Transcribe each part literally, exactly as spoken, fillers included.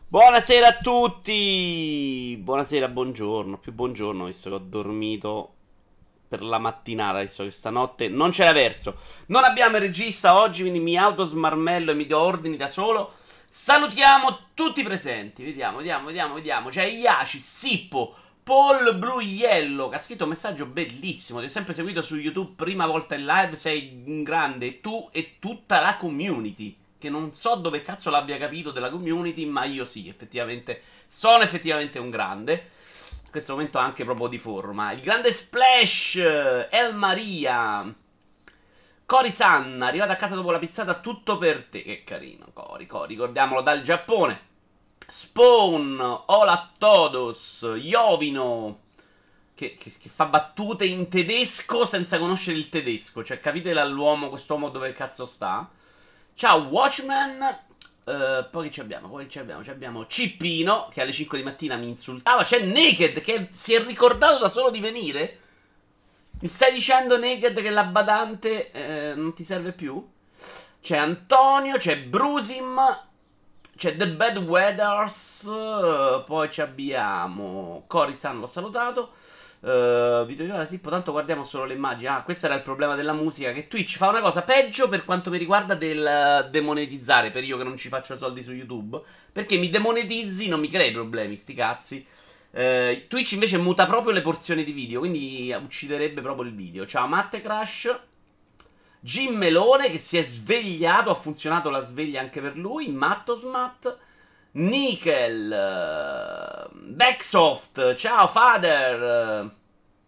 Buonasera a tutti! Buonasera, buongiorno. Più buongiorno, visto che ho dormito per la mattinata, visto che stanotte non c'era verso. Non abbiamo il regista oggi, quindi mi autosmarmello e mi do ordini da solo. Salutiamo tutti i presenti. Vediamo, vediamo, vediamo, vediamo. C'è Iaci, Sippo, Paul Blue Yellow, che ha scritto un messaggio bellissimo. Ti ho sempre seguito su YouTube, prima volta in live. Sei un grande, tu e tutta la community. Che non so dove cazzo l'abbia capito della community, ma io sì, effettivamente. Sono effettivamente un grande. In questo momento anche proprio di forma. Il grande Splash, El Maria, Cori San, arrivato a casa dopo la pizzata, tutto per te. Che carino, Cori, Cori, ricordiamolo dal Giappone. Spawn, Hola Todos, Iovino, che, che, che fa battute in tedesco senza conoscere il tedesco. Cioè, capite l'uomo, quest'uomo dove cazzo sta? Ciao Watchman. Uh, poi che ci abbiamo? Poi ci abbiamo? Ci abbiamo Cippino, che alle cinque di mattina mi insultava. C'è Naked, che si è ricordato da solo di venire. Mi stai dicendo, Naked, che la badante eh, non ti serve più? C'è Antonio, c'è Brusim, c'è The Bad Weathers. Uh, poi ci abbiamo Corizan, l'ho salutato. Uh, video di ora, sì, tanto guardiamo solo le immagini. Ah, questo era il problema della musica. Che Twitch fa una cosa peggio per quanto mi riguarda del uh, demonetizzare. Per io che non ci faccio soldi su YouTube. Perché mi demonetizzi, non mi crei problemi, sti cazzi. Uh, Twitch invece muta proprio le porzioni di video. Quindi ucciderebbe proprio il video. Ciao Matte Crash. Jim Melone che si è svegliato. Ha funzionato la sveglia anche per lui. Mattosmat. Nickel, uh, Backsoft, ciao Father. Uh,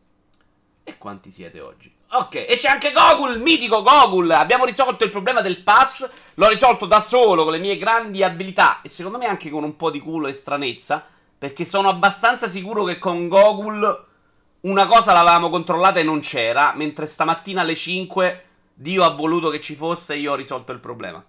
e quanti siete oggi? Ok, e c'è anche Gogul, mitico Gogul. Abbiamo risolto il problema del pass. L'ho risolto da solo con le mie grandi abilità. E secondo me anche con un po' di culo e stranezza. Perché sono abbastanza sicuro che con Gogul una cosa l'avevamo controllata e non c'era. Mentre stamattina alle cinque Dio ha voluto che ci fosse e io ho risolto il problema.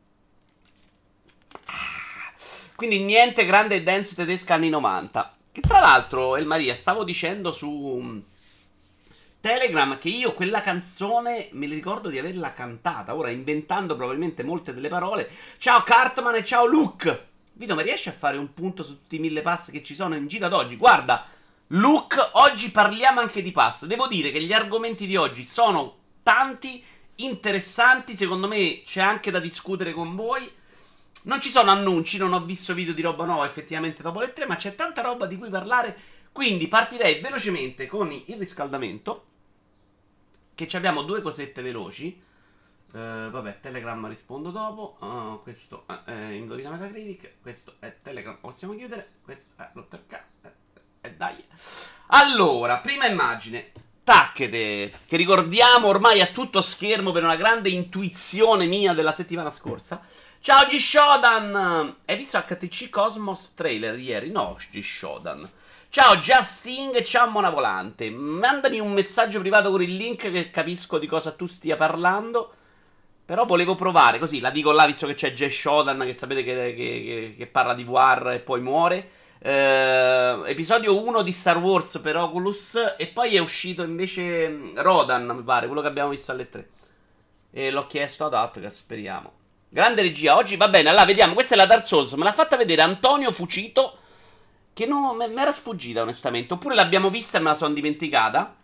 Quindi niente grande dance tedesca anni novanta. Che tra l'altro, El Maria, stavo dicendo su Telegram che io quella canzone me li ricordo di averla cantata. Ora inventando probabilmente molte delle parole. Ciao Cartman e ciao Luke. Vito, ma riesci a fare un punto su tutti i mille pass che ci sono in giro ad oggi? Guarda, Luke, oggi parliamo anche di pass. Devo dire che gli argomenti di oggi sono tanti, interessanti. Secondo me c'è anche da discutere con voi. Non ci sono annunci, non ho visto video di roba nuova effettivamente dopo le tre, ma c'è tanta roba di cui parlare. Quindi partirei velocemente con il riscaldamento. Che ci abbiamo due cosette veloci. Uh, vabbè, Telegram rispondo dopo. Uh, questo è eh, Indovina Metacritic. Questo è Telegram, possiamo chiudere. Questo è l'otterK. E eh, eh, dai. Allora, prima immagine. Tacchete, che ricordiamo ormai a tutto schermo per una grande intuizione mia della settimana scorsa. Ciao G-Shodan! Hai visto H T C Cosmos trailer ieri? No, G-Shodan. Ciao Justing, ciao Mona Volante. Mandami un messaggio privato con il link che capisco di cosa tu stia parlando. Però volevo provare, così la dico là visto che c'è G-Shodan che sapete che, che, che, che parla di War e poi muore. Eh, episodio uno di Star Wars per Oculus. E poi è uscito invece Rodan, mi pare, quello che abbiamo visto alle tre. E l'ho chiesto ad Atlas, speriamo. Grande regia, oggi va bene, allora vediamo, questa è la Dark Souls, me l'ha fatta vedere Antonio Fucito, che non mi era sfuggita onestamente, oppure l'abbiamo vista e me la sono dimenticata.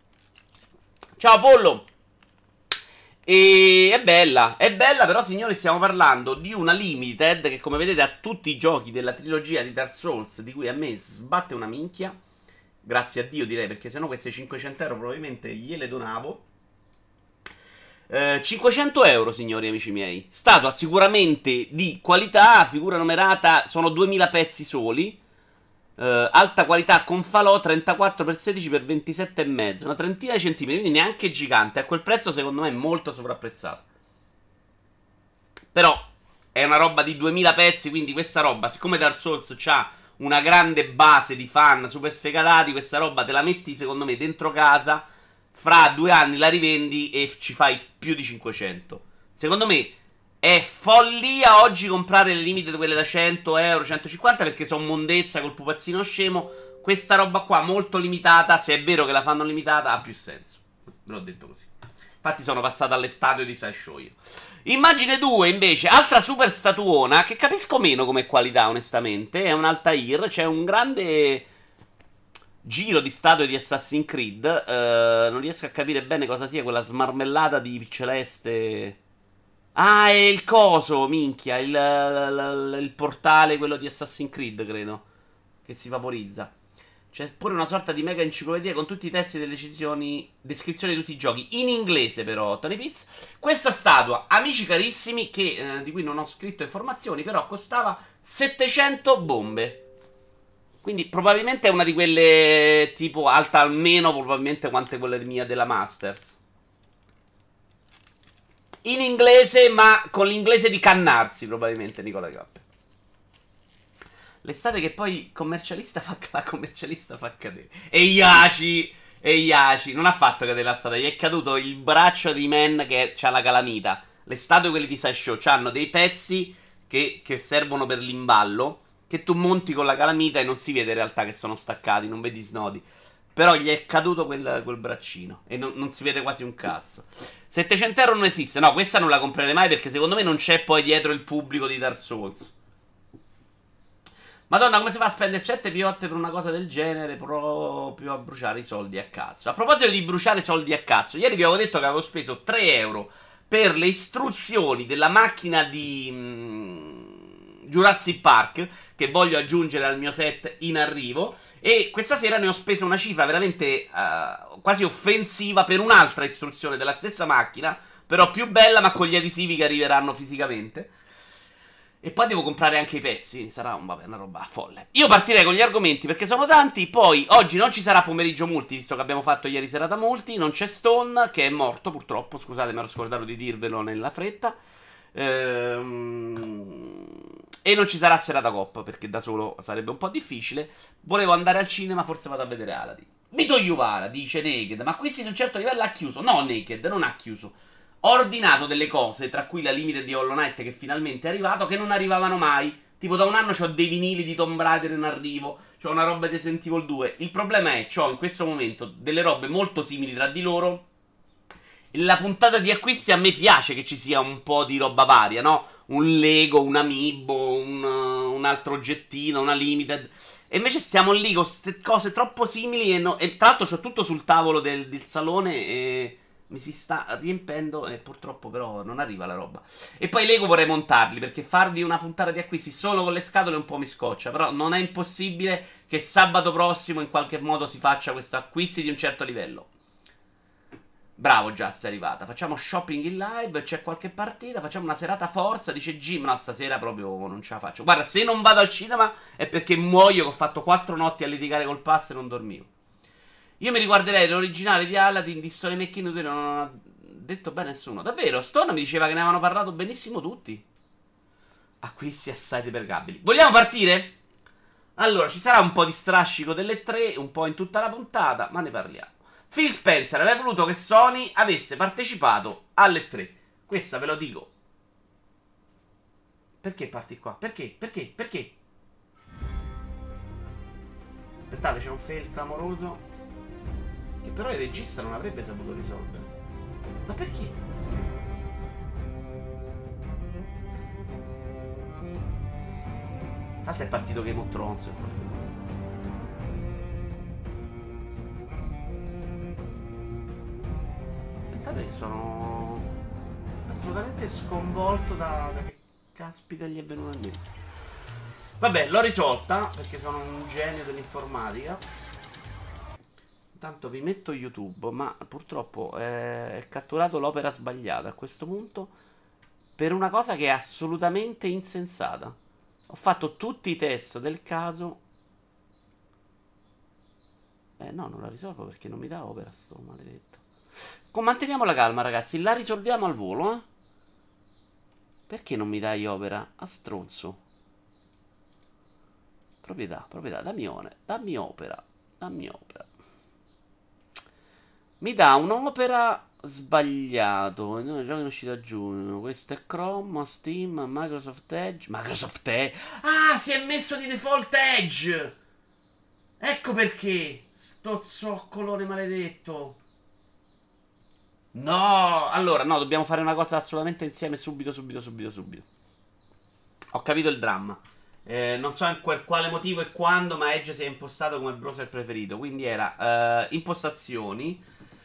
Ciao Pollo. E è bella, è bella però signori stiamo parlando di una limited che come vedete ha tutti i giochi della trilogia di Dark Souls, di cui a me sbatte una minchia. Grazie a Dio direi, perché sennò queste cinquecento euro probabilmente gliele donavo. Uh, cinquecento euro, signori amici miei. Statua sicuramente di qualità. Figura numerata, sono duemila pezzi soli. uh, Alta qualità con falò, trentaquattro per sedici per ventisette e mezzo. Una trentina di centimetri, quindi neanche gigante. A quel prezzo secondo me è molto sovrapprezzato. Però è una roba di duemila pezzi. Quindi questa roba, siccome Dark Souls c'ha una grande base di fan super sfegatati, questa roba te la metti secondo me dentro casa, fra due anni la rivendi e ci fai più di cinquecento. Secondo me è follia oggi comprare le limited, quelle da cento euro, centocinquanta, perché sono mondezza col pupazzino scemo. Questa roba qua molto limitata, se è vero che la fanno limitata, ha più senso. Ve l'ho detto così. Infatti sono passato alle statue di Sideshow io. Immagine due invece, altra super statuona, che capisco meno come qualità onestamente, è un Altair, c'è un grande giro di statue di Assassin's Creed, eh, non riesco a capire bene cosa sia quella smarmellata di celeste. Ah, è il coso, minchia, il, il, il portale, quello di Assassin's Creed, credo, che si vaporizza. C'è pure una sorta di mega enciclopedia con tutti i testi delle decisioni, descrizioni di tutti i giochi, in inglese però, Tony Piz. Questa statua, amici carissimi, che, eh, di cui non ho scritto informazioni, però costava settecento bombe. Quindi probabilmente è una di quelle tipo alta almeno probabilmente quante quelle mia della Masters. In inglese, ma con l'inglese di cannarsi, probabilmente, Nicola Cappe. L'estate che poi commercialista fa, la commercialista fa cadere. E Iaci, e Iaci, non ha fatto cadere la statua, gli è caduto il braccio di Man che ha la calamita. Le statue, quelle di Sideshow, hanno dei pezzi che, che servono per l'imballo, che tu monti con la calamita e non si vede in realtà che sono staccati, non vedi snodi. Però gli è caduto quel, quel braccino e non, non si vede quasi un cazzo. settecento euro non esiste. No, questa non la comprerei mai perché secondo me non c'è poi dietro il pubblico di Dark Souls. Madonna, come si fa a spendere sette piotte per una cosa del genere? Proprio a bruciare i soldi a cazzo. A proposito di bruciare soldi a cazzo, ieri vi avevo detto che avevo speso tre euro per le istruzioni della macchina di mm, Jurassic Park, che voglio aggiungere al mio set in arrivo. E questa sera ne ho speso una cifra veramente uh, quasi offensiva per un'altra istruzione della stessa macchina, però più bella, ma con gli adesivi che arriveranno fisicamente. E poi devo comprare anche i pezzi. Sarà un, vabbè, una roba folle. Io partirei con gli argomenti perché sono tanti. Poi oggi non ci sarà pomeriggio multi, visto che abbiamo fatto ieri serata multi. Non c'è Stone, che è morto purtroppo. Scusate, mi ero scordato di dirvelo nella fretta. Ehm... E non ci sarà serata coppa perché da solo sarebbe un po' difficile. Volevo andare al cinema, forse vado a vedere Aladdin. Vito Iuvara dice Naked, ma questi di un certo livello ha chiuso. No, Naked non ha chiuso. Ho ordinato delle cose, tra cui la limited di Hollow Knight che finalmente è arrivato, che non arrivavano mai. Tipo da un anno c'ho dei vinili di Tomb Raider in arrivo, c'ho una roba di Resident Evil due. Il problema è, c'ho in questo momento delle robe molto simili tra di loro. La puntata di acquisti a me piace che ci sia un po' di roba varia, no? Un Lego, un Amiibo, un, uh, un altro oggettino, una limited. E invece stiamo lì con queste cose troppo simili e, no, e tra l'altro c'ho tutto sul tavolo del, del salone e mi si sta riempendo e purtroppo però non arriva la roba. E poi Lego vorrei montarli perché farvi una puntata di acquisti solo con le scatole un po' mi scoccia. Però non è impossibile che sabato prossimo in qualche modo si faccia questo acquisti di un certo livello. Bravo, già sei arrivata. Facciamo shopping in live, c'è qualche partita, facciamo una serata forza, dice Jim. No, stasera proprio non ce la faccio. Guarda, se non vado al cinema è perché muoio che ho fatto quattro notti a litigare col pass e non dormivo. Io mi riguarderei l'originale di Aladdin di Story McKinnon, non ha detto bene nessuno. Davvero, Stone mi diceva che ne avevano parlato benissimo tutti. Acquisti assai depergabili. Vogliamo partire? Allora, ci sarà un po' di strascico delle tre, un po' in tutta la puntata, ma ne parliamo. Phil Spencer aveva voluto che Sony avesse partecipato alle tre. Questa ve lo dico. Perché parti qua? Perché? Perché? Perché? Aspettate, c'è un fail clamoroso che però il regista non avrebbe saputo risolvere. Ma perché? Tanto è partito Game of Thrones. Aspettate, sono assolutamente sconvolto da, da che caspita gli è venuto a dire. Vabbè, l'ho risolta perché sono un genio dell'informatica. Intanto vi metto YouTube, ma purtroppo è catturato l'opera sbagliata a questo punto per una cosa che è assolutamente insensata. Ho fatto tutti i test del caso. Eh no, non la risolvo perché non mi dà opera sto maledetto. Com manteniamo la calma ragazzi, la risolviamo al volo, eh? Perché non mi dai opera? A stronzo. Proprietà, proprietà, dammi, one, dammi opera, dammi opera. Mi dà un'opera sbagliato. No, gioco in uscita a giugno. Questo è Chrome, Steam, Microsoft Edge. Microsoft Edge. Ah, si è messo di default Edge. Ecco perché. Sto zoccolone maledetto. No, allora, no, dobbiamo fare una cosa assolutamente insieme subito, subito, subito, subito. Ho capito il dramma. Eh, non so per quale motivo e quando, ma Edge si è impostato come browser preferito. Quindi era eh, impostazioni,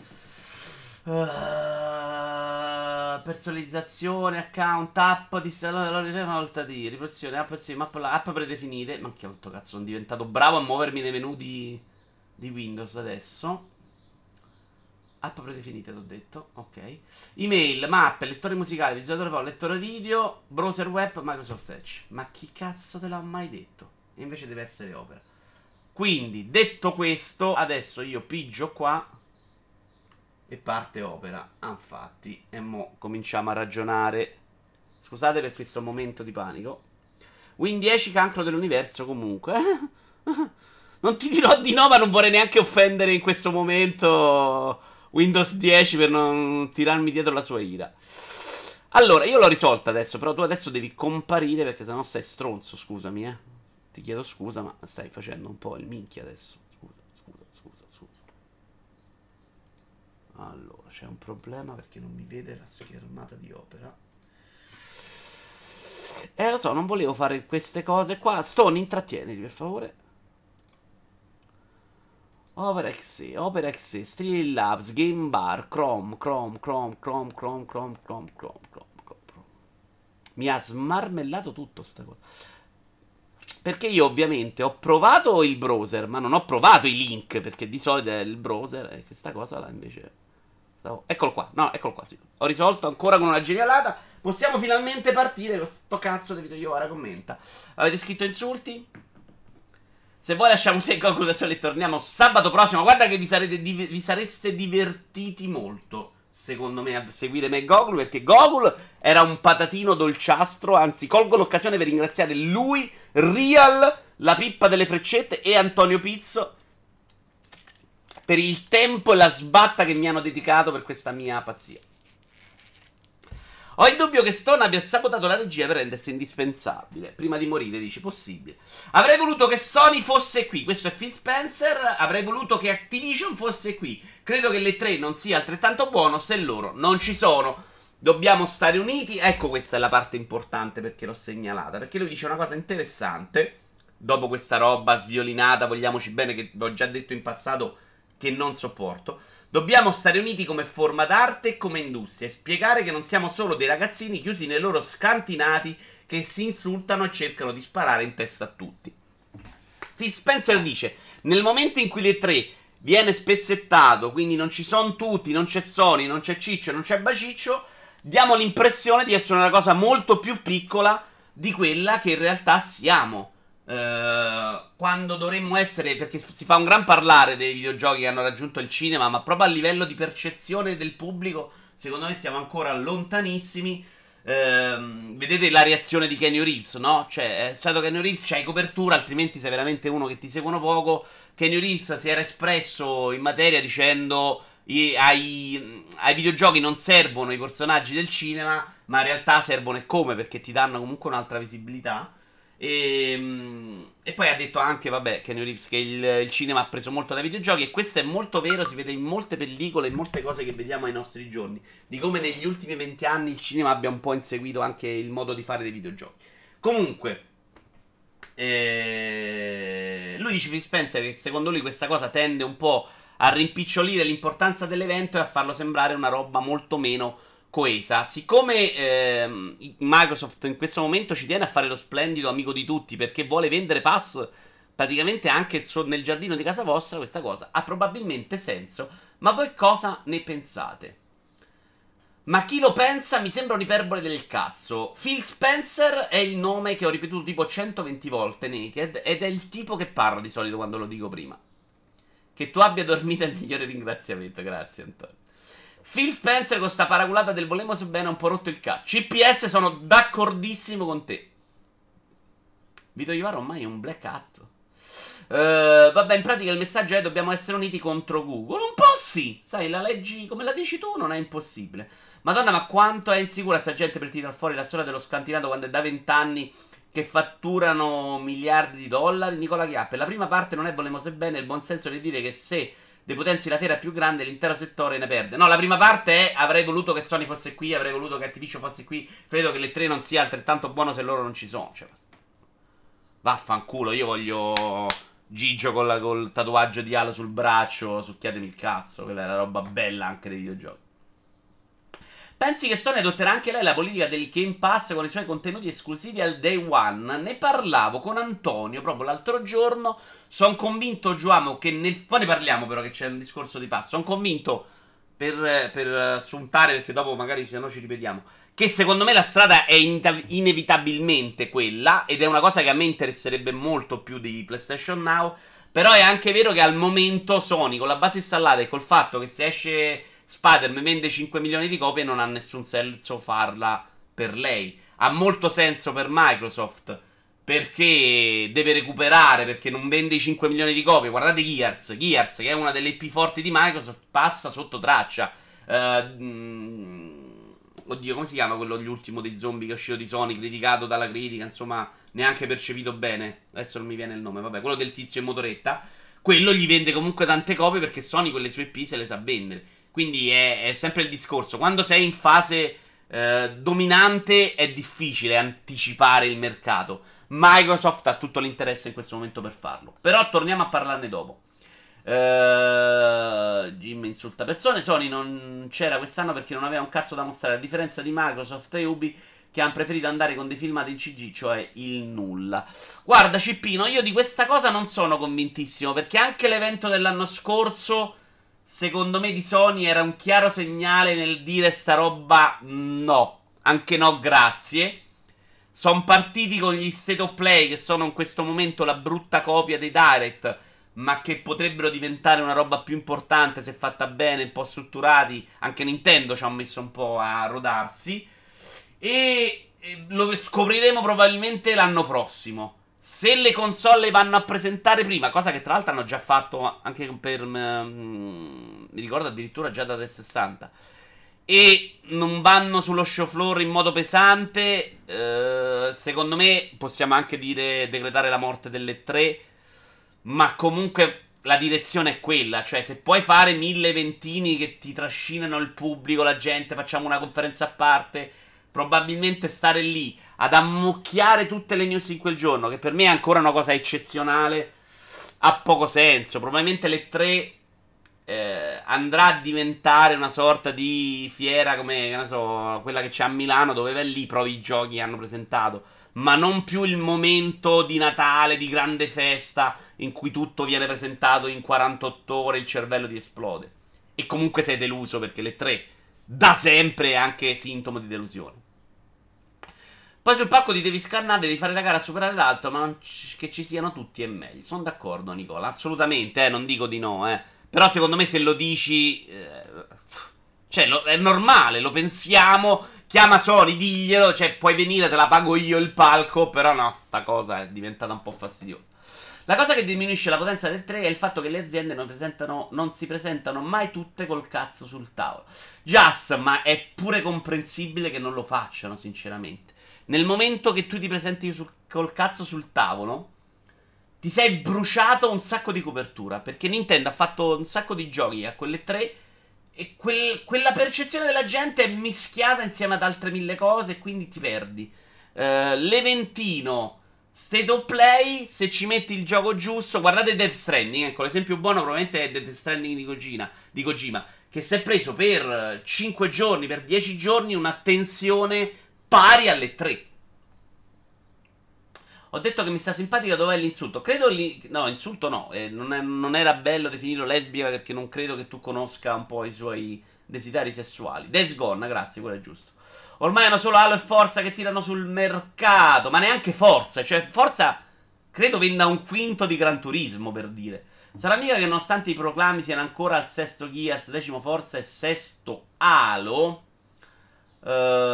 eh, personalizzazione, account, app, distanzione, una volta di riproduzione, app, sì, app, app predefinite. Ma che quanto cazzo sono diventato bravo a muovermi nei menu di, di Windows adesso. App predefinite, t'ho detto. Ok. Email, mappe, lettore musicale, visualizzatore foto, lettore video, browser web, Microsoft Edge. Ma chi cazzo te l'ha mai detto? E invece deve essere Opera. Quindi, detto questo, adesso io pigio qua e parte Opera. Ah, infatti. E mo cominciamo a ragionare. Scusate per questo momento di panico. Win dieci, cancro dell'universo comunque. Non ti dirò di no, ma non vorrei neanche offendere in questo momento Windows dieci per non tirarmi dietro la sua ira. Allora, io l'ho risolta adesso, però tu adesso devi comparire perché sennò sei stronzo, scusami, eh. Ti chiedo scusa, ma stai facendo un po' il minchia adesso. Scusa, scusa, scusa, scusa. Allora, c'è un problema perché non mi vede la schermata di Opera. Eh, lo so, non volevo fare queste cose qua. Stone, intrattieniti, per favore. Opera X E, Opera X E, Streamlabs, Game Bar, Chrome, Chrome, Chrome, Chrome, Chrome, Chrome, Chrome, Chrome, Chrome, Chrome. Mi ha smarmellato tutto sta cosa. Perché io ovviamente ho provato il browser, ma non ho provato i link, perché di solito è il browser e questa cosa là invece... Stavo... Eccolo qua, no, eccolo qua, sì. Ho risolto ancora con una genialata. Possiamo finalmente partire con sto cazzo di video. Io ora commenta. Avete scritto insulti? Se vuoi lasciamo te Goku da soli e torniamo sabato prossimo. Guarda che vi, sarete, vi sareste divertiti molto, secondo me, a seguire me e Gogol, perché Gogol era un patatino dolciastro. Anzi, colgo l'occasione per ringraziare lui, Real, la pippa delle freccette e Antonio Pizzo per il tempo e la sbatta che mi hanno dedicato per questa mia pazzia. Ho il dubbio che Stone abbia sabotato la regia per rendersi indispensabile. Prima di morire, dici, possibile. Avrei voluto che Sony fosse qui. Questo è Phil Spencer. Avrei voluto che Activision fosse qui. Credo che l'E tre non sia altrettanto buono se loro non ci sono. Dobbiamo stare uniti. Ecco, questa è la parte importante perché l'ho segnalata. Perché lui dice una cosa interessante. Dopo questa roba sviolinata, vogliamoci bene, che vi ho già detto in passato che non sopporto. Dobbiamo stare uniti come forma d'arte e come industria e spiegare che non siamo solo dei ragazzini chiusi nei loro scantinati che si insultano e cercano di sparare in testa a tutti. Phil Spencer dice: nel momento in cui l'E tre viene spezzettato, quindi non ci sono tutti, non c'è Sony, non c'è Ciccio, non c'è Baciccio, diamo l'impressione di essere una cosa molto più piccola di quella che in realtà siamo. Uh, quando dovremmo essere, perché si fa un gran parlare dei videogiochi che hanno raggiunto il cinema, ma proprio a livello di percezione del pubblico secondo me siamo ancora lontanissimi. Uh, vedete la reazione di Keanu Reeves, no? Cioè è stato Keanu Reeves, c'hai copertura, altrimenti sei veramente uno che ti seguono poco. Keanu Reeves si era espresso in materia dicendo i, ai, ai videogiochi non servono i personaggi del cinema, ma in realtà servono e come, perché ti danno comunque un'altra visibilità. E, e poi ha detto anche, vabbè, Keanu Reeves, che il, il cinema ha preso molto dai videogiochi. E questo è molto vero, si vede in molte pellicole, in molte cose che vediamo ai nostri giorni, di come negli ultimi venti anni il cinema abbia un po' inseguito anche il modo di fare dei videogiochi. Comunque eh, lui dice, Phil Spencer, che secondo lui questa cosa tende un po' a rimpicciolire l'importanza dell'evento e a farlo sembrare una roba molto meno coesa. Siccome ehm, Microsoft in questo momento ci tiene a fare lo splendido amico di tutti, perché vuole vendere pass praticamente anche nel giardino di casa vostra, questa cosa ha probabilmente senso. Ma voi cosa ne pensate? Ma chi lo pensa mi sembra un'iperbole del cazzo. Phil Spencer è il nome che ho ripetuto tipo centoventi volte Naked, ed è il tipo che parla di solito quando lo dico prima. Che tu abbia dormito è il migliore ringraziamento. Grazie Antonio. Phil Spencer con sta paraculata del volemo su bene ha un po' rotto il cazzo. C P S sono d'accordissimo con te. Vito Iovara ormai è un black hat. uh, Vabbè, in pratica il messaggio è: dobbiamo essere uniti contro Google. Un po' sì. Sai, la leggi come la dici tu non è impossibile. Madonna, ma quanto è insicura sta gente per tirar fuori la storia dello scantinato quando è da vent'anni che fatturano miliardi di dollari. Nicola Chiappe: la prima parte non è volemo se bene, il buon senso di dire che se depotenzi la fiera più grande, l'intero settore ne perde. No, la prima parte è avrei voluto che Sony fosse qui, avrei voluto che Activision fosse qui. Credo che le tre non sia altrettanto buono se loro non ci sono. Cioè, vaffanculo, io voglio Gigio con la, col tatuaggio di Halo sul braccio, succhiatemi il cazzo, quella è la roba bella anche dei videogiochi. Pensi che Sony adotterà anche lei la politica del Game Pass con i suoi contenuti esclusivi al day one? Ne parlavo con Antonio proprio l'altro giorno. Sono convinto, Giuamo, che nel... Poi ne parliamo però che c'è un discorso di passo. Sono convinto, per, per assuntare, perché dopo magari se no ci ripetiamo, che secondo me la strada è in- inevitabilmente quella, ed è una cosa che a me interesserebbe molto più di PlayStation Now. Però è anche vero che al momento Sony, con la base installata e col fatto che se esce Spider-Man vende cinque milioni di copie, non ha nessun senso farla per lei. Ha molto senso per Microsoft, perché deve recuperare, perché non vende i cinque milioni di copie. Guardate Gears, Gears che è una delle più forti di Microsoft, passa sotto traccia. Uh, mm, oddio, come si chiama quello l'ultimo dei zombie che è uscito di Sony, criticato dalla critica, insomma, neanche percepito bene. Adesso non mi viene il nome, vabbè, quello del tizio in motoretta. Quello gli vende comunque tante copie perché Sony quelle sue I P se le sa vendere. Quindi è, è sempre il discorso. Quando sei in fase eh, dominante è difficile anticipare il mercato. Microsoft ha tutto l'interesse in questo momento per farlo. Però torniamo a parlarne dopo. Uh, Jim insulta persone. Sony non c'era quest'anno perché non aveva un cazzo da mostrare, a differenza di Microsoft e Ubi, che hanno preferito andare con dei filmati in C G, cioè il nulla. Guarda Cippino, io di questa cosa non sono convintissimo, perché anche l'evento dell'anno scorso, secondo me, di Sony era un chiaro segnale nel dire sta roba no, anche no grazie. Sono partiti con gli State of Play, che sono in questo momento la brutta copia dei Direct, ma che potrebbero diventare una roba più importante se fatta bene, un po' strutturati. Anche Nintendo ci ha messo un po' a rodarsi. E lo scopriremo probabilmente l'anno prossimo, se le console vanno a presentare prima, cosa che tra l'altro hanno già fatto anche per um, mi ricordo addirittura già da trecentosessanta, e non vanno sullo show floor in modo pesante. eh, secondo me possiamo anche dire decretare la morte delle tre, ma comunque la direzione è quella. Cioè, se puoi fare mille eventini che ti trascinano il pubblico, la gente, facciamo una conferenza a parte, probabilmente stare lì ad ammucchiare tutte le news in quel giorno, che per me è ancora una cosa eccezionale, ha poco senso. Probabilmente le tre eh, andrà a diventare una sorta di fiera come, che ne so, quella che c'è a Milano, dove vai lì, provi i giochi che hanno presentato, ma non più il momento di Natale, di grande festa, in cui tutto viene presentato in quarantotto ore, il cervello ti esplode. E comunque sei deluso, perché le tre da sempre è anche sintomo di delusione. Poi sul palco ti devi scannare, devi fare la gara a superare l'altro, ma non c- che ci siano tutti è meglio. Sono d'accordo, Nicola, assolutamente, eh, non dico di no, eh. Però secondo me se lo dici, eh, cioè lo, è normale, lo pensiamo. Chiama Sony, diglielo, cioè puoi venire, te la pago io il palco, però no, sta cosa è diventata un po' fastidiosa. La cosa che diminuisce la potenza del tre è il fatto che le aziende non, presentano, non si presentano mai tutte col cazzo sul tavolo. Just, ma è pure comprensibile che non lo facciano, sinceramente. Nel momento che tu ti presenti sul, col cazzo sul tavolo, ti sei bruciato un sacco di copertura, perché Nintendo ha fatto un sacco di giochi a quelle tre, e quel, quella percezione della gente è mischiata insieme ad altre mille cose, e quindi ti perdi. Uh, l'eventino State of Play, se ci metti il gioco giusto, guardate Death Stranding, ecco, l'esempio buono probabilmente è Death Stranding di Kojima, di Kojima, che si è preso per cinque giorni, per dieci giorni, un'attenzione pari alle tre. Ho detto che mi sta simpatica, dov'è l'insulto? Credo li... No, insulto no, eh, non, è, non era bello definirlo lesbica, perché non credo che tu conosca un po' i suoi desideri sessuali. Days Gone, grazie, quello è giusto. Ormai hanno solo Halo e Forza che tirano sul mercato, ma neanche Forza, cioè Forza credo venda un quinto di Gran Turismo, per dire. Sarà mica che nonostante i proclami siano ancora al sesto Gears, decimo Forza e sesto Halo? Uh,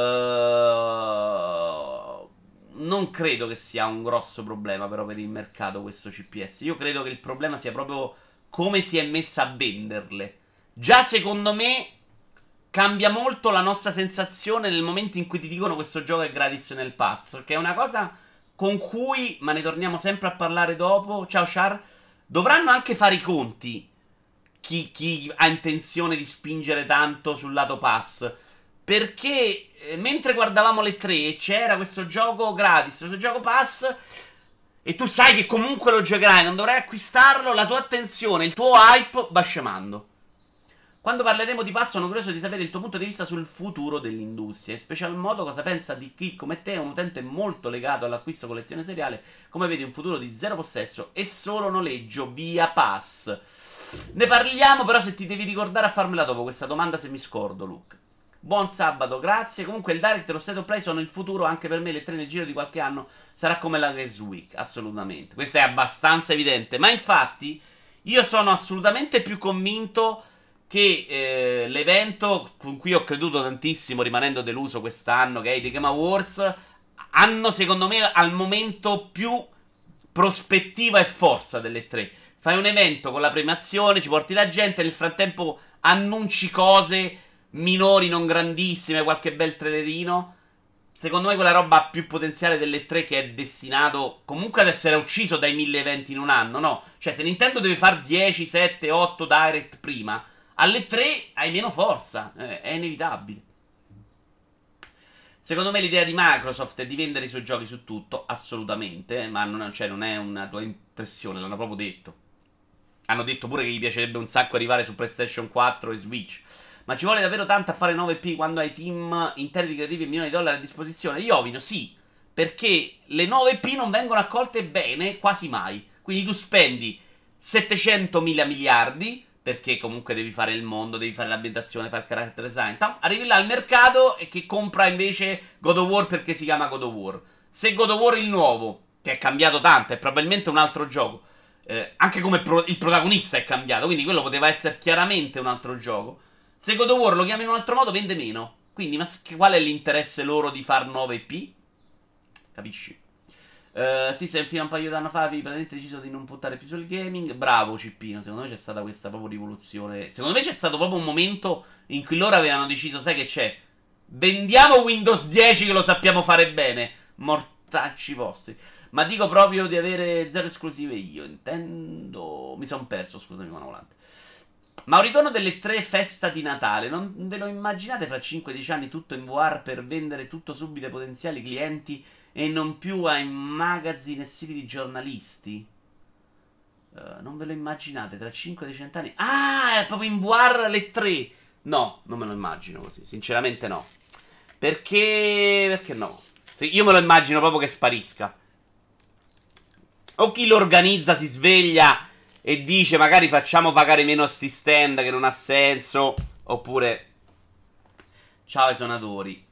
non credo che sia un grosso problema però per il mercato questo C P S. Io credo che il problema sia proprio come si è messa a venderle. Già secondo me cambia molto la nostra sensazione nel momento in cui ti dicono questo gioco è gratis nel pass, che è una cosa con cui, ma ne torniamo sempre a parlare dopo, ciao Char, dovranno anche fare i conti. chi, chi ha intenzione di spingere tanto sul lato pass. Perché eh, mentre guardavamo le tre c'era questo gioco gratis, questo gioco pass, e tu sai che comunque lo giocherai, non dovrai acquistarlo, la tua attenzione, il tuo hype va scemando. Quando parleremo di pass sono curioso di sapere il tuo punto di vista sul futuro dell'industria, in special modo cosa pensa di chi come te è un utente molto legato all'acquisto collezione seriale, come vedi un futuro di zero possesso e solo noleggio via pass. Ne parliamo, però se ti devi ricordare a farmela dopo questa domanda, se mi scordo, Luke. Buon sabato, grazie. Comunque il Direct e lo State of Play sono il futuro, anche per me le tre nel giro di qualche anno sarà come la Games Week, assolutamente. Questo è abbastanza evidente, ma infatti io sono assolutamente più convinto che eh, l'evento con cui ho creduto tantissimo rimanendo deluso quest'anno, che è i The Game Awards, hanno secondo me al momento più prospettiva e forza delle tre. Fai un evento con la premiazione, ci porti la gente, nel frattempo annunci cose minori, non grandissime, qualche bel trailerino. Secondo me quella roba ha più potenziale delle tre, che è destinato comunque ad essere ucciso dai mille eventi in un anno, no? Cioè se Nintendo deve fare dieci, sette, otto Direct prima, alle tre hai meno forza, eh, è inevitabile. Secondo me l'idea di Microsoft è di vendere i suoi giochi su tutto, assolutamente, ma non, cioè, non è una tua impressione, l'hanno proprio detto. Hanno detto pure che gli piacerebbe un sacco arrivare su PlayStation quattro e Switch. Ma ci vuole davvero tanto a fare nove P quando hai team interi di creativi e milioni di dollari a disposizione? Iovino, sì, perché le nove P non vengono accolte bene quasi mai. Quindi tu spendi settecentomila miliardi, perché comunque devi fare il mondo, devi fare l'ambientazione, fare il character design. Arrivi là al mercato e che compra invece God of War perché si chiama God of War. Se God of War il nuovo, che è cambiato tanto, è probabilmente un altro gioco, eh, anche come pro- il protagonista è cambiato, quindi quello poteva essere chiaramente un altro gioco. Se God of War lo chiami in un altro modo vende meno. Quindi ma qual è l'interesse loro di far nove P? Capisci? Uh, sì, se fino a un paio d'anni fa avevi praticamente deciso di non puntare più sul gaming. Bravo Cippino, secondo me c'è stata questa proprio rivoluzione. Secondo me c'è stato proprio un momento in cui loro avevano deciso, sai che c'è? Vendiamo Windows dieci che lo sappiamo fare bene. Mortacci vostri. Ma dico proprio di avere zero esclusive io. Intendo... Mi son perso, scusami, mano volante. Ma un ritorno delle tre festa di Natale, non ve lo immaginate fra cinque dieci anni tutto in V R per vendere tutto subito ai potenziali clienti e non più ai magazine e siti di giornalisti? Uh, non ve lo immaginate tra cinque dieci anni? Ah, è proprio in V R le tre? No, non me lo immagino così, sinceramente no. Perché... perché no? Se io me lo immagino proprio che sparisca. O chi lo organizza si sveglia e dice magari facciamo pagare meno sti stand che non ha senso. Oppure ciao ai suonatori,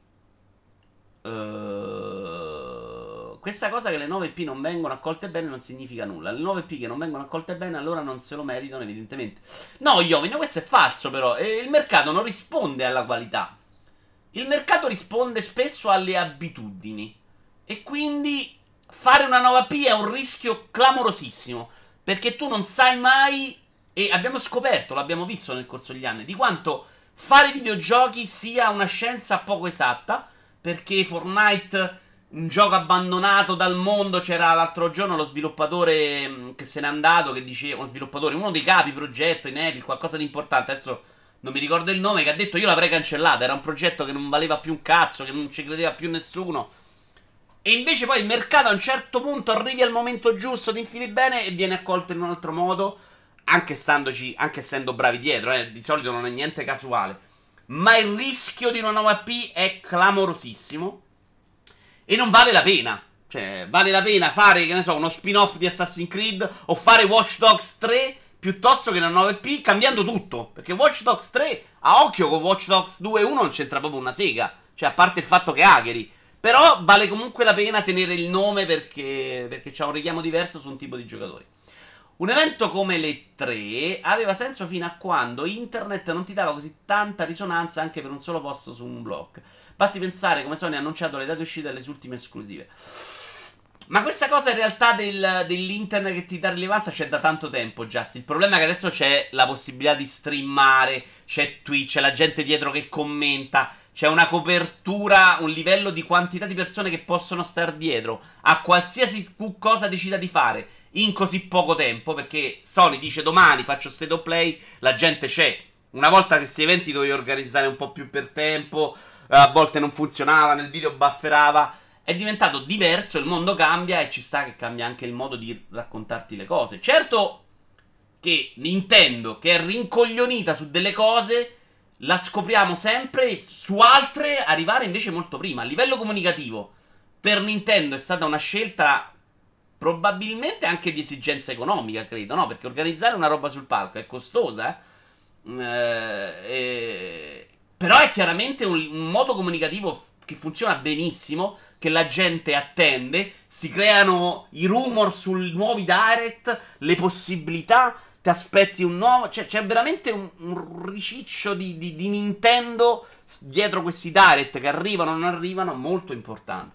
uh, questa cosa che le nove P non vengono accolte bene non significa nulla. Le nove P che non vengono accolte bene allora non se lo meritano evidentemente. No Iovino, questo è falso però, e il mercato non risponde alla qualità. Il mercato risponde spesso alle abitudini. E quindi fare una nuova P è un rischio clamorosissimo, perché tu non sai mai, e abbiamo scoperto, l'abbiamo visto nel corso degli anni, di quanto fare videogiochi sia una scienza poco esatta, perché Fortnite, un gioco abbandonato dal mondo, c'era l'altro giorno lo sviluppatore che se n'è andato, che diceva, uno sviluppatore, uno dei capi progetto in Epic, qualcosa di importante, adesso non mi ricordo il nome, che ha detto io l'avrei cancellato, era un progetto che non valeva più un cazzo, che non ci credeva più nessuno. E invece poi il mercato a un certo punto arrivi al momento giusto, ti infili bene e viene accolto in un altro modo, anche standoci, anche essendo bravi dietro, eh, di solito non è niente casuale. Ma il rischio di una nuova P è clamorosissimo e non vale la pena. Cioè, vale la pena fare, che ne so, uno spin-off di Assassin's Creed o fare Watch Dogs tre piuttosto che una nuova P, cambiando tutto. Perché Watch Dogs tre, a occhio con Watch Dogs due e uno non c'entra proprio una sega. Cioè, a parte il fatto che hackeri. Però vale comunque la pena tenere il nome perché, perché c'ha un richiamo diverso su un tipo di giocatori. Un evento come le tre aveva senso fino a quando internet non ti dava così tanta risonanza anche per un solo post su un blog. Basti pensare come Sony ha annunciato le date uscite delle sue ultime esclusive. Ma questa cosa in realtà del, dell'internet che ti dà rilevanza c'è da tanto tempo già. Il problema è che adesso c'è la possibilità di streamare, c'è Twitch, c'è la gente dietro che commenta, c'è una copertura, un livello di quantità di persone che possono star dietro a qualsiasi cosa decida di fare in così poco tempo, perché Sony dice domani faccio State of Play, la gente c'è. Una volta che questi eventi dovevi organizzare un po' più per tempo, a volte non funzionava, nel video bufferava. È diventato diverso, il mondo cambia e ci sta che cambia anche il modo di raccontarti le cose. Certo che Nintendo, che è rincoglionita su delle cose, la scopriamo sempre, e su altre arrivare invece molto prima. A livello comunicativo, per Nintendo è stata una scelta probabilmente anche di esigenza economica, credo, no? Perché organizzare una roba sul palco è costosa, eh? Eh, eh, però è chiaramente un, un modo comunicativo che funziona benissimo, che la gente attende, si creano i rumor sui nuovi direct, le possibilità, ti aspetti un nuovo, cioè c'è veramente un, un riciccio di, di, di Nintendo dietro questi direct che arrivano o non arrivano, molto importante.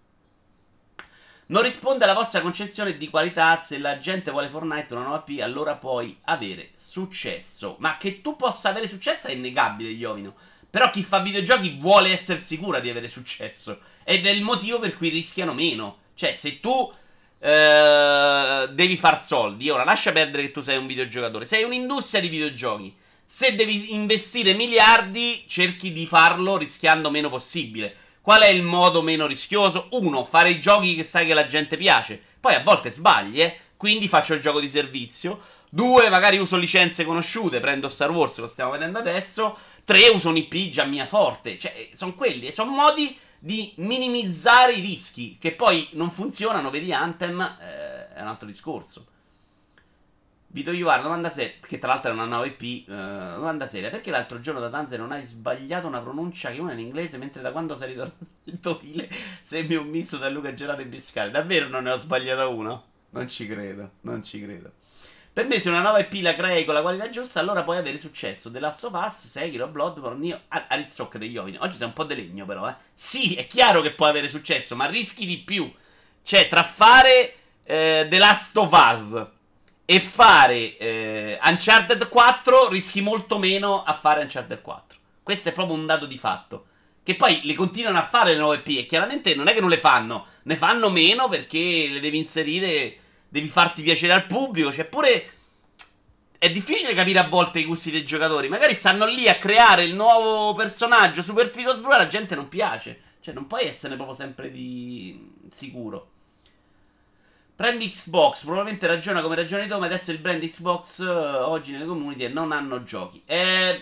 Non risponde alla vostra concezione di qualità. Se la gente vuole Fortnite una nuova P, allora puoi avere successo. Ma che tu possa avere successo è innegabile, Iovino. Però chi fa videogiochi vuole essere sicura di avere successo. Ed è il motivo per cui rischiano meno. Cioè, se tu eh, devi far soldi, ora lascia perdere che tu sei un videogiocatore, sei un'industria di videogiochi. Se devi investire miliardi, cerchi di farlo rischiando meno possibile. Qual è il modo meno rischioso? Uno, fare i giochi che sai che la gente piace. Poi a volte sbagli, eh? Quindi faccio il gioco di servizio. Due, magari uso licenze conosciute. Prendo Star Wars, lo stiamo vedendo adesso. Tre, uso un I P già mia forte. Cioè, sono quelli. Sono modi di minimizzare i rischi. Che poi non funzionano. Vedi Anthem, eh, è un altro discorso. Vito Iuar, domanda seria, che tra l'altro è una nuova I P, uh, domanda seria, perché l'altro giorno da Tanzania non hai sbagliato una pronuncia che una è in inglese, mentre da quando sei ritornato il Topile sembri un misto da Luca Gelato e Biscari? Davvero non ne ho sbagliata uno? Non ci credo, non ci credo. Per me se una nuova I P la crei con la qualità giusta, allora puoi avere successo. The Last of Us, Sekiro, Bloodborne, Nioh, Arizrock degli Iovini. Oggi sei un po' de legno però, eh. Sì, è chiaro che puoi avere successo, ma rischi di più. Cioè, tra fare eh, The Last of Us e fare eh, Uncharted quattro rischi molto meno a fare Uncharted quattro. Questo è proprio un dato di fatto. Che poi le continuano a fare le nuove I P e chiaramente non è che non le fanno, ne fanno meno perché le devi inserire, devi farti piacere al pubblico. Cioè pure è difficile capire a volte i gusti dei giocatori. Magari stanno lì a creare il nuovo personaggio super figo sbruno e la gente non piace. Cioè non puoi essere proprio sempre di sicuro. Prendi Xbox, probabilmente ragiona come ragioni tu, ma adesso il brand Xbox uh, oggi nelle community non hanno giochi. Eh,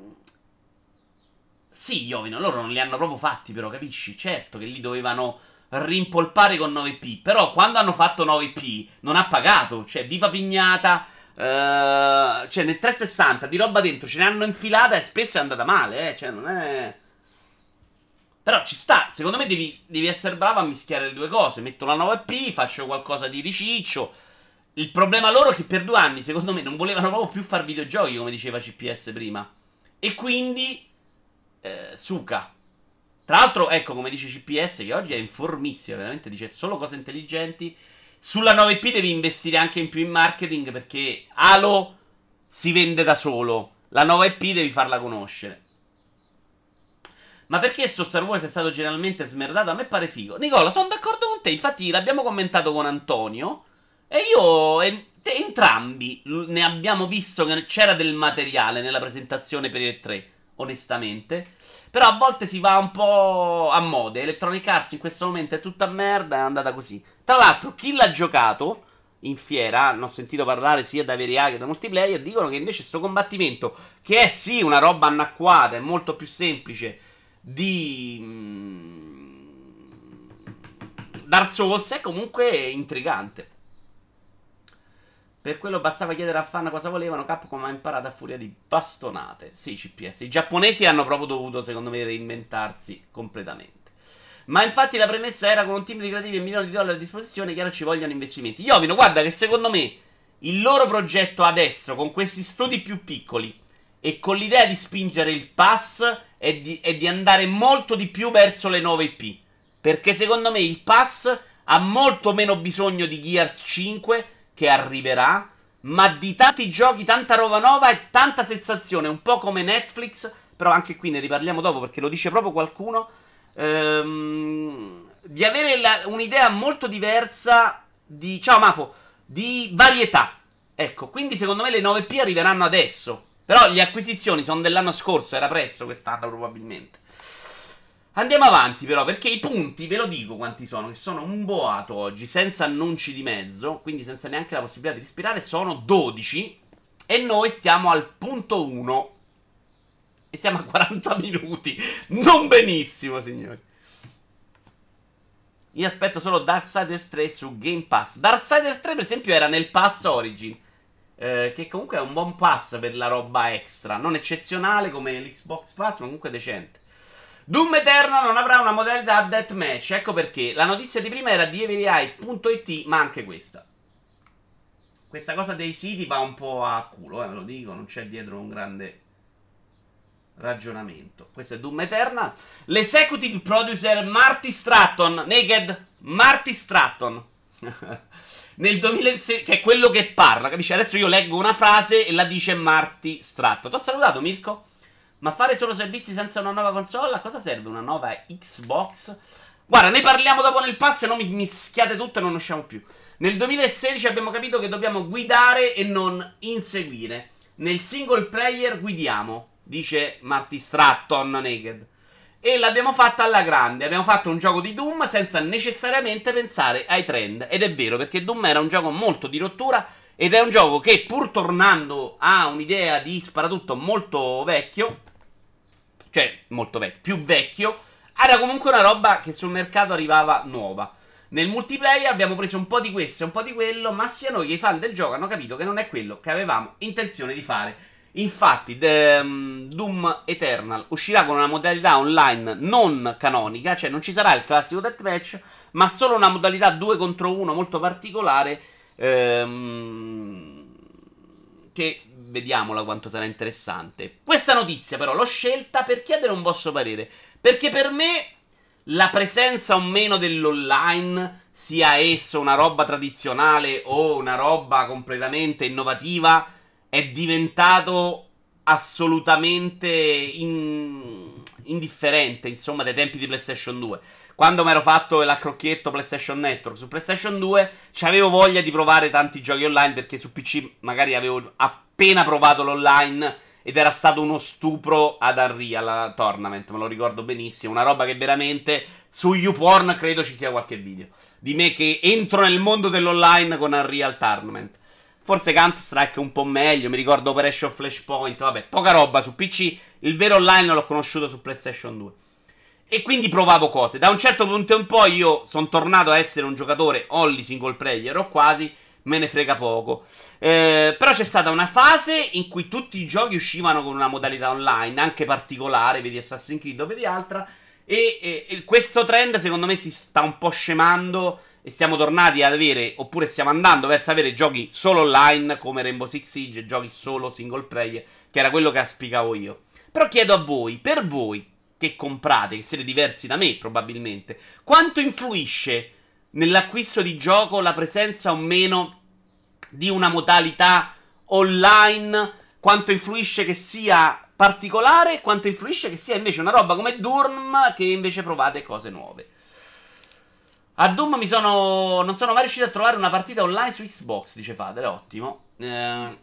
sì, Iovino, loro non li hanno proprio fatti però, capisci? Certo che li dovevano rimpolpare con nuove I P, però quando hanno fatto nuove I P non ha pagato. Cioè, Viva Pignata, uh, cioè nel trecentosessanta di roba dentro ce ne hanno infilata e spesso è andata male, eh, cioè non è... Però ci sta, secondo me devi, devi essere bravo a mischiare le due cose. Metto la nuova I P, faccio qualcosa di riciccio. Il problema loro è che per due anni, secondo me, non volevano proprio più fare videogiochi, come diceva C P S prima. E quindi, eh, suca. Tra l'altro, ecco, come dice C P S, che oggi è informissimo, veramente dice solo cose intelligenti. Sulla nuova I P devi investire anche in più in marketing, perché Halo si vende da solo. La nuova I P devi farla conoscere. Ma perché sto Star Wars è stato generalmente smerdato? A me pare figo. Nicola, sono d'accordo con te. Infatti l'abbiamo commentato con Antonio. E io e te, entrambi ne abbiamo visto che c'era del materiale nella presentazione per il tre. Onestamente. Però a volte si va un po' a mode. Electronic Arts in questo momento è tutta merda. È andata così. Tra l'altro chi l'ha giocato in fiera, ne ho sentito parlare sia da veri hacker che da multiplayer, dicono che invece sto combattimento, che è sì una roba anacquata, è molto più semplice di Dark Souls, è comunque intrigante. Per quello bastava chiedere a fan cosa volevano. Capcom ha imparato a furia di bastonate. Sì, C P S. I giapponesi hanno proprio dovuto, secondo me, reinventarsi completamente. Ma infatti la premessa era: con un team di creativi e milioni di dollari a disposizione, chiaro ci vogliono investimenti. Iovino, guarda che secondo me il loro progetto adesso, con questi studi più piccoli e con l'idea di spingere il pass, è di, è di andare molto di più verso le nuove I P. Perché secondo me il pass ha molto meno bisogno di Gears cinque, che arriverà, ma di tanti giochi, tanta roba nuova e tanta sensazione, un po' come Netflix. Però anche qui ne riparliamo dopo, perché lo dice proprio qualcuno, ehm, di avere la, un'idea molto diversa di... Ciao Mafo. di varietà. Ecco, quindi secondo me le nove P arriveranno adesso. Però le acquisizioni sono dell'anno scorso, era presto quest'anno probabilmente. Andiamo avanti però, perché i punti, ve lo dico quanti sono, che sono un boato oggi, senza annunci di mezzo, quindi senza neanche la possibilità di respirare, sono dodici. E noi stiamo al punto uno. E siamo a quaranta minuti. Non benissimo, signori. Io aspetto solo Darksiders tre su Game Pass. Darksiders tre, per esempio, era nel Pass Origin. Eh, che comunque è un buon pass per la roba extra. Non eccezionale come l'Xbox Pass, ma comunque decente. Doom Eternal non avrà una modalità deathmatch. Ecco perché. La notizia di prima era di evereye punto it, ma anche questa. Questa cosa dei siti va un po' a culo, eh, ve lo dico. Non c'è dietro un grande ragionamento. Questo è Doom Eternal. L'executive producer Marty Stratton. Naked Marty Stratton. Nel duemilasei, che è quello che parla, capisci? Adesso io leggo una frase e la dice Marty Stratton. Ti ho salutato, Mirko? Ma fare solo servizi senza una nuova console? A cosa serve una nuova Xbox? Guarda, ne parliamo dopo nel pass, se no mi mischiate tutto e non usciamo più. Nel duemilasedici abbiamo capito che dobbiamo guidare e non inseguire. Nel single player guidiamo, dice Marty Stratton Naked. E l'abbiamo fatta alla grande. Abbiamo fatto un gioco di Doom senza necessariamente pensare ai trend. Ed è vero, perché Doom era un gioco molto di rottura. Ed è un gioco che, pur tornando a un'idea di sparatutto molto vecchio, cioè molto vecchio, più vecchio, era comunque una roba che sul mercato arrivava nuova. Nel multiplayer abbiamo preso un po' di questo e un po' di quello, ma sia noi che i fan del gioco hanno capito che non è quello che avevamo intenzione di fare. Infatti The, um, Doom Eternal uscirà con una modalità online non canonica, cioè non ci sarà il classico deathmatch, ma solo una modalità due contro uno molto particolare, ehm, che vediamola quanto sarà interessante. Questa notizia però l'ho scelta per chiedere un vostro parere, perché per me la presenza o meno dell'online, sia esso una roba tradizionale o una roba completamente innovativa, è diventato assolutamente in... indifferente, insomma, dai tempi di PlayStation due. Quando mi ero fatto l'accrocchietto PlayStation Network su PlayStation due, c'avevo voglia di provare tanti giochi online, perché su P C magari avevo appena provato l'online ed era stato uno stupro ad Unreal Tournament, me lo ricordo benissimo. Una roba che veramente su YouPorn credo ci sia qualche video di me che entro nel mondo dell'online con Unreal Tournament. Forse Counter-Strike un po' meglio, mi ricordo Operation Flashpoint, vabbè, poca roba su P C, il vero online l'ho conosciuto su PlayStation due. E quindi provavo cose. Da un certo punto in poi io sono tornato a essere un giocatore only single player, o quasi, me ne frega poco. Eh, però c'è stata una fase in cui tutti i giochi uscivano con una modalità online, anche particolare, vedi Assassin's Creed o vedi altra, e, e, e questo trend secondo me si sta un po' scemando. E siamo tornati ad avere, oppure stiamo andando verso avere giochi solo online come Rainbow Six Siege, giochi solo single player, che era quello che auspicavo io. Però chiedo a voi, per voi che comprate, che siete diversi da me probabilmente, quanto influisce nell'acquisto di gioco la presenza o meno di una modalità online? Quanto influisce che sia particolare? Quanto influisce che sia invece una roba come Doom, che invece provate cose nuove? A Doom mi sono... non sono mai riuscito a trovare una partita online su Xbox, dice Fader, ottimo. Eh...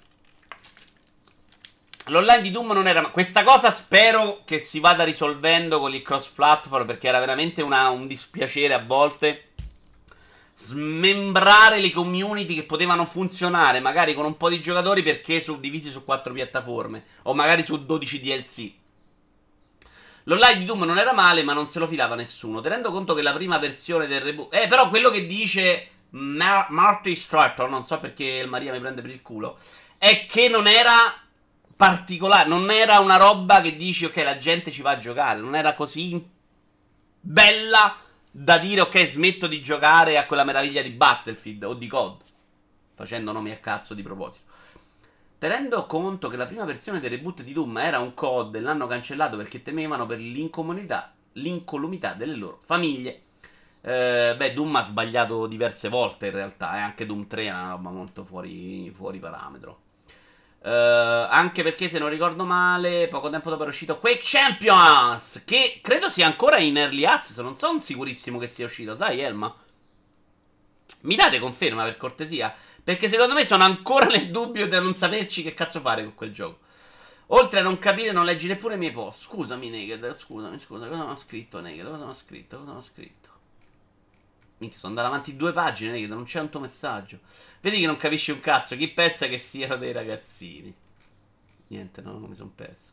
L'online di Doom non era... Questa cosa spero che si vada risolvendo con il cross-platform, perché era veramente una... un dispiacere a volte smembrare le community che potevano funzionare, magari con un po' di giocatori, perché su... divisi su quattro piattaforme, o magari su dodici D L C. L'online di Doom non era male, ma non se lo filava nessuno. Tenendo conto che la prima versione del reboot... Eh, però quello che dice Ma- Marty Stratton, non so perché il Maria mi prende per il culo, è che non era particolare, non era una roba che dici, ok, la gente ci va a giocare. Non era così bella da dire, ok, smetto di giocare a quella meraviglia di Battlefield o di C O D, facendo nomi a cazzo di proposito. Tenendo conto che la prima versione del reboot di Doom era un C O D e l'hanno cancellato perché temevano per l'incomunità, l'incolumità delle loro famiglie. Eh, beh, Doom ha sbagliato diverse volte in realtà, e eh. anche Doom tre è una roba molto fuori, fuori parametro. Eh, anche perché, se non ricordo male, poco tempo dopo era uscito Quake Champions, che credo sia ancora in early access, non sono sicurissimo che sia uscito, sai Elma? Mi date conferma per cortesia? Perché secondo me sono ancora nel dubbio da non saperci che cazzo fare con quel gioco. Oltre a non capire, non leggi neppure i miei post. Scusami, Naked. Scusami, scusa. Cosa mi ho scritto, Naked? Cosa mi ho scritto? Cosa mi ho scritto? Minchia, sono andato avanti due pagine, Naked. Non c'è un tuo messaggio. Vedi che non capisci un cazzo. Chi pensa che siano dei ragazzini? Niente, no, non mi sono perso.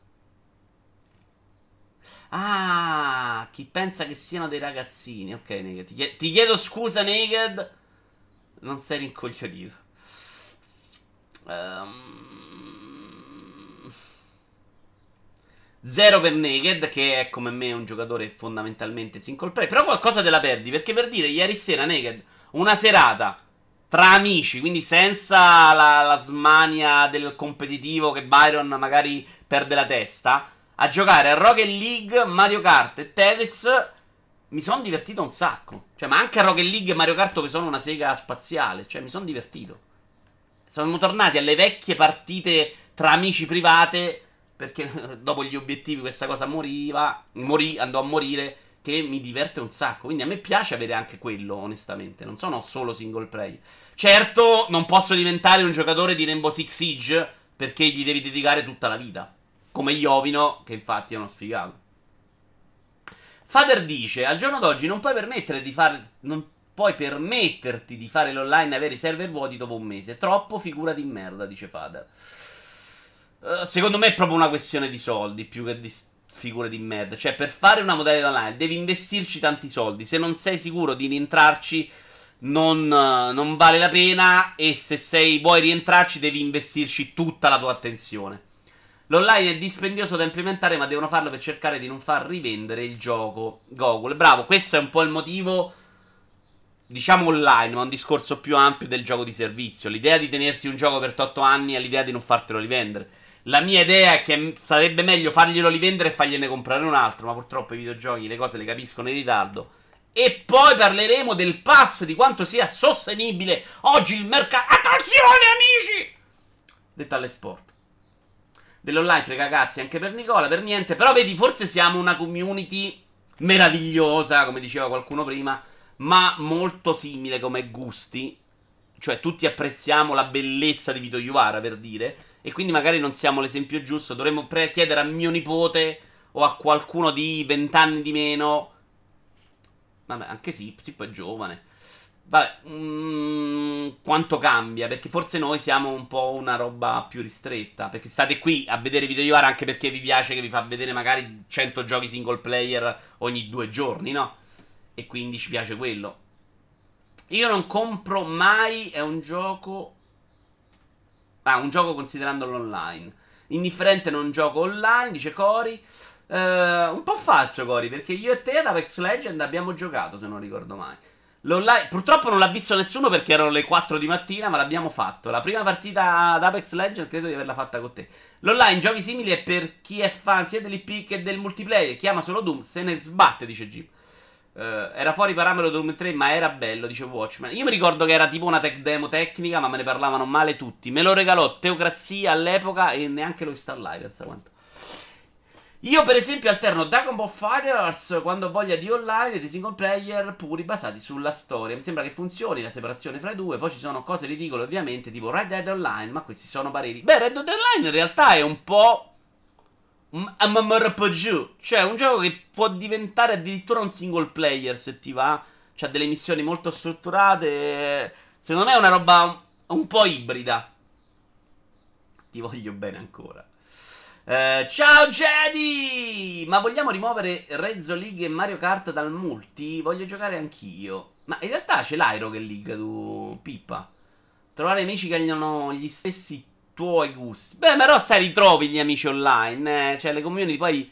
Ah, chi pensa che siano dei ragazzini? Ok, Naked. Ti, chie- ti chiedo scusa, Naked. Non sei rincoglionito. Ehm... Zero per Naked, che è come me un giocatore fondamentalmente single player. Però qualcosa te la perdi, perché per dire, ieri sera Naked, una serata tra amici, quindi senza la, la smania del competitivo che Byron magari perde la testa, a giocare a Rocket League, Mario Kart e Tetris. Mi sono divertito un sacco. Cioè, ma anche a Rocket League e Mario Kart dove sono una sega spaziale. Cioè, mi sono divertito. Siamo tornati alle vecchie partite tra amici private. Perché dopo gli obiettivi questa cosa moriva. Morì, andò a morire. Che mi diverte un sacco. Quindi a me piace avere anche quello, onestamente. Non sono solo single player. Certo, non posso diventare un giocatore di Rainbow Six Siege perché gli devi dedicare tutta la vita. Come Iovino, che infatti è uno sfigato. Fader dice: al giorno d'oggi non puoi permettere di fare. Non puoi permetterti di fare l'online e avere i server vuoti dopo un mese. Troppo figura di merda, dice Fader. Uh, secondo me è proprio una questione di soldi più che di figure di merda. Cioè, per fare una modalità online devi investirci tanti soldi. Se non sei sicuro di rientrarci, non, uh, non vale la pena. E se sei, vuoi rientrarci, devi investirci tutta la tua attenzione. L'online è dispendioso da implementare, ma devono farlo per cercare di non far rivendere il gioco Google. Bravo, questo è un po' il motivo, diciamo online, ma un discorso più ampio del gioco di servizio. L'idea di tenerti un gioco per otto anni è l'idea di non fartelo rivendere. La mia idea è che sarebbe meglio farglielo rivendere e fargliene comprare un altro, ma purtroppo i videogiochi le cose le capiscono in ritardo. E poi parleremo del pass, di quanto sia sostenibile oggi il mercato. Attenzione, amici! Detto all'esport. Dell'online frega cazzi anche per Nicola, per niente. Però vedi, forse siamo una community meravigliosa, come diceva qualcuno prima, ma molto simile come gusti. Cioè tutti apprezziamo la bellezza di Vito Iuvara, per dire. E quindi magari non siamo l'esempio giusto. Dovremmo pre- chiedere a mio nipote o a qualcuno di vent'anni di meno. Vabbè, anche sì, sì, poi è giovane. Vabbè, mm, quanto cambia? Perché forse noi siamo un po' una roba più ristretta. Perché state qui a vedere video Iovara anche perché vi piace che vi fa vedere magari cento giochi single player ogni due giorni, no? E quindi ci piace quello. Io non compro mai, è un gioco. Ah, un gioco considerandolo online. Indifferente non gioco online, dice Cori. Eh, un po' falso, Cori, perché io e te ad Apex Legend abbiamo giocato, se non ricordo mai. L'online, purtroppo non l'ha visto nessuno perché erano le quattro di mattina, ma l'abbiamo fatto. La prima partita ad Apex Legends credo di averla fatta con te. L'online, giochi simili, è per chi è fan sia dell'I P che del multiplayer. Chiama solo Doom, se ne sbatte, dice Jim. Uh, era fuori parametro Doom tre, ma era bello, dice Watchman. Io mi ricordo che era tipo una tech demo tecnica, ma me ne parlavano male tutti. Me lo regalò Teocrazia all'epoca e neanche lo installai, pensa quanto. Io per esempio alterno Dragon Ball Fighters quando ho voglia di online e di single player puri basati sulla storia. Mi sembra che funzioni la separazione fra i due. Poi ci sono cose ridicole ovviamente, tipo Red Dead Online, ma questi sono pareri. Beh, Red Dead Online in realtà è un po' un MMORPG, cioè un gioco che può diventare addirittura un single player se ti va. C'ha delle missioni molto strutturate. Secondo me è una roba un po' ibrida. Ti voglio bene ancora. Uh, ciao Jedi! Ma vogliamo rimuovere Rezzo League e Mario Kart dal multi? Voglio giocare anch'io. Ma in realtà ce l'hai Rocket League tu, Pippa? Trovare amici che hanno gli stessi tuoi gusti. Beh, però sai, ritrovi gli amici online, eh? Cioè le community poi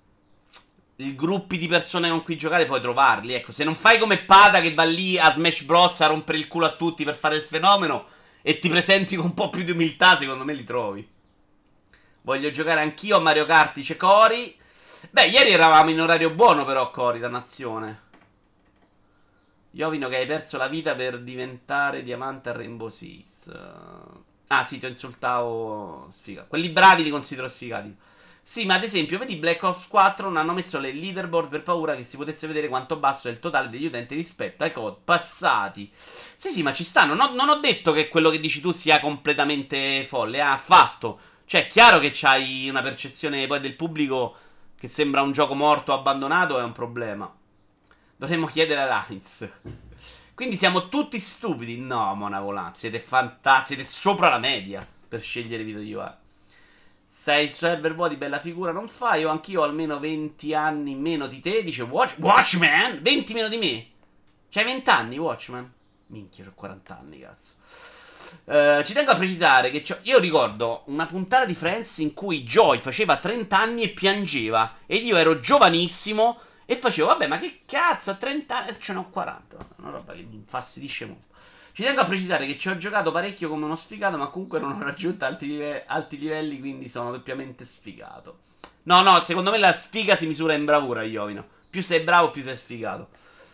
i gruppi di persone con cui giocare puoi trovarli. Ecco, se non fai come Pada che va lì a Smash Bros a rompere il culo a tutti per fare il fenomeno e ti presenti con un po' più di umiltà, secondo me li trovi. Voglio giocare anch'io a Mario Kart, dice Cori. Beh, ieri eravamo in orario buono però, Cori, dannazione. Iovino che hai perso la vita per diventare diamante a Rainbow Six. Ah sì, ti insultavo sfigato. Quelli bravi li considero sfigati. Sì, ma ad esempio, vedi Black Ops quattro non hanno messo le leaderboard per paura che si potesse vedere quanto basso è il totale degli utenti rispetto ai code passati. Sì, sì, ma ci stanno. Non, non ho detto che quello che dici tu sia completamente folle. Ha fatto. Cioè, è chiaro che c'hai una percezione poi del pubblico che sembra un gioco morto, abbandonato, è un problema. Dovremmo chiedere a Lines. Quindi siamo tutti stupidi? No, Monavolant, siete fantastici, siete sopra la media per scegliere video di U I. Sei server vuoti, bella figura non fai. Io anch'io ho almeno venti anni meno di te. Dice Watch Watchman, venti meno di me. C'hai venti anni, Watchman? Minchia, ho quaranta anni, cazzo. Uh, ci tengo a precisare che io ricordo una puntata di Friends in cui Joy faceva trenta anni e piangeva. Ed io ero giovanissimo e facevo, vabbè, ma che cazzo, a trenta anni ce ne ho quaranta. Una roba che mi infastidisce molto. Ci tengo a precisare che ci ho giocato parecchio come uno sfigato, ma comunque non ho raggiunto alti, live- alti livelli, quindi sono doppiamente sfigato. No, no, secondo me la sfiga si misura in bravura, Iovino. Più sei bravo, più sei sfigato.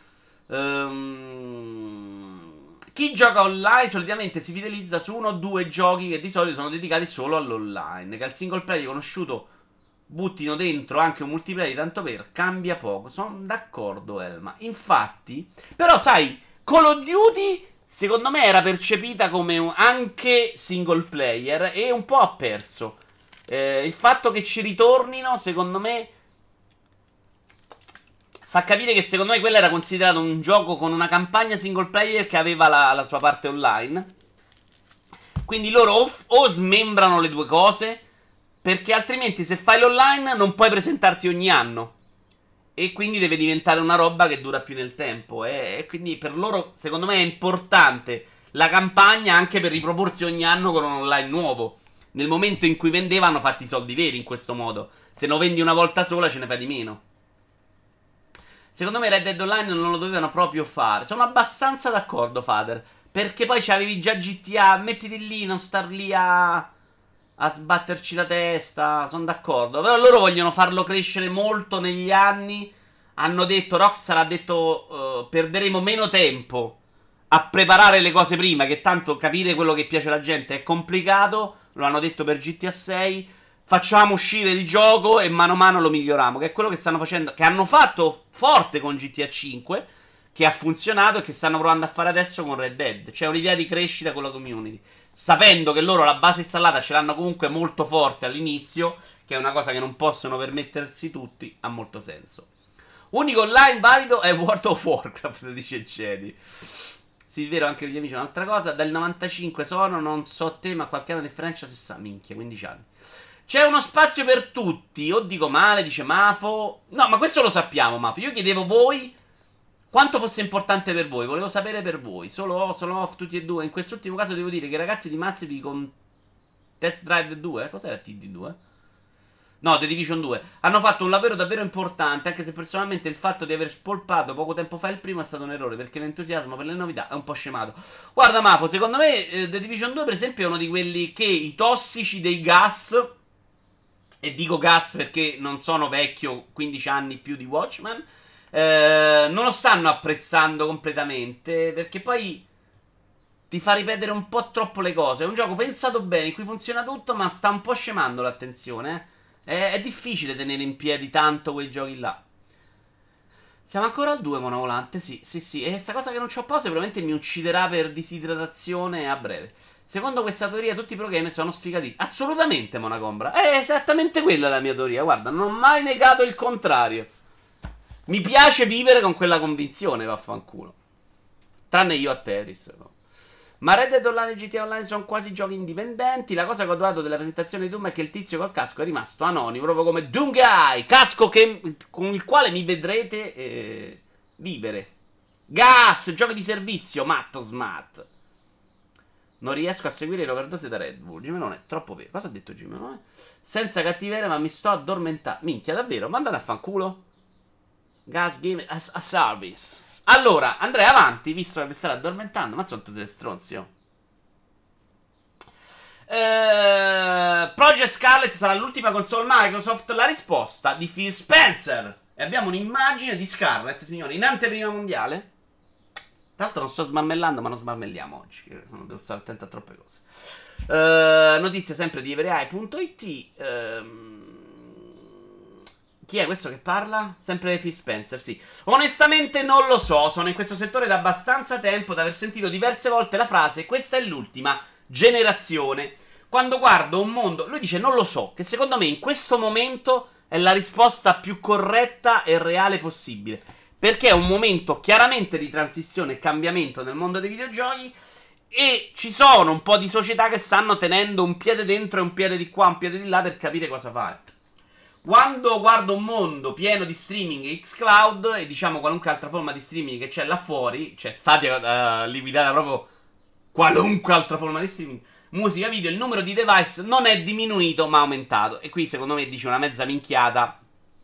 Ehm... Chi gioca online solitamente si fidelizza su uno o due giochi che di solito sono dedicati solo all'online. Che al single player conosciuto buttino dentro anche un multiplayer, tanto per, cambia poco. Sono d'accordo, Elma. Infatti, però sai, Call of Duty secondo me era percepita come un, anche single player e un po' ha perso. Eh, il fatto che ci ritornino, secondo me, fa capire che secondo me quello era considerato un gioco con una campagna single player che aveva la, la sua parte online. Quindi loro o, o smembrano le due cose, perché altrimenti se fai l'online non puoi presentarti ogni anno. E quindi deve diventare una roba che dura più nel tempo. E, e quindi per loro, secondo me, è importante la campagna anche per riproporsi ogni anno con un online nuovo. Nel momento in cui vendevano, fatti i soldi veri in questo modo. Se lo vendi una volta sola, ce ne fai di meno. Secondo me Red Dead Online non lo dovevano proprio fare. Sono abbastanza d'accordo, Father. Perché poi c'avevi già G T A. Mettiti lì, non star lì a... a sbatterci la testa, sono d'accordo. Però loro vogliono farlo crescere molto negli anni. Hanno detto, Rockstar ha detto, uh, perderemo meno tempo a preparare le cose prima, che tanto capire quello che piace alla gente è complicato. Lo hanno detto per G T A sei. Facciamo uscire il gioco e mano a mano lo miglioriamo, che è quello che stanno facendo, che hanno fatto forte con G T A cinque, che ha funzionato e che stanno provando a fare adesso con Red Dead. C'è un'idea di crescita con la community, sapendo che loro la base installata ce l'hanno comunque molto forte all'inizio, che è una cosa che non possono permettersi tutti, ha molto senso. Unico online valido è World of Warcraft, dice Jedi. Sì, vero, anche gli amici. Un'altra cosa, dal novantacinque sono, non so te, ma qualche anno di differenza si sa, minchia, quindici anni. C'è uno spazio per tutti, o dico male, dice Mafo. No, ma questo lo sappiamo, Mafo. Io chiedevo voi quanto fosse importante per voi, volevo sapere per voi. Solo, solo off tutti e due. In quest'ultimo caso devo dire che i ragazzi di Massive con Test Drive due, eh? Cos'era T D due? No, The Division due. Hanno fatto un lavoro davvero importante, anche se personalmente il fatto di aver spolpato poco tempo fa il primo è stato un errore, perché l'entusiasmo per le novità è un po' scemato. Guarda Mafo, secondo me eh, The Division due per esempio è uno di quelli che i tossici dei gas, e dico gas perché non sono vecchio, quindici anni più di Watchmen, eh, non lo stanno apprezzando completamente, perché poi ti fa ripetere un po' troppo le cose. È un gioco pensato bene, in cui funziona tutto, ma sta un po' scemando l'attenzione, eh. È, è difficile tenere in piedi tanto quei giochi là. Siamo ancora al due, Monovolante, sì, sì, sì. E questa cosa che non c'ho pause probabilmente mi ucciderà per disidratazione a breve. Secondo questa teoria tutti i pro gamer sono sfigati. Assolutamente, Monacombra. È esattamente quella la mia teoria, guarda, non ho mai negato il contrario. Mi piace vivere con quella convinzione, vaffanculo. Tranne io a Tetris, no. Ma Red Dead Online e G T A Online sono quasi giochi indipendenti. La cosa che ho adorato della presentazione di Doom è che il tizio col casco è rimasto anonimo, proprio come Doom Guy, casco che, con il quale mi vedrete eh, vivere. Gas, giochi di servizio, matto smart. Non riesco a seguire l'overdose da Red Bull. Gimenone, troppo vero. Cosa ha detto Gimenone? Senza cattiveria, ma mi sto addormentando. Minchia, davvero? Ma andate a fanculo. Gas game as a service. Allora, andrei avanti, visto che mi starò addormentando. Ma sono tutte le stronzi, oh. eh, Project Scarlet sarà l'ultima console Microsoft. La risposta di Phil Spencer. E abbiamo un'immagine di Scarlet, signori, in anteprima mondiale. Tra l'altro non sto smarmellando, ma non smarmelliamo oggi. Devo stare attento a troppe cose. Uh, notizie sempre di everai punto it. Uh, Chi è questo che parla? Sempre Phil Spencer, sì. Onestamente non lo so, sono in questo settore da abbastanza tempo da aver sentito diverse volte la frase questa è l'ultima generazione. Quando guardo un mondo, lui dice non lo so, che secondo me in questo momento è la risposta più corretta e reale possibile. Perché è un momento chiaramente di transizione e cambiamento nel mondo dei videogiochi e ci sono un po' di società che stanno tenendo un piede dentro e un piede di qua, un piede di là per capire cosa fare. Quando guardo un mondo pieno di streaming e xCloud e diciamo qualunque altra forma di streaming che c'è là fuori, cioè Stadia uh, liquidata proprio qualunque altra forma di streaming, musica, video, il numero di device non è diminuito ma aumentato. E qui secondo me dice una mezza minchiata,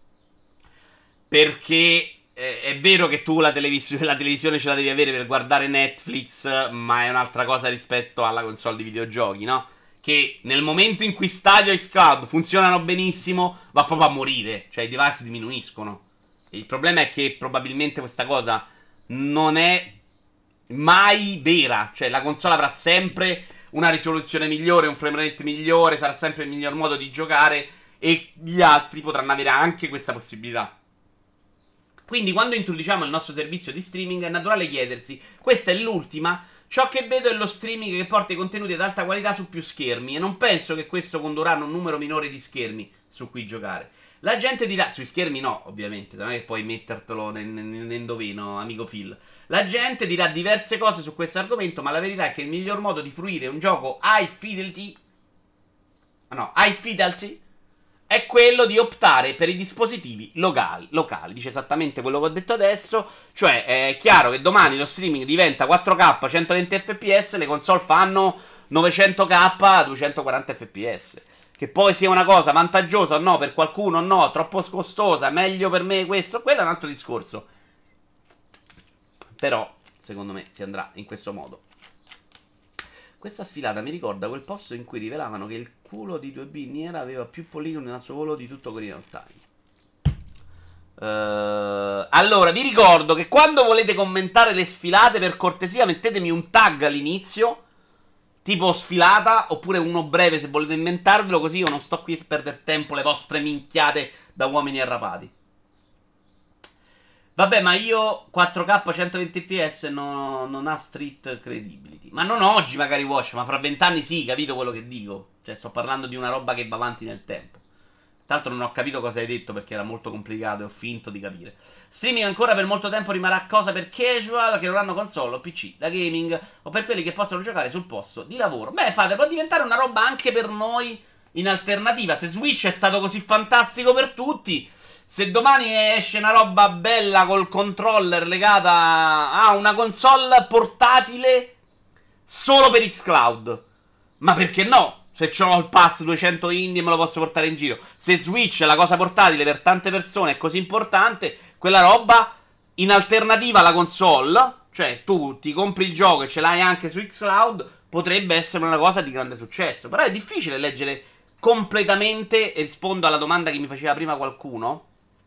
perché eh, è vero che tu la, televis- la televisione ce la devi avere per guardare Netflix, ma è un'altra cosa rispetto alla console di videogiochi, no? Che nel momento in cui Stadia e xCloud funzionano benissimo va proprio a morire, cioè i device diminuiscono. E il problema è che probabilmente questa cosa non è mai vera, cioè la console avrà sempre una risoluzione migliore, un frame rate migliore, sarà sempre il miglior modo di giocare e gli altri potranno avere anche questa possibilità. Quindi quando introduciamo il nostro servizio di streaming è naturale chiedersi, questa è l'ultima? Ciò che vedo è lo streaming che porta i contenuti ad alta qualità su più schermi e non penso che questo condurrà a un numero minore di schermi su cui giocare. La gente dirà, sui schermi no, ovviamente, non è che puoi mettertelo nell'endoveno, amico Phil. La gente dirà diverse cose su questo argomento, ma la verità è che il miglior modo di fruire un gioco high fidelity, no, high fidelity, è quello di optare per i dispositivi locali, locali. Dice esattamente quello che ho detto adesso. Cioè è chiaro che domani lo streaming diventa quattro K centoventi F P S, le console fanno novecento K duecentoquaranta F P S. Che poi sia una cosa vantaggiosa o no per qualcuno o no, troppo costosa, meglio per me questo, quello è un altro discorso. Però secondo me si andrà in questo modo. Questa sfilata mi ricorda quel posto in cui rivelavano che il culo di due B Niera aveva più poligoni al solo di tutto Ocarina of Time. Uh, allora, vi ricordo che quando volete commentare le sfilate, per cortesia mettetemi un tag all'inizio, tipo sfilata, oppure uno breve se volete inventarvelo, così io non sto qui a perdere tempo le vostre minchiate da uomini arrapati. Vabbè, ma io quattro K centoventi F P S no, non ha street credibility. Ma non oggi magari Watch, ma fra vent'anni sì, capito quello che dico? Cioè sto parlando di una roba che va avanti nel tempo. Tra l'altro non ho capito cosa hai detto perché era molto complicato e ho finto di capire. Streaming ancora per molto tempo rimarrà cosa per casual che non hanno console o P C da gaming o per quelli che possono giocare sul posto di lavoro. Beh, fate, può diventare una roba anche per noi in alternativa. Se Switch è stato così fantastico per tutti, se domani esce una roba bella col controller legata a una console portatile solo per xCloud, ma perché no? Se ho il pass duecento indie me lo posso portare in giro. Se Switch è la cosa portatile per tante persone è così importante, quella roba in alternativa alla console, cioè tu ti compri il gioco e ce l'hai anche su xCloud, potrebbe essere una cosa di grande successo. Però è difficile leggere completamente, e rispondo alla domanda che mi faceva prima qualcuno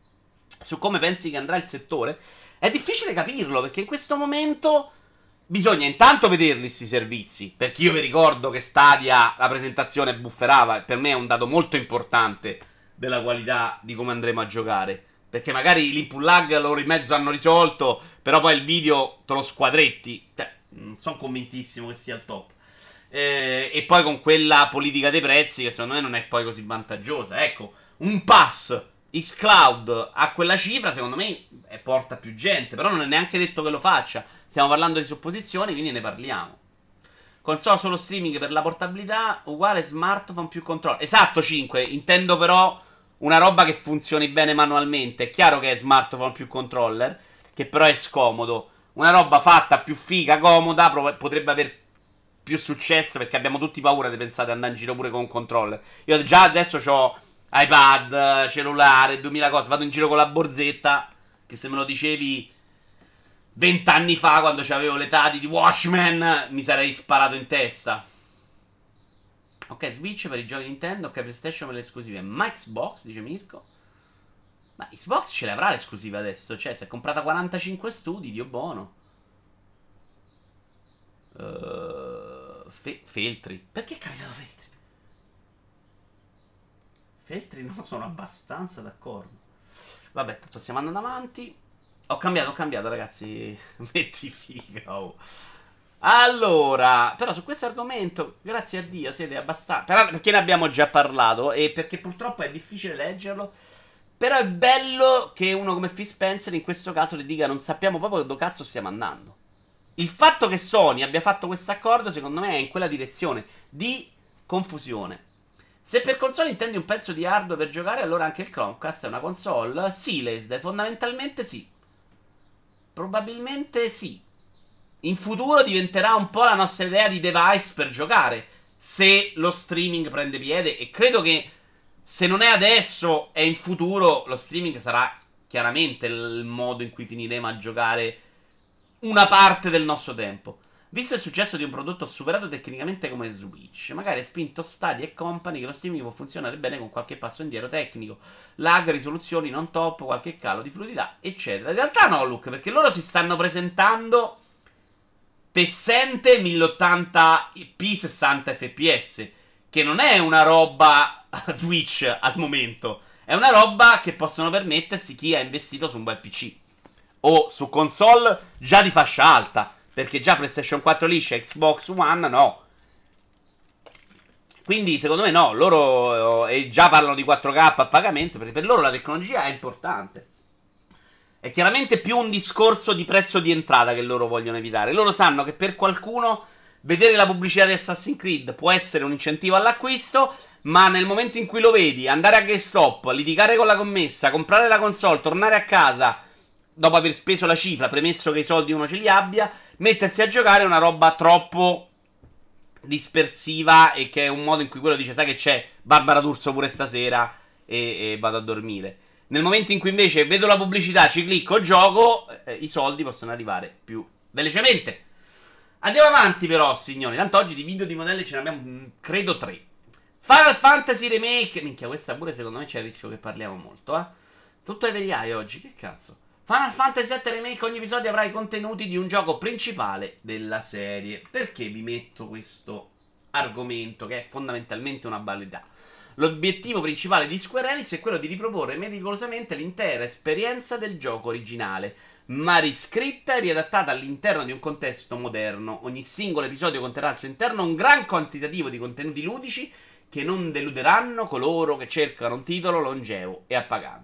su come pensi che andrà il settore. È difficile capirlo, perché in questo momento bisogna intanto vederli questi servizi, perché io vi ricordo che Stadia la presentazione bufferava, e per me è un dato molto importante della qualità di come andremo a giocare, perché magari l'input lag loro in mezzo hanno risolto, però poi il video te lo squadretti, cioè non sono convintissimo che sia il top. Eh, e poi con quella politica dei prezzi che secondo me non è poi così vantaggiosa. Ecco, un pass xCloud a quella cifra secondo me porta più gente, però non è neanche detto che lo faccia. Stiamo parlando di supposizioni, quindi ne parliamo. Console solo streaming per la portabilità, uguale smartphone più controllo. Esatto, cinque. Intendo però una roba che funzioni bene manualmente. È chiaro che è smartphone più controller, che però è scomodo. Una roba fatta più figa, comoda, potrebbe aver più successo, perché abbiamo tutti paura di pensare di andare in giro pure con un controller. Io già adesso ho iPad, cellulare, duemila cose. Vado in giro con la borsetta, che se me lo dicevi vent'anni fa, quando avevo l'età di Watchmen, mi sarei sparato in testa. Ok, Switch per i giochi Nintendo, ok, PlayStation per le esclusive. Ma Xbox, dice Mirko. Ma Xbox ce le avrà l'esclusiva adesso? Cioè, si è comprata quarantacinque studi, Dio buono. Uh, Fe- Feltri. Perché è capitato Feltri? Feltri non sono abbastanza d'accordo. Vabbè, tanto stiamo andando avanti. Ho cambiato, ho cambiato, ragazzi. Metti figa. Oh. Allora, però su questo argomento, grazie a Dio, siete abbastanza. Però perché ne abbiamo già parlato e perché purtroppo è difficile leggerlo. Però è bello che uno come Phil Spencer in questo caso le dica non sappiamo proprio dove cazzo stiamo andando. Il fatto che Sony abbia fatto questo accordo, secondo me, è in quella direzione di confusione. Se per console intendi un pezzo di hardware per giocare, allora anche il Chromecast è una console? Sì, Lesde, fondamentalmente sì. Probabilmente sì. In futuro diventerà un po' la nostra idea di device per giocare, se lo streaming prende piede, e credo che se non è adesso è in futuro, lo streaming sarà chiaramente il modo in cui finiremo a giocare una parte del nostro tempo. Visto il successo di un prodotto superato tecnicamente come Switch, magari ha spinto Stadia e company che lo streaming può funzionare bene con qualche passo indietro tecnico, lag, risoluzioni non top, qualche calo di fluidità, eccetera. In realtà no, Luke, perché loro si stanno presentando pezzente mille ottanta p sessanta fps, che non è una roba Switch al momento, è una roba che possono permettersi chi ha investito su un bel P C o su console già di fascia alta, perché già PlayStation quattro liscia, Xbox One no. Quindi secondo me no, loro e già parlano di quattro K a pagamento, perché per loro la tecnologia è importante. È chiaramente più un discorso di prezzo di entrata che loro vogliono evitare. Loro sanno che per qualcuno vedere la pubblicità di Assassin's Creed può essere un incentivo all'acquisto, ma nel momento in cui lo vedi, andare a GameStop, litigare con la commessa, comprare la console, tornare a casa dopo aver speso la cifra, premesso che i soldi uno ce li abbia, mettersi a giocare è una roba troppo dispersiva, e che è un modo in cui quello dice: sai che c'è, Barbara D'Urso pure stasera, e, e vado a dormire. Nel momento in cui invece vedo la pubblicità, ci clicco, gioco, eh, i soldi possono arrivare più velocemente. Andiamo avanti però, signori. Tanto oggi di video di modelli ce ne abbiamo, credo, tre. Final Fantasy Remake. Minchia, questa pure secondo me c'è il rischio che parliamo molto, eh. Tutto ai veri ai oggi, che cazzo. Final Fantasy sette Remake, ogni episodio avrà i contenuti di un gioco principale della serie. Perché vi metto questo argomento, che è fondamentalmente una banalità? L'obiettivo principale di Square Enix è quello di riproporre meticolosamente l'intera esperienza del gioco originale, ma riscritta e riadattata all'interno di un contesto moderno. Ogni singolo episodio conterrà al suo interno un gran quantitativo di contenuti ludici che non deluderanno coloro che cercano un titolo longevo e appagante.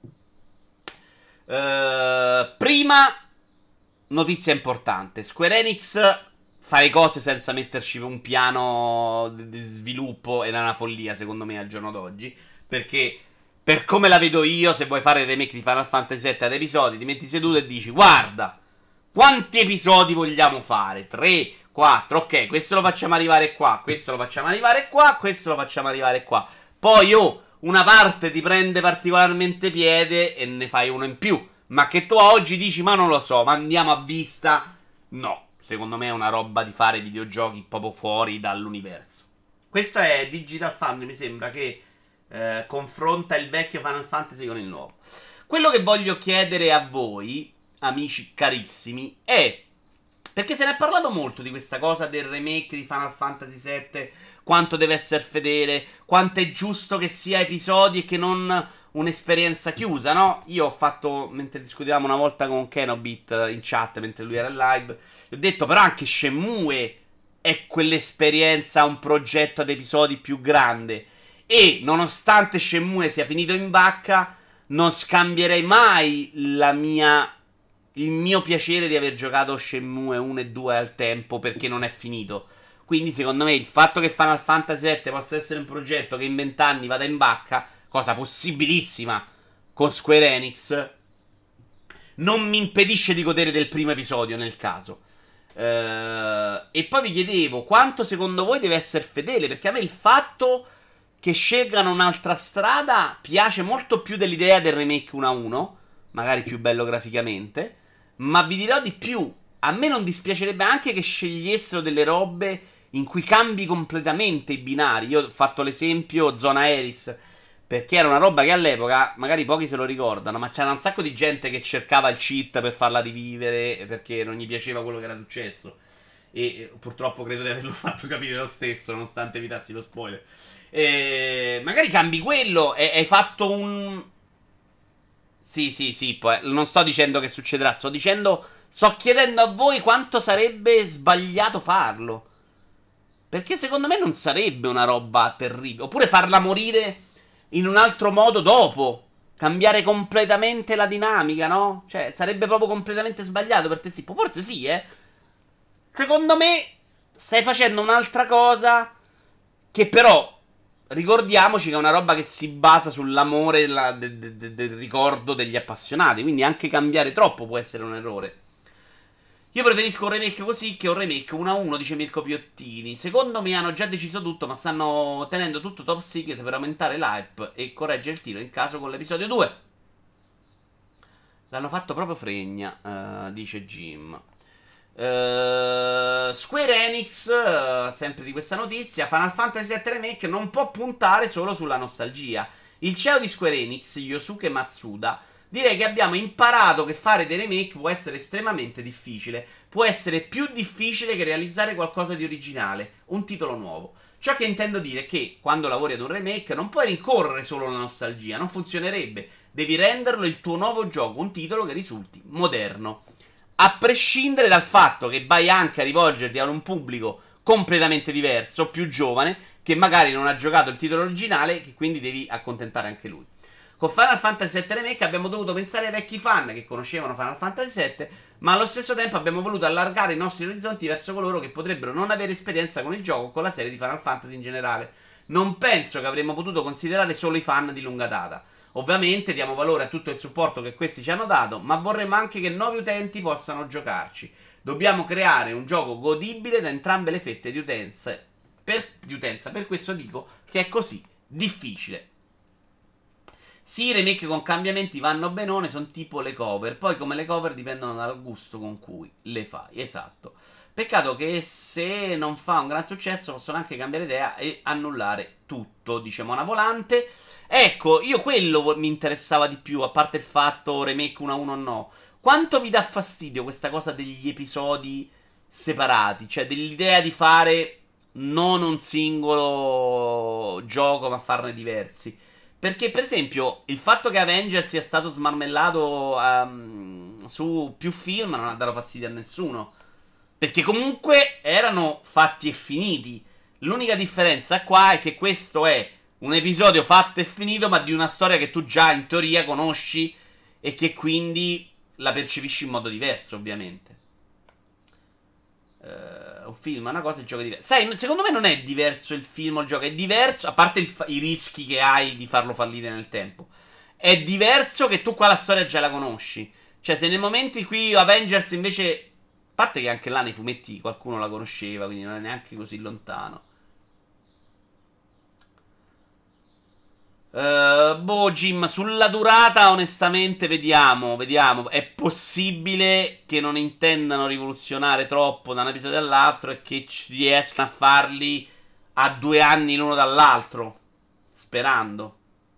Uh, prima notizia importante: Square Enix fa le cose senza metterci un piano di sviluppo, ed è una follia secondo me al giorno d'oggi, perché per come la vedo io, se vuoi fare il remake di Final Fantasy sette ad episodi, ti metti seduto e dici: guarda, quanti episodi vogliamo fare? tre, quattro, ok, questo lo facciamo arrivare qua, questo lo facciamo arrivare qua, questo lo facciamo arrivare qua. Poi oh, una parte ti prende particolarmente piede e ne fai uno in più. Ma che tu oggi dici: ma non lo so, ma andiamo a vista. No, secondo me è una roba di fare videogiochi proprio fuori dall'universo. Questo è Digital Foundry, mi sembra, che eh, confronta il vecchio Final Fantasy con il nuovo. Quello che voglio chiedere a voi, amici carissimi, è: perché se ne è parlato molto di questa cosa del remake di Final Fantasy sette, quanto deve essere fedele, quanto è giusto che sia episodi e che non un'esperienza chiusa, no? Io ho fatto, mentre discutevamo una volta con Kenobit in chat, mentre lui era in live, ho detto però anche Shenmue è quell'esperienza, un progetto ad episodi più grande, e nonostante Shenmue sia finito in vacca, non scambierei mai la mia... il mio piacere di aver giocato Shenmue uno e due al tempo, perché non è finito. Quindi secondo me il fatto che Final Fantasy sette possa essere un progetto che in vent'anni vada in vacca, cosa possibilissima con Square Enix, non mi impedisce di godere del primo episodio nel caso. Uh, e poi vi chiedevo quanto secondo voi deve essere fedele, perché a me il fatto che scelgano un'altra strada piace molto più dell'idea del remake uno a uno, magari più bello graficamente. Ma vi dirò di più: a me non dispiacerebbe anche che scegliessero delle robe in cui cambi completamente i binari. Io ho fatto l'esempio Zona Aeris, perché era una roba che all'epoca magari pochi se lo ricordano, ma c'era un sacco di gente che cercava il cheat per farla rivivere perché non gli piaceva quello che era successo. E purtroppo credo di averlo fatto capire lo stesso, nonostante evitassi lo spoiler. E magari cambi quello e hai fatto un Sì, sì, sì, poi non sto dicendo che succederà, sto dicendo, sto chiedendo a voi quanto sarebbe sbagliato farlo. Perché secondo me non sarebbe una roba terribile. Oppure farla morire in un altro modo dopo. Cambiare completamente la dinamica, no? Cioè, sarebbe proprio completamente sbagliato per te sì. Forse sì, eh. Secondo me stai facendo un'altra cosa che però ricordiamoci che è una roba che si basa sull'amore la- de- de- de- del ricordo degli appassionati. Quindi anche cambiare troppo può essere un errore. Io preferisco un remake così che un remake uno a uno, dice Mirko Piottini. Secondo me hanno già deciso tutto, ma stanno tenendo tutto top secret per aumentare l'hype e correggere il tiro in caso con l'episodio due. L'hanno fatto proprio fregna, eh, dice Jim. Eh, Square Enix, eh, sempre di questa notizia, Final Fantasy sette Remake non può puntare solo sulla nostalgia. Il C E O di Square Enix, Yosuke Matsuda, direi che abbiamo imparato che fare dei remake può essere estremamente difficile. Può essere più difficile che realizzare qualcosa di originale, un titolo nuovo. Ciò che intendo dire è che quando lavori ad un remake non puoi rincorrere solo la nostalgia, non funzionerebbe. Devi renderlo il tuo nuovo gioco, un titolo che risulti moderno. A prescindere dal fatto che vai anche a rivolgerti a un pubblico completamente diverso, più giovane, che magari non ha giocato il titolo originale, che quindi devi accontentare anche lui. Con Final Fantasy sette Remake abbiamo dovuto pensare ai vecchi fan che conoscevano Final Fantasy sette, ma allo stesso tempo abbiamo voluto allargare i nostri orizzonti verso coloro che potrebbero non avere esperienza con il gioco o con la serie di Final Fantasy in generale. Non penso che avremmo potuto considerare solo i fan di lunga data. Ovviamente diamo valore a tutto il supporto che questi ci hanno dato, ma vorremmo anche che nuovi utenti possano giocarci. Dobbiamo creare un gioco godibile da entrambe le fette di utenza. Per, di utenza. Per questo dico che è così difficile. Sì, i remake con cambiamenti vanno benone, sono tipo le cover. Poi come le cover dipendono dal gusto con cui le fai. Esatto. Peccato che se non fa un gran successo possono anche cambiare idea e annullare tutto, dice Mona Volante. Ecco, io quello mi interessava di più, a parte il fatto remake uno a uno o no. Quanto vi dà fastidio questa cosa degli episodi separati? Cioè dell'idea di fare non un singolo gioco ma farne diversi. Perché, per esempio, il fatto che Avengers sia stato smarmellato um, su più film non ha dato fastidio a nessuno. Perché comunque erano fatti e finiti. L'unica differenza qua è che questo è un episodio fatto e finito, ma di una storia che tu già in teoria conosci e che quindi la percepisci in modo diverso, ovviamente. Uh, un film è una cosa, il gioco è diverso. Sai, secondo me non è diverso il film o il gioco, è diverso, a parte il fa- i rischi che hai di farlo fallire nel tempo. È diverso che tu qua la storia già la conosci. Cioè, se nel momento in cui Avengers invece... A parte che anche là nei fumetti qualcuno la conosceva, quindi non è neanche così lontano. Uh, boh, Jim, sulla durata, onestamente, vediamo, vediamo. È possibile che non intendano rivoluzionare troppo da un episodio all'altro e che riescano a farli a due anni l'uno dall'altro. Sperando.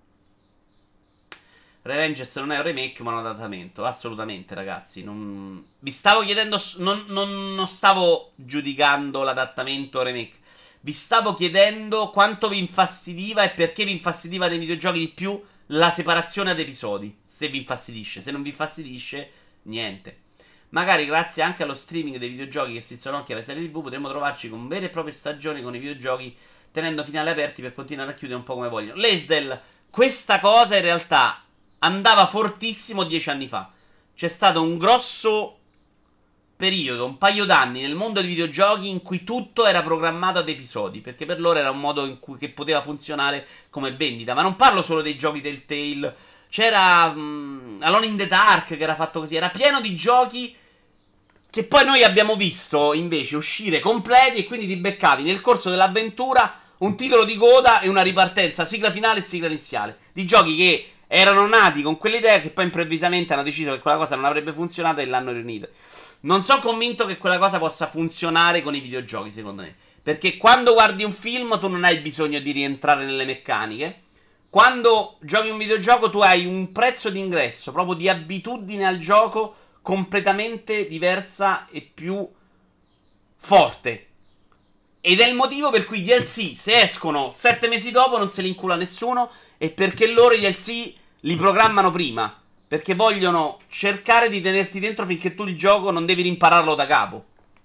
Revengers non è un remake, ma un adattamento. Assolutamente, ragazzi. Non... Vi stavo chiedendo. Non, non, non stavo giudicando l'adattamento o remake. Vi stavo chiedendo quanto vi infastidiva e perché vi infastidiva nei videogiochi di più la separazione ad episodi. Se vi infastidisce. Se non vi infastidisce, niente. Magari grazie anche allo streaming dei videogiochi che strizzano occhio alle serie tivù potremo trovarci con vere e proprie stagioni con i videogiochi, tenendo finali aperti per continuare a chiudere un po' come vogliono. Lesdell, questa cosa in realtà andava fortissimo dieci anni fa. C'è stato un grosso periodo, un paio d'anni nel mondo dei videogiochi in cui tutto era programmato ad episodi, perché per loro era un modo in cui che poteva funzionare come vendita. Ma non parlo solo dei giochi Telltale. C'era um, Alone in the Dark che era fatto così. Era pieno di giochi che poi noi abbiamo visto invece uscire completi, e quindi ti beccavi nel corso dell'avventura un titolo di coda e una ripartenza, sigla finale e sigla iniziale, di giochi che erano nati con quell'idea che poi improvvisamente hanno deciso che quella cosa non avrebbe funzionato e l'hanno riunita. Non sono convinto che quella cosa possa funzionare con i videogiochi, secondo me. Perché quando guardi un film tu non hai bisogno di rientrare nelle meccaniche. Quando giochi un videogioco tu hai un prezzo d'ingresso, proprio di abitudine al gioco, completamente diversa e più forte. Ed è il motivo per cui i D L C, se escono sette mesi dopo, non se li incula nessuno, e perché loro i D L C li programmano prima. Perché vogliono cercare di tenerti dentro finché tu il gioco non devi rimpararlo da capo.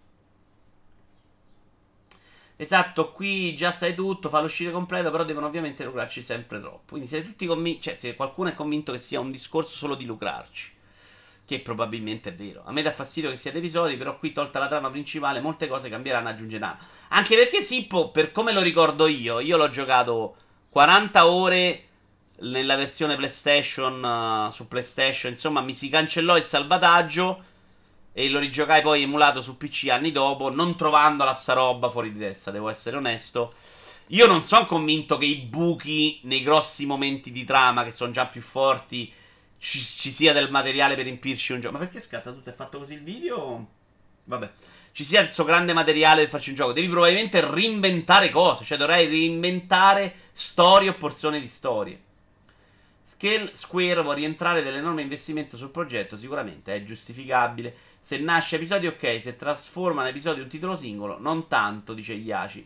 Esatto, qui già sai tutto, fa l'uscita completa, però devono ovviamente lucrarci sempre troppo. Quindi siete tutti convinti, cioè se qualcuno è convinto che sia un discorso solo di lucrarci, che probabilmente è vero. A me dà fastidio che siate episodi, però qui tolta la trama principale, molte cose cambieranno, aggiungeranno. Anche perché Sippo, per come lo ricordo io, io l'ho giocato quaranta ore nella versione PlayStation, uh, su PlayStation, insomma mi si cancellò il salvataggio e lo rigiocai poi emulato su P C anni dopo, non trovandola sta roba fuori di testa, devo essere onesto. Io non sono convinto che i buchi nei grossi momenti di trama, che sono già più forti, ci, ci sia del materiale per riempirci un gioco. Ma perché scatta tutto? È fatto così il video? Vabbè. Ci sia questo grande materiale per farci un gioco. Devi probabilmente reinventare cose. Cioè dovrai reinventare storie o porzioni di storie. Scale Square vuole rientrare dell'enorme investimento sul progetto. Sicuramente è giustificabile. Se nasce episodi ok, se trasforma in episodi un titolo singolo, non tanto, dice Iaci.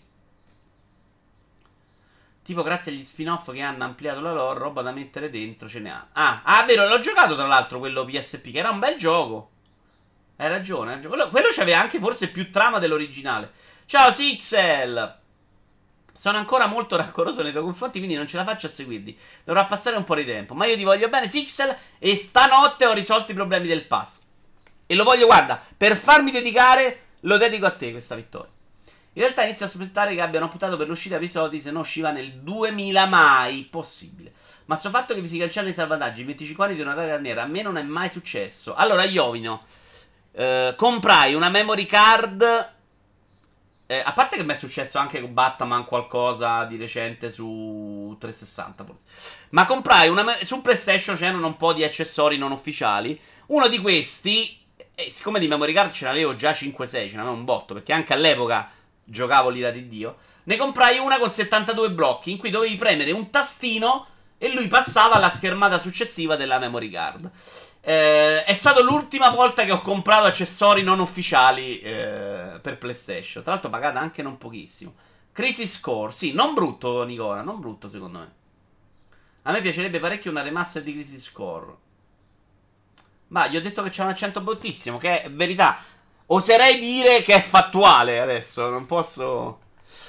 Tipo grazie agli spin-off che hanno ampliato la lore, roba da mettere dentro ce ne ha. Ah, ah vero, l'ho giocato tra l'altro quello P S P, che era un bel gioco. Hai ragione, hai ragione. Quello, quello c'aveva anche forse più trama dell'originale. Ciao Sixel! Sono ancora molto rancoroso nei tuoi confronti, quindi non ce la faccio a seguirti. Dovrà passare un po' di tempo. Ma io ti voglio bene, Sixel, e stanotte ho risolto i problemi del pass. E lo voglio, guarda, per farmi dedicare, lo dedico a te questa vittoria. In realtà inizio a sospettare che abbiano optato per l'uscita episodi, se no usciva nel duemila mai. Possibile. Ma sto fatto che vi si cancellano i salvataggi, i venticinque anni di una raga nera, a me non è mai successo. Allora, Iovino, eh, comprai una memory card. Eh, a parte che mi è successo anche con Batman qualcosa di recente su trecentosessanta forse. Ma comprai una me- su PlayStation c'erano un po' di accessori non ufficiali. Uno di questi, e siccome di memory card ce n'avevo già cinque sei, ce n'avevo un botto, perché anche all'epoca giocavo l'ira di Dio. Ne comprai una con settantadue blocchi in cui dovevi premere un tastino e lui passava alla schermata successiva della memory card. Eh, è stata l'ultima volta che ho comprato accessori non ufficiali eh, per PlayStation. Tra l'altro pagata anche non pochissimo. Crisis Core, sì, non brutto Nicola, non brutto secondo me. A me piacerebbe parecchio una remaster di Crisis Core. Ma gli ho detto che c'è un accento bruttissimo, che è verità. Oserei dire che è fattuale adesso, non posso...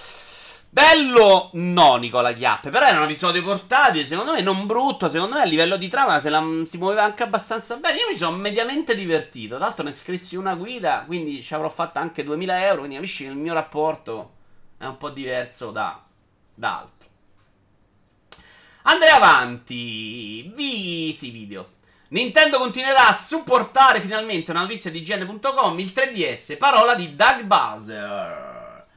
Bello no, Nicola Chiappe. Però era un episodio portatile, secondo me non brutto. Secondo me a livello di trama se la, si muoveva anche abbastanza bene. Io mi sono mediamente divertito. Tra l'altro ne scrissi una guida, quindi ci avrò fatta anche duemila euro. Quindi capisci che il mio rapporto è un po' diverso da, da altro. Andrei avanti. Visi video. Nintendo continuerà a supportare finalmente una notizia di I G N punto com, il tre D S, parola di Doug Bowser.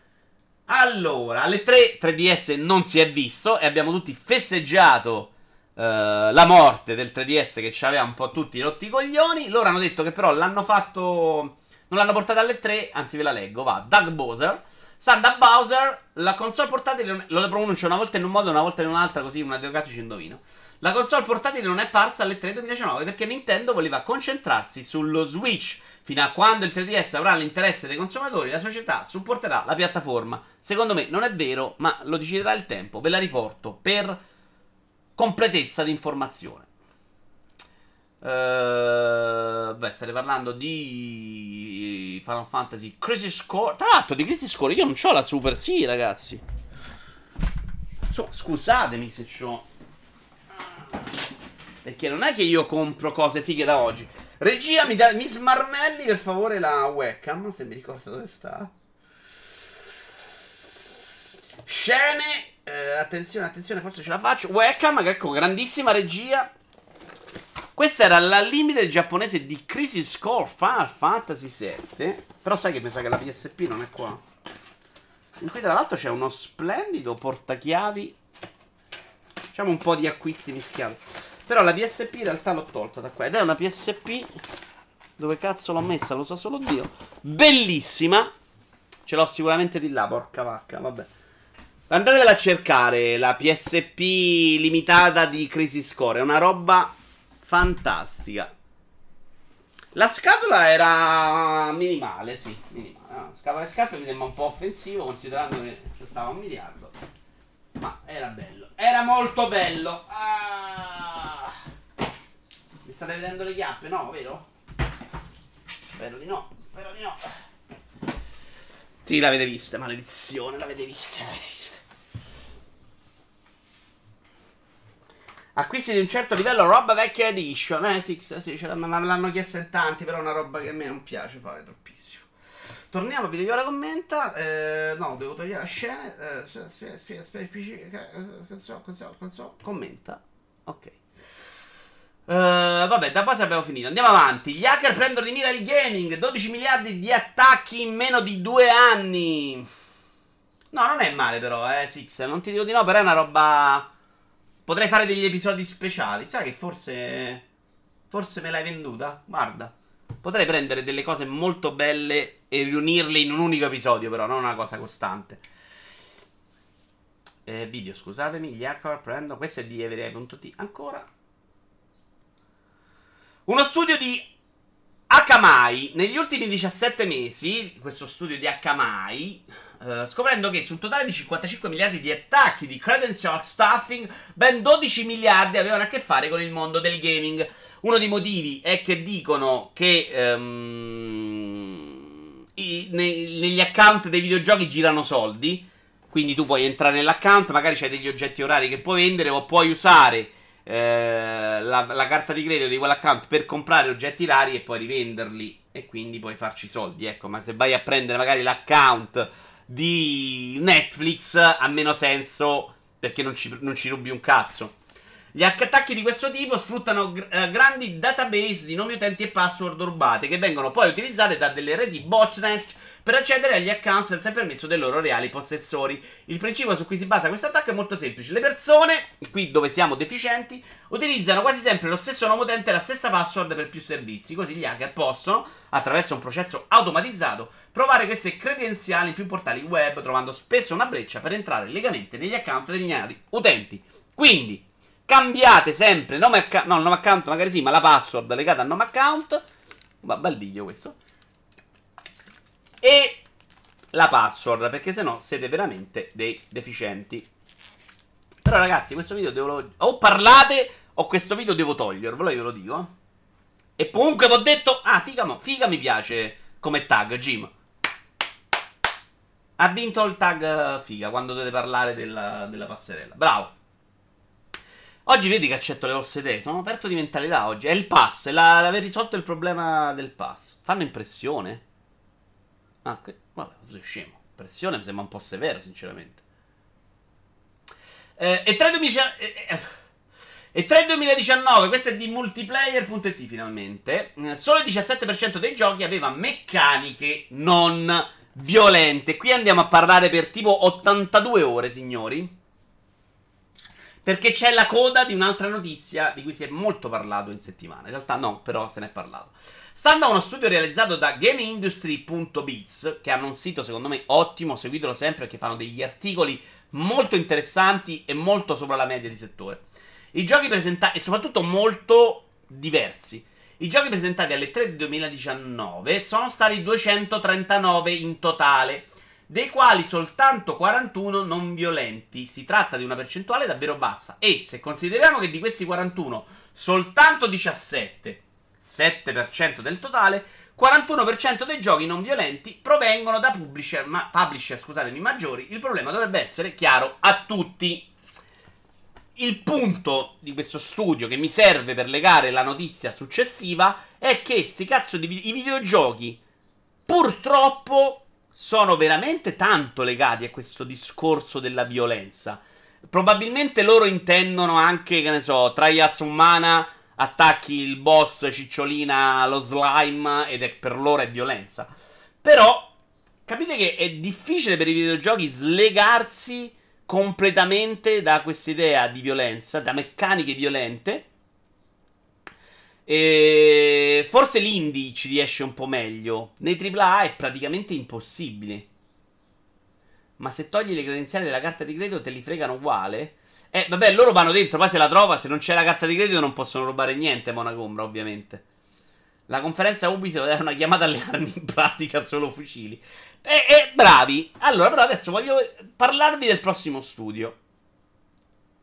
Allora, alle tre, tre D S non si è visto e abbiamo tutti festeggiato uh, la morte del tre D S che ci aveva un po' tutti rotti i coglioni. Loro hanno detto che però l'hanno fatto, non l'hanno portata alle tre, anzi ve la leggo, va, Doug Bowser. Sanda Bowser, la console portatile, lo pronuncio una volta in un modo e una volta in un'altra, così una dei casi ci indovino. La console portatile non è parsa alle tre duemiladiciannove perché Nintendo voleva concentrarsi sullo Switch. Fino a quando il tre D S avrà l'interesse dei consumatori, la società supporterà la piattaforma. Secondo me non è vero, ma lo deciderà il tempo. Ve la riporto per completezza di informazione. Uh, beh, state parlando di Final Fantasy Crisis Core. Tra l'altro di Crisis Core io non c'ho la Super. Sì, ragazzi. So, scusatemi se c'ho. Perché non è che io compro cose fighe da oggi. Regia, mi, da, mi smarmelli per favore la webcam, se mi ricordo dove sta. Scene, eh, attenzione, attenzione, forse ce la faccio. Webcam, ecco, grandissima regia. Questa era la limite giapponese di Crisis Core Final Fantasy sette. Però sai che mi sa che la P S P non è qua. E qui tra l'altro c'è uno splendido portachiavi. Facciamo un po' di acquisti mischiati. Però la P S P in realtà l'ho tolta da qua. Ed è una P S P. Dove cazzo l'ho messa? Lo sa solo Dio. Bellissima. Ce l'ho sicuramente di là, porca vacca. Vabbè. Andatevela a cercare la P S P limitata di Crisis Core. È una roba fantastica. La scatola era minimale, sì. Minimale. No, scatola di scarpe mi sembra un po' offensivo, considerando che ci stava un miliardo. Ma era bello. Era molto bello. Ah. Mi State vedendo le chiappe, no? Vero? Spero di no, spero di no. Sì, l'avete vista, maledizione, l'avete vista, l'avete vista. Acquisti di un certo livello, roba vecchia edition. Eh sì, sì, ce me l'hanno chiesto in tanti, però è una roba che a me non piace fare troppissimo. Torniamo a video ora commenta. Eh, no, devo togliere la scena. Eh, sfera, sfera, sfera, commenta. Ok. Uh, vabbè, da base abbiamo finito. Andiamo avanti. Gli hacker prendono di mira il gaming. dodici miliardi di attacchi in meno di due anni. No, non è male però, eh, Six. Non ti dico di no, però è una roba... Potrei fare degli episodi speciali. Sai che forse... Forse me l'hai venduta? Guarda. Potrei prendere delle cose molto belle e riunirle in un unico episodio, però, non una cosa costante. Eh, video, scusatemi. Gli hacker prendono... Questo è di everai punto it. Ancora... Uno studio di Akamai negli ultimi diciassette mesi, questo studio di Akamai, eh, scoprendo che su un totale di cinquantacinque miliardi di attacchi di credential stuffing, ben dodici miliardi avevano a che fare con il mondo del gaming. Uno dei motivi è che dicono che um, i, ne, negli account dei videogiochi girano soldi, quindi tu puoi entrare nell'account, magari c'hai degli oggetti orari che puoi vendere o puoi usare Eh, la, la carta di credito di quell'account per comprare oggetti rari e poi rivenderli e quindi puoi farci soldi. Ecco, ma se vai a prendere magari l'account di Netflix ha meno senso perché non ci, non ci rubi un cazzo. Gli attacchi di questo tipo sfruttano gr- eh, grandi database di nomi utenti e password rubate che vengono poi utilizzate da delle reti botnet per accedere agli account senza il permesso dei loro reali possessori. Il principio su cui si basa questo attacco è molto semplice. Le persone, qui dove siamo deficienti, utilizzano quasi sempre lo stesso nome utente e la stessa password per più servizi. Così gli hacker possono, attraverso un processo automatizzato, provare queste credenziali in più portali web, trovando spesso una breccia per entrare legalmente negli account degli ignari utenti. Quindi, cambiate sempre nome account, no, il nome account magari sì, ma la password legata al nome account. Ma bel video questo. E la password, perché sennò siete veramente dei deficienti. Però ragazzi, questo video devo... O parlate o questo video devo togliervelo, io ve lo dico. E comunque vi ho detto... Ah, figa, mo, figa mi piace come tag, Jim. Ha vinto il tag figa quando dovete parlare della, della passerella. Bravo. Oggi vedi che accetto le vostre idee. Sono aperto di mentalità oggi. È il pass, è la, l'aver risolto il problema del pass. Fanno impressione? Ah, ok. Vabbè, tu sei scemo. Pressione mi sembra un po' severo, sinceramente. Eh, e tre duemiladiciannove, questo è di multiplayer punto it finalmente. Eh, solo il diciassette per cento dei giochi aveva meccaniche non violente. Qui andiamo a parlare per tipo ottantadue ore, signori. Perché c'è la coda di un'altra notizia di cui si è molto parlato in settimana. In realtà no, però se ne è parlato. Stando a uno studio realizzato da gamingindustry punto biz, che hanno un sito secondo me ottimo, seguitelo sempre perché fanno degli articoli molto interessanti e molto sopra la media di settore. I giochi presentati, e soprattutto molto diversi. I giochi presentati alle tre del duemiladiciannove sono stati duecentotrentanove in totale, dei quali soltanto quarantuno non violenti. Si tratta di una percentuale davvero bassa. E se consideriamo che di questi quarantuno soltanto diciassette, sette per cento del totale, quarantuno per cento dei giochi non violenti provengono da publisher, ma, publisher scusatemi, maggiori, il problema dovrebbe essere chiaro a tutti. Il punto di questo studio che mi serve per legare la notizia successiva è che sti cazzo di vi- i videogiochi purtroppo sono veramente tanto legati a questo discorso della violenza. Probabilmente loro intendono anche, che ne so, Trials Humana, attacchi il boss, cicciolina, lo slime, ed è per loro è violenza. Però capite che è difficile per i videogiochi slegarsi completamente da questa idea di violenza, da meccaniche violente. E forse l'indie ci riesce un po' meglio. Nei tripla A è praticamente impossibile. Ma se togli le credenziali della carta di credito te li fregano uguale? Eh, vabbè, loro vanno dentro, poi se la trova, se non c'è la carta di credito non possono rubare niente, Monacombra, ovviamente. La conferenza Ubisoft era una chiamata alle armi, in pratica solo fucili. E eh, eh, bravi. Allora, però adesso voglio parlarvi del prossimo studio.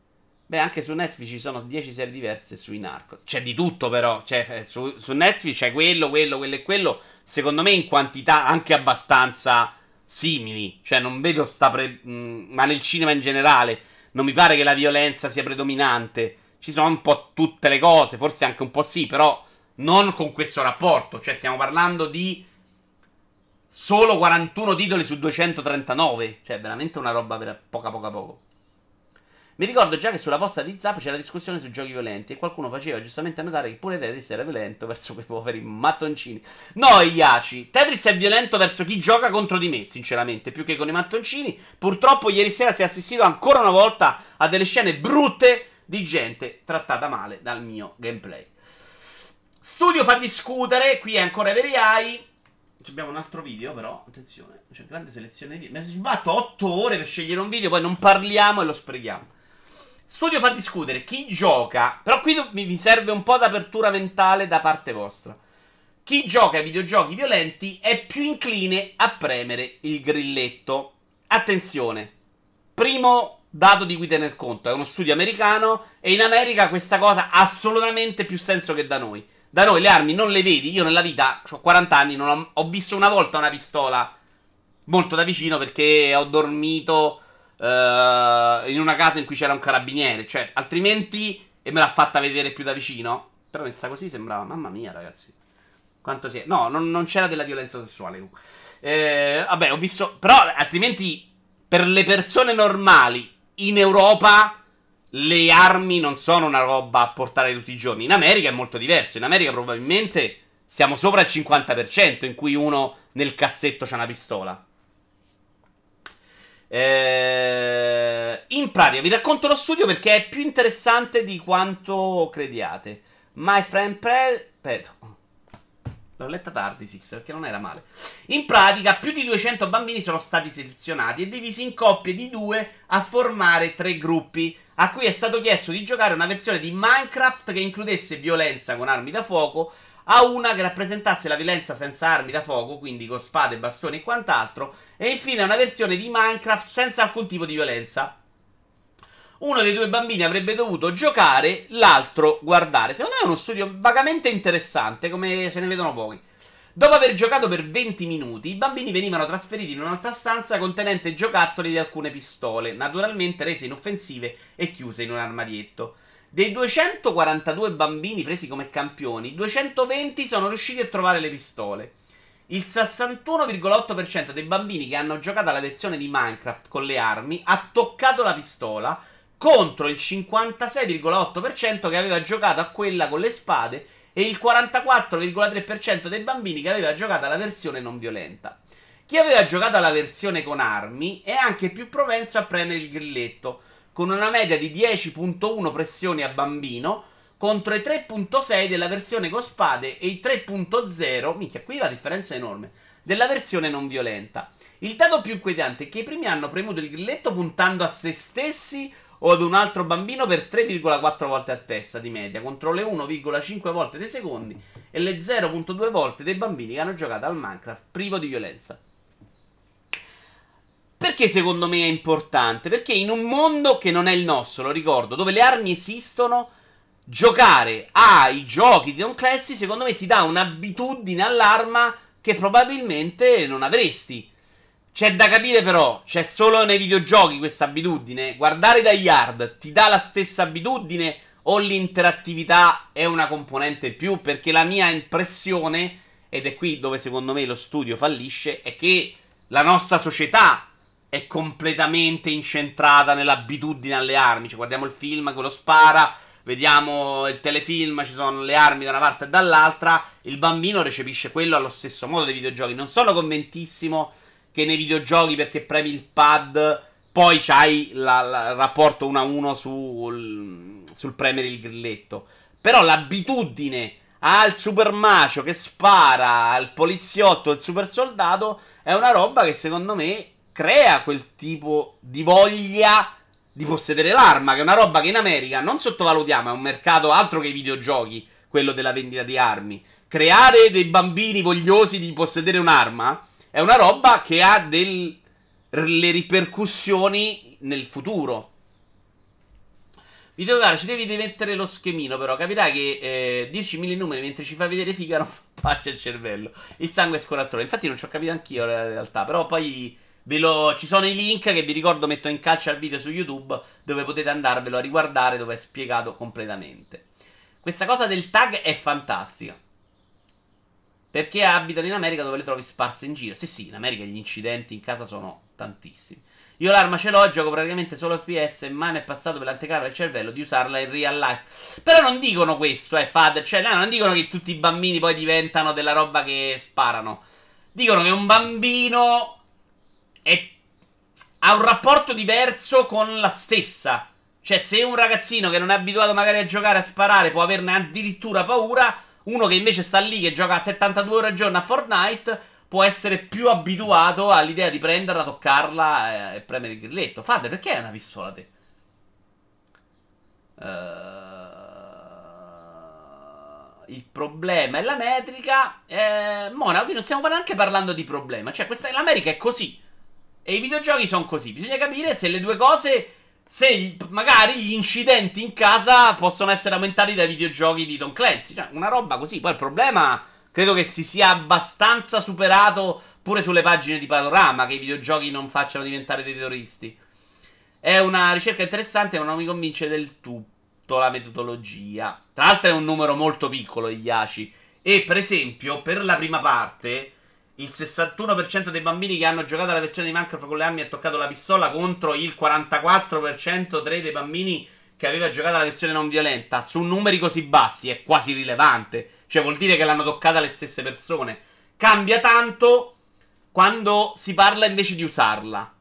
Beh, anche su Netflix ci sono dieci serie diverse sui Narcos. C'è di tutto, però. Cioè, eh, su, su Netflix c'è quello, quello, quello e quello. Secondo me in quantità anche abbastanza simili. Cioè, non vedo sta pre... mh, ma nel cinema in generale non mi pare che la violenza sia predominante. Ci sono un po' tutte le cose, forse anche un po' sì, però non con questo rapporto. Cioè, stiamo parlando di solo quarantuno titoli su duecentotrentanove. Cioè, veramente una roba per poca, poca, poco. Mi ricordo già che sulla posta di Zap c'era discussione sui giochi violenti e qualcuno faceva giustamente notare che pure Tetris era violento verso quei poveri mattoncini. No, Iaci, Tetris è violento verso chi gioca contro di me, sinceramente, più che con i mattoncini. Purtroppo ieri sera si è assistito ancora una volta a delle scene brutte di gente trattata male dal mio gameplay. Studio fa discutere, qui è ancora Every Eye. Abbiamo un altro video, però, attenzione, c'è grande selezione di video. Mi sbatto otto ore per scegliere un video, poi non parliamo e lo sprechiamo. Studio fa discutere chi gioca, però qui mi serve un po' d'apertura mentale da parte vostra. Chi gioca ai videogiochi violenti è più incline a premere il grilletto. Attenzione, primo dato di cui tener conto, è uno studio americano e in America questa cosa ha assolutamente più senso che da noi. Da noi le armi non le vedi, io nella vita, ho quaranta anni, non ho, ho visto una volta una pistola molto da vicino perché ho dormito uh, in una casa in cui c'era un carabiniere, cioè altrimenti, e me l'ha fatta vedere più da vicino, però messa così sembrava, mamma mia ragazzi, quanto si è, no, non, non c'era della violenza sessuale, eh, vabbè ho visto, però altrimenti per le persone normali in Europa le armi non sono una roba a portare tutti i giorni. In America è molto diverso. In America probabilmente siamo sopra il cinquanta per cento in cui uno nel cassetto c'ha una pistola. Eh, in pratica vi racconto lo studio perché è più interessante di quanto crediate. My friend pre... Peto. L'ho letta tardi, Six, perché non era male. In pratica, più di duecento bambini sono stati selezionati e divisi in coppie di due a formare tre gruppi, a cui è stato chiesto di giocare una versione di Minecraft che includesse violenza con armi da fuoco, a una che rappresentasse la violenza senza armi da fuoco, quindi con spade, bastoni e quant'altro, e infine una versione di Minecraft senza alcun tipo di violenza. Uno dei due bambini avrebbe dovuto giocare, l'altro guardare. Secondo me è uno studio vagamente interessante, come se ne vedono pochi. Dopo aver giocato per venti minuti, i bambini venivano trasferiti in un'altra stanza contenente giocattoli di alcune pistole, naturalmente rese inoffensive e chiuse in un armadietto. Dei duecentoquarantadue bambini presi come campioni, duecentoventi sono riusciti a trovare le pistole. Il sessantuno virgola otto per cento dei bambini che hanno giocato alla versione di Minecraft con le armi ha toccato la pistola, contro il cinquantasei virgola otto per cento che aveva giocato a quella con le spade e il quarantaquattro virgola tre per cento dei bambini che aveva giocato alla versione non violenta. Chi aveva giocato alla versione con armi è anche più propenso a premere il grilletto, con una media di dieci virgola uno pressioni a bambino contro i tre virgola sei della versione con spade e i tre virgola zero, minchia, qui la differenza è enorme, della versione non violenta. Il dato più inquietante è che i primi hanno premuto il grilletto puntando a se stessi o ad un altro bambino per tre virgola quattro volte a testa di media, contro le uno virgola cinque volte dei secondi e le zero virgola due volte dei bambini che hanno giocato al Minecraft privo di violenza. Perché secondo me è importante? Perché in un mondo che non è il nostro, lo ricordo, dove le armi esistono, giocare ai giochi di Tom Clancy secondo me ti dà un'abitudine all'arma che probabilmente non avresti. C'è da capire però, c'è solo nei videogiochi questa abitudine. Guardare Die Hard ti dà la stessa abitudine o l'interattività è una componente in più? Perché la mia impressione, ed è qui dove secondo me lo studio fallisce, è che la nostra società è completamente incentrata nell'abitudine alle armi. Cioè guardiamo il film, quello spara, vediamo il telefilm, ci sono le armi da una parte e dall'altra. Il bambino recepisce quello allo stesso modo dei videogiochi. Non sono convintissimo che nei videogiochi, perché premi il pad, poi c'hai la, la, il rapporto uno a uno sul, sul premere il grilletto. Però l'abitudine al super macio che spara, al poliziotto, al super soldato, è una roba che secondo me crea quel tipo di voglia di possedere l'arma, che è una roba che in America non sottovalutiamo, è un mercato altro che i videogiochi, quello della vendita di armi. Creare dei bambini vogliosi di possedere un'arma è una roba che ha delle ripercussioni nel futuro. Videogare, ci devi mettere lo schemino, però capirai che eh, dirci mille numeri mentre ci fai vedere figa non fa pace al cervello. Il sangue è scorattore. Infatti non ci ho capito anch'io in realtà, però poi ve lo... ci sono i link che vi ricordo metto in calcio al video su YouTube dove potete andarvelo a riguardare, dove è spiegato completamente. Questa cosa del tag è fantastica. Perché abitano in America dove le trovi sparse in giro. Sì, sì, in America gli incidenti in casa sono tantissimi. Io l'arma ce l'ho, gioco praticamente solo F P S e mai mi è passato per l'antecarra del cervello di usarla in real life. Però non dicono questo, eh, Father. Cioè, no, non dicono che tutti i bambini poi diventano della roba che sparano. Dicono che un bambino è... ha un rapporto diverso con la stessa. Cioè, se un ragazzino che non è abituato magari a giocare a sparare può averne addirittura paura, uno che invece sta lì che gioca settantadue ore al giorno a Fortnite può essere più abituato all'idea di prenderla, toccarla e, e premere il grilletto. Fate, perché hai una pistola te? Uh, il problema è la metrica. Eh, Mona, qui non stiamo neanche parlando di problema. Cioè, questa, l'America è così. E i videogiochi sono così. Bisogna capire se le due cose... se magari gli incidenti in casa possono essere aumentati dai videogiochi di Tom Clancy. Cioè, una roba così. Poi il problema... credo che si sia abbastanza superato pure sulle pagine di Panorama, che i videogiochi non facciano diventare dei terroristi. È una ricerca interessante, ma non mi convince del tutto la metodologia. Tra l'altro è un numero molto piccolo, Iaci. E per esempio, per la prima parte, il sessantuno per cento dei bambini che hanno giocato alla versione di Minecraft con le armi ha toccato la pistola, contro il quarantaquattro per cento dei bambini che aveva giocato alla versione non violenta. Su numeri così bassi è quasi rilevante. Cioè vuol dire che l'hanno toccata le stesse persone. Cambia tanto quando si parla invece di usarla.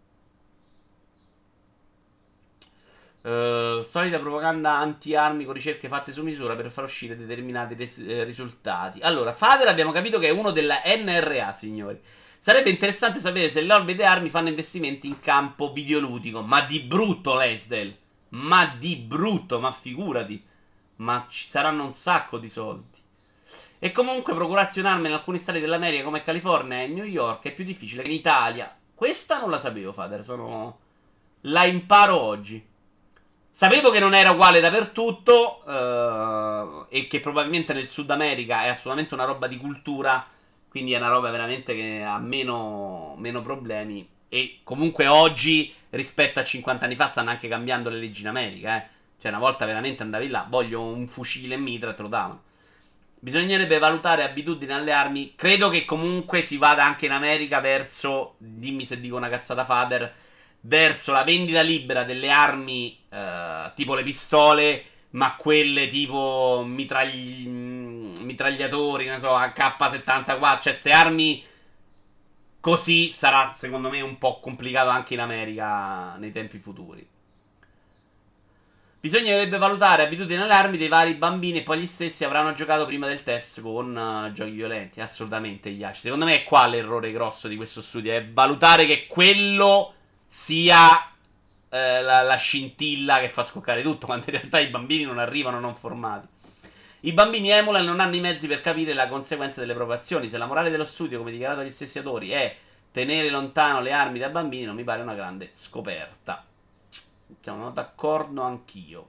Uh, solita propaganda anti-armi con ricerche fatte su misura per far uscire determinati res- eh, risultati. Allora, Fader abbiamo capito che è uno della N R A, signori. Sarebbe interessante sapere se le lobby delle armi fanno investimenti in campo videoludico. Ma di brutto, Lesdale. Ma di brutto, ma figurati. Ma ci saranno un sacco di soldi. E comunque procurarsi un'arma in alcuni stati dell'America come California e New York è più difficile che in Italia. Questa non la sapevo, Fader, sono... la imparo oggi. Sapevo che non era uguale dappertutto uh, e che probabilmente nel Sud America è assolutamente una roba di cultura, quindi è una roba veramente che ha meno, meno problemi. E comunque oggi, rispetto a cinquanta anni fa, stanno anche cambiando le leggi in America, eh. Cioè una volta veramente andavi là, voglio un fucile e mitra e te lo davano. Bisognerebbe valutare abitudini alle armi. Credo che comunque si vada anche in America verso, dimmi se dico una cazzata, Fader, verso la vendita libera delle armi eh, tipo le pistole, ma quelle tipo mitragli... mitragliatori, ne so, A K settantaquattro, cioè queste armi così sarà secondo me un po' complicato anche in America nei tempi futuri. Bisognerebbe valutare abitudini alle armi dei vari bambini e poi gli stessi avranno giocato prima del test con uh, giochi violenti. Assolutamente, Iaci. Secondo me è qua l'errore grosso di questo studio, è valutare che quello sia eh, la, la scintilla che fa scoccare tutto, quando in realtà i bambini non arrivano non formati. I bambini emulano e non hanno i mezzi per capire la conseguenza delle proprie azioni. Se la morale dello studio, come dichiarato dagli stessi autori, è tenere lontano le armi dai bambini, non mi pare una grande scoperta. Sono d'accordo anch'io.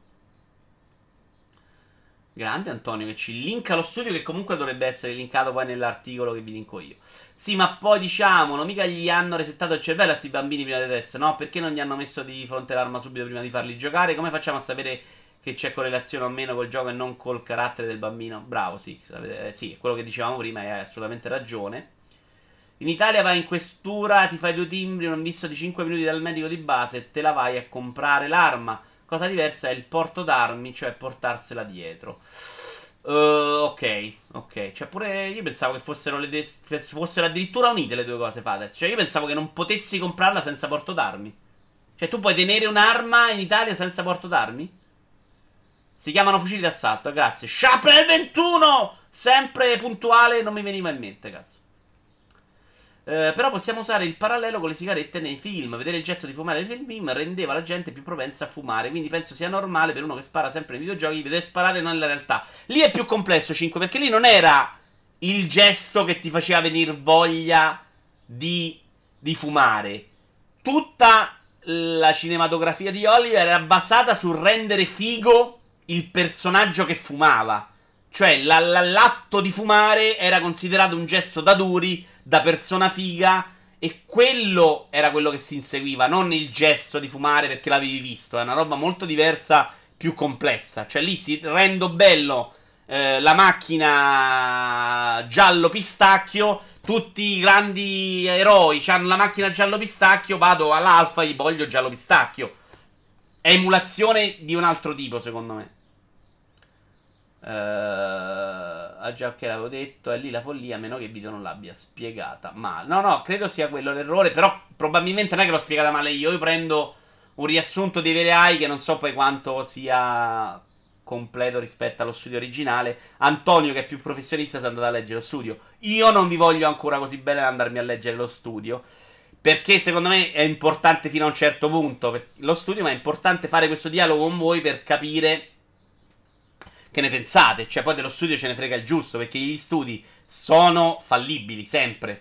Grande Antonio che ci linka lo studio, che comunque dovrebbe essere linkato poi nell'articolo che vi linko io. Sì, ma poi diciamo, non mica gli hanno resettato il cervello a questi bambini prima del test, no? Perché non gli hanno messo di fronte l'arma subito prima di farli giocare? Come facciamo a sapere che c'è correlazione o meno col gioco e non col carattere del bambino? Bravo, sì, eh, sì, è quello che dicevamo prima, hai assolutamente ragione. In Italia vai in questura, ti fai due timbri, un visto di cinque minuti dal medico di base e te la vai a comprare l'arma. Cosa diversa è il porto d'armi, cioè portarsela dietro. Uh, ok, ok. Cioè pure io pensavo che fossero, le de- fossero addirittura unite le due cose, fate. Cioè io pensavo che non potessi comprarla senza porto d'armi. Cioè tu puoi tenere un'arma in Italia senza porto d'armi? Si chiamano fucili d'assalto, grazie. Sharpnel ventuno! Sempre puntuale, non mi veniva in mente, cazzo. Uh, però possiamo usare il parallelo con le sigarette nei film. Vedere il gesto di fumare nei film rendeva la gente più propensa a fumare. Quindi penso sia normale per uno che spara sempre nei videogiochi vedere sparare non nella realtà. Lì è più complesso, cinque, perché lì non era il gesto che ti faceva venire voglia di, di fumare. Tutta la cinematografia di Oliver era basata sul rendere figo il personaggio che fumava. Cioè, la, la, l'atto di fumare era considerato un gesto da duri, da persona figa, e quello era quello che si inseguiva, non il gesto di fumare perché l'avevi visto. È una roba molto diversa, più complessa. Cioè, lì si rendo bello eh, la macchina giallo pistacchio. Tutti i grandi eroi hanno la macchina giallo pistacchio. Vado all'Alfa e gli voglio giallo pistacchio. È emulazione di un altro tipo, secondo me. Uh, ah già, ok, l'avevo detto. È lì la follia, a meno che il video non l'abbia spiegata male. No, no, credo sia quello l'errore. Però probabilmente non è che l'ho spiegata male io. Io prendo un riassunto dei veri ai che non so poi quanto sia completo rispetto allo studio originale. Antonio, che è più professionista, si è andato a leggere lo studio. Io non vi voglio ancora così bene da andarmi a leggere lo studio, perché secondo me è importante fino a un certo punto lo studio, ma è importante fare questo dialogo con voi per capire che ne pensate. Cioè, poi dello studio ce ne frega il giusto, perché gli studi sono fallibili, sempre.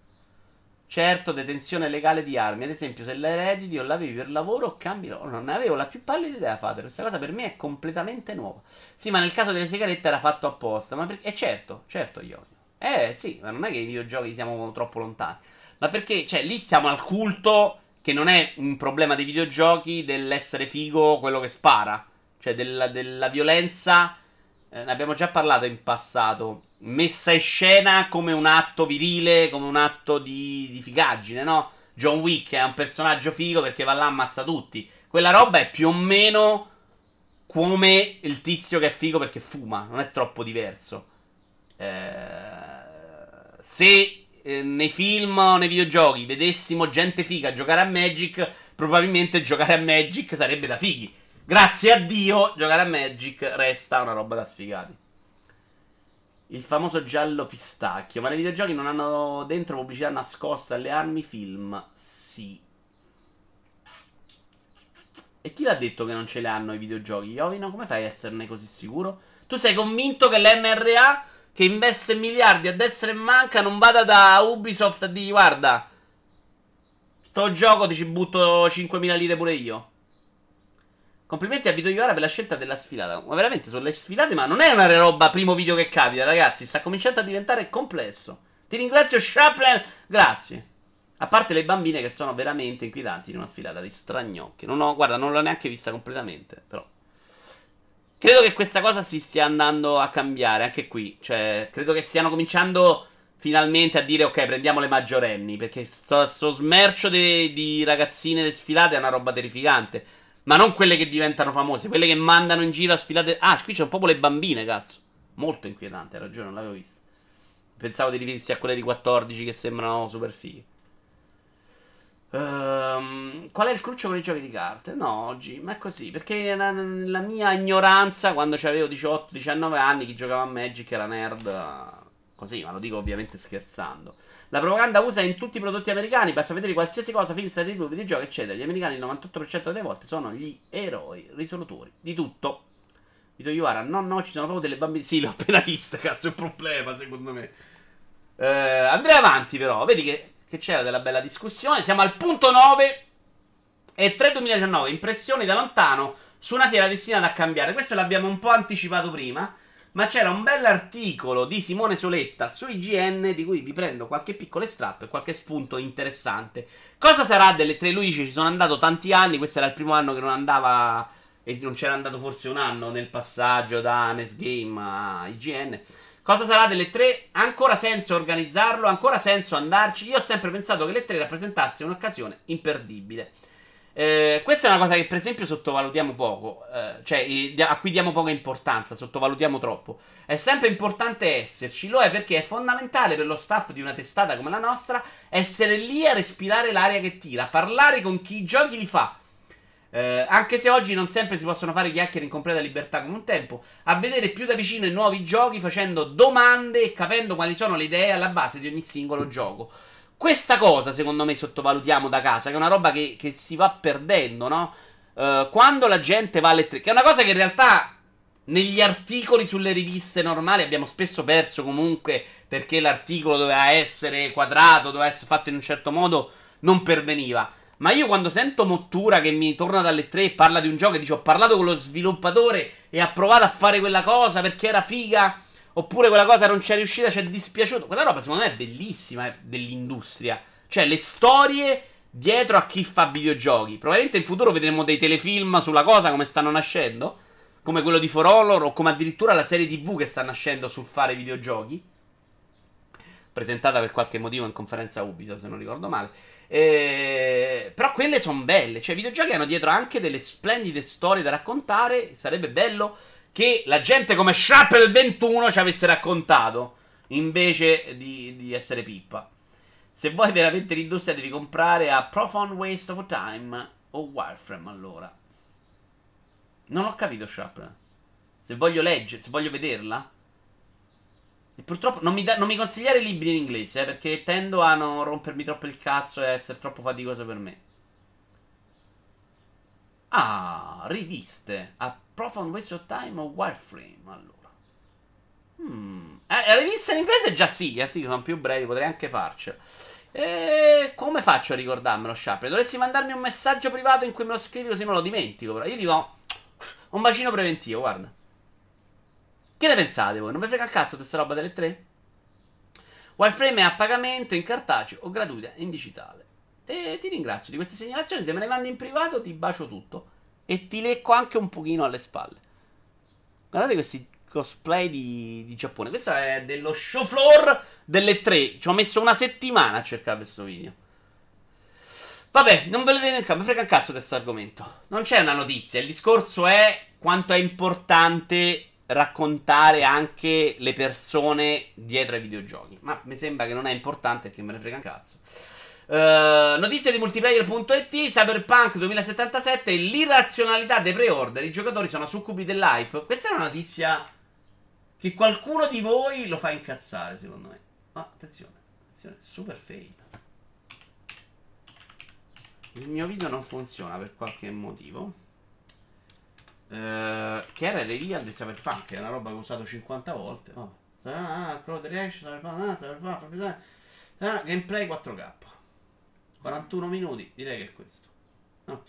Certo, detenzione legale di armi. Ad esempio, se la erediti o l'avevi per lavoro, cambi. No, non ne avevo la più pallida idea, fate. Questa cosa per me è completamente nuova. Sì, ma nel caso delle sigarette era fatto apposta. Ma perché? Eh, certo, certo, io. Eh, sì, ma non è che i videogiochi siamo troppo lontani. Ma perché, cioè, lì siamo al culto, che non è un problema dei videogiochi, dell'essere figo quello che spara. Cioè, della, della violenza. Eh, ne abbiamo già parlato in passato. Messa in scena come un atto virile, come un atto di, di figaggine, no? John Wick è un personaggio figo perché va là e ammazza tutti. Quella roba è più o meno come il tizio che è figo perché fuma. Non è troppo diverso. Eh, se eh, nei film o nei videogiochi vedessimo gente figa giocare a Magic, probabilmente giocare a Magic sarebbe da fighi. Grazie a Dio, giocare a Magic resta una roba da sfigati. Il famoso giallo pistacchio. Ma nei videogiochi non hanno dentro pubblicità nascosta alle armi film? Sì. E chi l'ha detto che non ce le hanno i videogiochi? Iovino, come fai a esserne così sicuro? Tu sei convinto che l'N R A, che investe miliardi a destra e manca, non vada da Ubisoft a dire: guarda, sto gioco ti ci butto cinquemila lire pure io? Complimenti a Vito Iovara per la scelta della sfilata. Ma veramente sono le sfilate, ma non è una roba primo video che capita, ragazzi. Sta cominciando a diventare complesso. Ti ringrazio, Chaplin. Grazie. A parte le bambine che sono veramente inquietanti in una sfilata di stragnocchi. Non ho, guarda, non l'ho neanche vista completamente, però. Credo che questa cosa si stia andando a cambiare anche qui. Cioè, credo che stiano cominciando finalmente a dire: ok, prendiamo le maggiorenni. Perché sto, sto smercio de, di ragazzine de sfilate è una roba terrificante. Ma non quelle che diventano famose, quelle che mandano in giro a sfilate. Ah, qui c'è un po' le bambine, cazzo. Molto inquietante, hai ragione, non l'avevo vista. Pensavo di riferirsi a quelle di quattordici che sembrano super fighe. Um, qual è il cruccio con i giochi di carte? No, oggi, ma è così. Perché la, la mia ignoranza, quando avevo diciotto diciannove anni, chi giocava a Magic era nerd. Così, ma lo dico ovviamente scherzando. La propaganda usa in tutti i prodotti americani. Basta vedere qualsiasi cosa, film, serie tivù, videogiochi, eccetera. Gli americani il novantotto per cento delle volte sono gli eroi risolutori di tutto. Vito Iovara, no, no, ci sono proprio delle bambine. Sì, l'ho appena vista, cazzo, è un problema, secondo me. Eh, andrei avanti, però. Vedi che, che c'era della bella discussione. Siamo al punto nove. E tre duemiladiciannove, impressioni da lontano su una fiera destinata a cambiare. Questo l'abbiamo un po' anticipato prima. Ma c'era un bell'articolo di Simone Soletta su I G N, di cui vi prendo qualche piccolo estratto e qualche spunto interessante. Cosa sarà delle tre? Lui dice: ci sono andato tanti anni, questo era il primo anno che non andava, e non c'era andato forse un anno nel passaggio da Nes Game a I G N. Cosa sarà delle tre? Ha ancora senso organizzarlo? Ha ancora senso andarci? Io ho sempre pensato che le tre rappresentasse un'occasione imperdibile. Eh, questa è una cosa che per esempio sottovalutiamo poco, eh, cioè a cui diamo poca importanza, sottovalutiamo troppo. È sempre importante esserci, lo è perché è fondamentale per lo staff di una testata come la nostra essere lì a respirare l'aria che tira, parlare con chi i giochi li fa. Eh, anche se oggi non sempre si possono fare chiacchiere in completa libertà come un tempo, a vedere più da vicino i nuovi giochi, facendo domande e capendo quali sono le idee alla base di ogni singolo gioco. Questa cosa, secondo me, sottovalutiamo da casa, che è una roba che, che si va perdendo, no? Uh, quando la gente va alle tre... Che è una cosa che in realtà negli articoli sulle riviste normali abbiamo spesso perso comunque, perché l'articolo doveva essere quadrato, doveva essere fatto in un certo modo, non perveniva. Ma io quando sento Mottura che mi torna dalle tre e parla di un gioco e dice ho parlato con lo sviluppatore e ha provato a fare quella cosa perché era figa, oppure quella cosa non c'è riuscita, ci è dispiaciuto, quella roba secondo me è bellissima, è dell'industria. Cioè le storie dietro a chi fa videogiochi. Probabilmente in futuro vedremo dei telefilm sulla cosa come stanno nascendo, come quello di For Honor o come addirittura la serie tivù che sta nascendo sul fare videogiochi, presentata per qualche motivo in conferenza Ubisoft se non ricordo male. Eh, però quelle sono belle. Cioè i videogiochi hanno dietro anche delle splendide storie da raccontare. Sarebbe bello che la gente come Sharp del ventuno ci avesse raccontato, invece di, di essere pippa. Se vuoi veramente l'industria devi comprare a Profound Waste of Time o Warframe, allora. Non ho capito, Sharp. Se voglio leggere, se voglio vederla. E purtroppo non mi, da, non mi consigliare libri in inglese, eh, perché tendo a non rompermi troppo il cazzo e a essere troppo faticoso per me. Ah, riviste. A Profound Waste of Time o Warframe, allora. Hmm. Eh, la rivista in inglese già sì, gli articoli sono più brevi, potrei anche farcela. E come faccio a ricordarmelo, Sharp? Dovresti mandarmi un messaggio privato in cui me lo scrivi così non lo dimentico. Però io dico un bacino preventivo, guarda. Che ne pensate voi? Non vi frega il cazzo di questa roba delle tre? Warframe è a pagamento in cartaceo o gratuita in digitale. E ti ringrazio di queste segnalazioni. Se me le mandi in privato ti bacio tutto e ti lecco anche un pochino alle spalle. Guardate questi cosplay di, di Giappone. Questo è dello show floor delle tre. Ci ho messo una settimana a cercare questo video. Vabbè, non ve lo vedete nel campo. Mi frega il cazzo di questo argomento. Non c'è una notizia. Il discorso è quanto è importante raccontare anche le persone dietro ai videogiochi. Ma mi sembra che non è importante e che me ne frega un cazzo. Uh, notizie di multiplayer punto it. Cyberpunk duemilasettantasette e l'irrazionalità dei pre-order. I giocatori sono succubi dell'hype. Questa è una notizia che qualcuno di voi lo fa incazzare, secondo me. Ma attenzione, attenzione, super fail. Il mio video non funziona per qualche motivo. Uh, che era il reveal di Cyberpunk, che è una roba che ho usato cinquanta volte. Oh. Ah, crowd reaction, Cyberpunk, ah, Cyberpunk, ah, gameplay quattro K. quarantuno minuti, direi che è questo. Ok.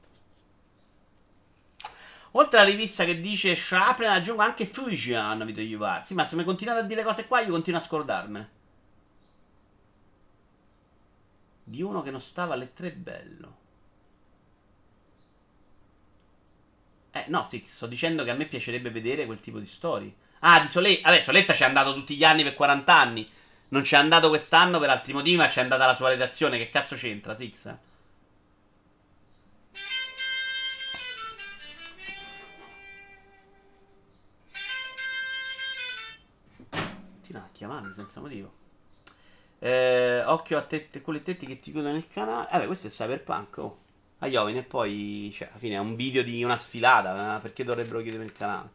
Oltre alla rivista che dice Sharp, aggiungo anche Fusion video Uvar. Sì, ma se mi continuate a dire cose qua io continuo a scordarmene. Di uno che non stava alle tre bello. Eh, no, sì, sto dicendo che a me piacerebbe vedere quel tipo di storie. Ah, di Soletta. Vabbè, Soletta ci è andato tutti gli anni per quaranta anni. Non ci è andato quest'anno per altri motivi, ma ci è andata la sua redazione. Che cazzo c'entra, Six? Continua a chiamarmi senza motivo. Eh, occhio a tette, quelle tetti che ti chiudono il canale. Vabbè, questo è Cyberpunk, oh. A Iovine e poi, cioè, alla fine è un video di una sfilata. Eh? Perché dovrebbero chiudere il canale?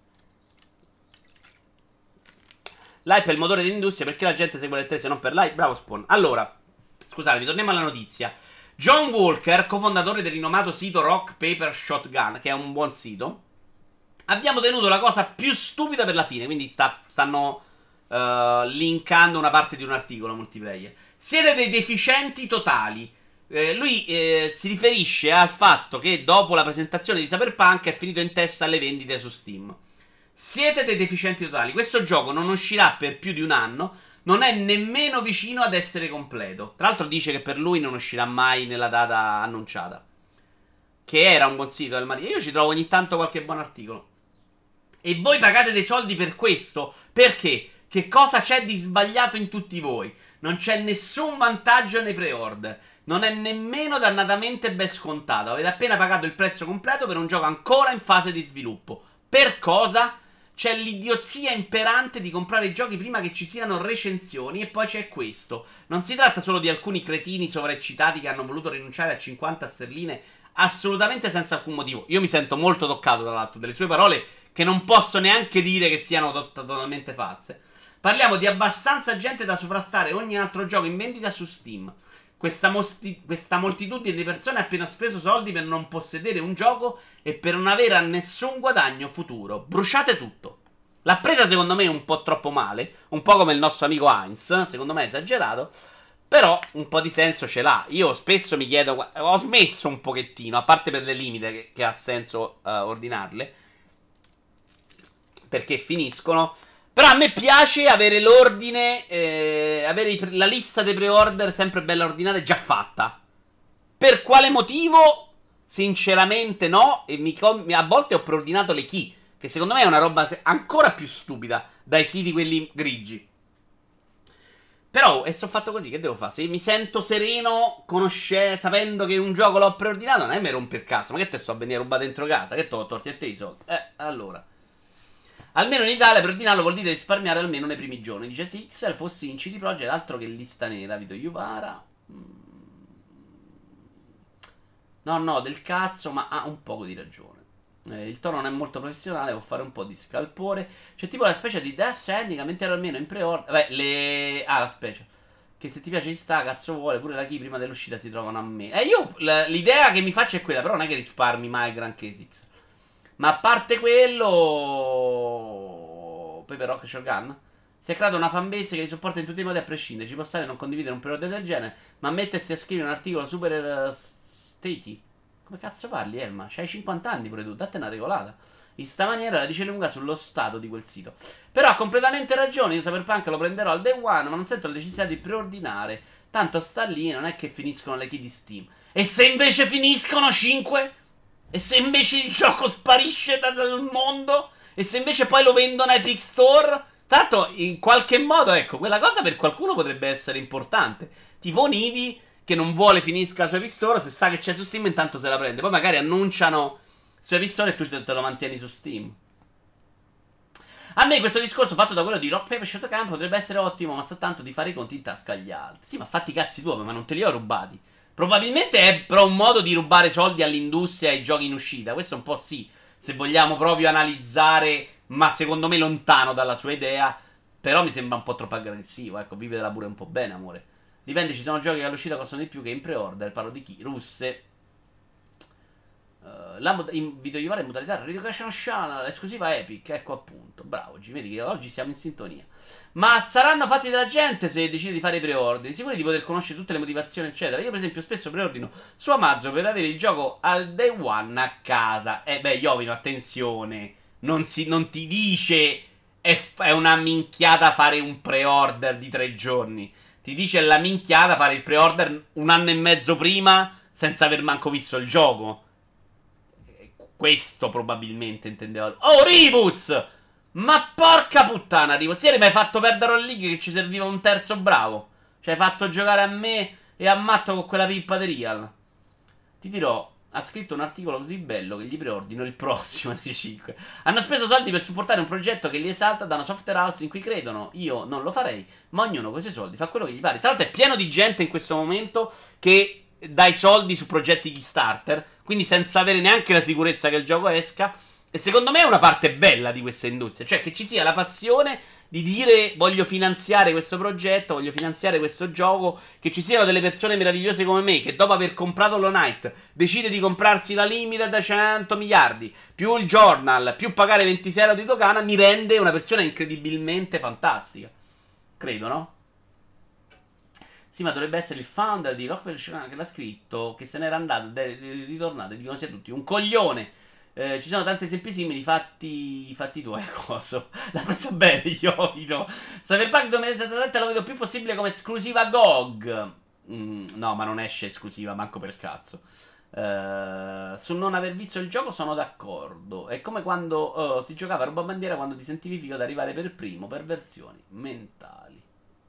L'hype è il motore dell'industria, perché la gente segue le tre se non per l'hype? Bravo Spawn. Allora, scusate, ritorniamo alla notizia. John Walker, cofondatore del rinomato sito Rock Paper Shotgun, che è un buon sito, abbiamo tenuto la cosa più stupida per la fine, quindi sta, stanno uh, linkando una parte di un articolo multiplayer. Siete dei deficienti totali. Eh, lui eh, si riferisce al fatto che dopo la presentazione di Cyberpunk è finito in testa alle vendite su Steam. Siete dei deficienti totali. Questo gioco non uscirà per più di un anno. Non è nemmeno vicino ad essere completo. Tra l'altro dice che per lui non uscirà mai nella data annunciata. Che era un buon sito del Maria. Io ci trovo ogni tanto qualche buon articolo. E voi pagate dei soldi per questo. Perché? Che cosa c'è di sbagliato in tutti voi? Non c'è nessun vantaggio nei pre-order. Non è nemmeno dannatamente ben scontato. Avete appena pagato il prezzo completo per un gioco ancora in fase di sviluppo. Per cosa? C'è l'idiozia imperante di comprare i giochi prima che ci siano recensioni. E poi c'è questo. Non si tratta solo di alcuni cretini sovraeccitati che hanno voluto rinunciare a cinquanta sterline assolutamente senza alcun motivo. Io mi sento molto toccato tra l'altro delle sue parole, che non posso neanche dire che siano to- totalmente false. Parliamo di abbastanza gente da sovrastare ogni altro gioco in vendita su Steam. Questa, mosti- questa moltitudine di persone ha appena speso soldi per non possedere un gioco e per non avere nessun guadagno futuro. Bruciate tutto. L'ha presa secondo me un po' troppo male, un po' come il nostro amico Heinz, secondo me è esagerato, Però un po' di senso ce l'ha. Io spesso mi chiedo, ho smesso un pochettino, a parte per le limite che, che ha senso uh, ordinarle, perché finiscono. Però a me piace avere l'ordine, eh, avere i, la lista dei pre-order sempre bella ordinata già fatta. Per quale motivo? Sinceramente no. E mi, a volte ho preordinato le key, che secondo me è una roba ancora più stupida dai siti quelli grigi. Però, e sono fatto così, che devo fare? Se mi sento sereno, conosce, sapendo che un gioco l'ho preordinato, non è mi rompe il cazzo. Ma che te sto a venire a rubare dentro casa? Che te ho torti a te i soldi? Eh, allora. Almeno in Italia preordinarlo vuol dire risparmiare almeno nei primi giorni. Dice Sixel, fossi in C D Projekt, altro che lista nera. Vito Iuvara. No, no, del cazzo, ma ha un poco di ragione. Eh, il tono non è molto professionale, può fare un po' di scalpore. C'è tipo la specie di Death Stranding, mentre almeno in pre-order. Beh, le. Ah, la specie. Che se ti piace ci sta, cazzo vuole. Pure la key prima dell'uscita si trovano a me. E eh, io l'idea che mi faccio è quella, però non è che risparmi mai granché Six. Ma a parte quello. Paper Rock Shogun. Si è creata una fanbase che li sopporta in tutti i modi a prescindere. Ci può stare non condividere un pre-order del genere, ma mettersi a scrivere un articolo super uh, statey. Come cazzo parli, Elma? C'hai cinquanta anni pure tu, date una regolata. In sta maniera la dice lunga sullo stato di quel sito. Però ha completamente ragione, io Cyberpunk lo prenderò al day one, ma non sento la necessità di preordinare. Tanto sta lì, non è che finiscono le key di Steam. E se invece finiscono cinque? E se invece il gioco sparisce dal mondo? E se invece poi lo vendono a Epic Store? Tanto, in qualche modo, ecco, quella cosa per qualcuno potrebbe essere importante. Tipo Nidi, che non vuole finisca la sua pistola, se sa che c'è su Steam intanto se la prende. Poi magari annunciano sue pistole e tu te lo mantieni su Steam. A me questo discorso fatto da quello di Rock Paper Shotgun potrebbe essere ottimo, ma soltanto di fare i conti in tasca agli altri. Sì, ma fatti i cazzi tuoi, ma non te li ho rubati. Probabilmente è però un modo di rubare soldi all'industria e ai giochi in uscita. Questo un po' sì, se vogliamo proprio analizzare, ma secondo me lontano dalla sua idea. Però mi sembra un po' troppo aggressivo. Ecco, vivetela pure un po' bene, amore. Dipende, ci sono giochi che all'uscita costano di più che in pre-order. Parlo di chi? Russe. Uh, la mod- in video in modalità Reeducation Channel, esclusiva Epic. Ecco appunto. Bravo, G. Vedi che oggi siamo in sintonia. Ma saranno fatti dalla gente se decide di fare i pre-ordini. Sicuri di poter conoscere tutte le motivazioni, eccetera. Io, per esempio, spesso preordino su Amazon per avere il gioco al day one a casa. E eh, beh, Iovino, attenzione. Non, si, non ti dice è, è una minchiata fare un pre-order di tre giorni. Ti dice la minchiata fare il pre-order un anno e mezzo prima senza aver manco visto il gioco. Questo probabilmente intendeva. Oh, Rivuz! Ma porca puttana, Rivuz, ieri mi hai fatto perdere la League che ci serviva un terzo bravo. Ci hai fatto giocare a me e a Matto con quella pippa di Real. Ti dirò, ha scritto un articolo così bello che gli preordino il prossimo dei cinque. Hanno speso soldi per supportare un progetto che li esalta da una software house in cui credono. Io non lo farei, ma ognuno con i suoi soldi fa quello che gli pare. Tra l'altro è pieno di gente in questo momento che dà i soldi su progetti Kickstarter, quindi senza avere neanche la sicurezza che il gioco esca. E secondo me è una parte bella di questa industria, cioè che ci sia la passione di dire voglio finanziare questo progetto, voglio finanziare questo gioco, che ci siano delle persone meravigliose come me che dopo aver comprato Hollow Knight decide di comprarsi la Limited da cento miliardi, più il Journal, più pagare ventisei euro di dogana, mi rende una persona incredibilmente fantastica. Credo, no? Sì, ma dovrebbe essere il founder di Rockefeller che l'ha scritto, che se n'era andato, ritornato e dicono sia tutti un coglione. Eh, ci sono tanti esempi simili fatti, fatti tuoi, coso. La penso bene, io vedo. Cyberpunk duemilatrenta lo vedo più possibile come esclusiva G O G. Mm, no, ma non esce esclusiva, manco per cazzo. Uh, sul non aver visto il gioco sono d'accordo. È come quando uh, si giocava a rubabandiera quando ti sentivi figo ad arrivare per primo, per versioni mentali.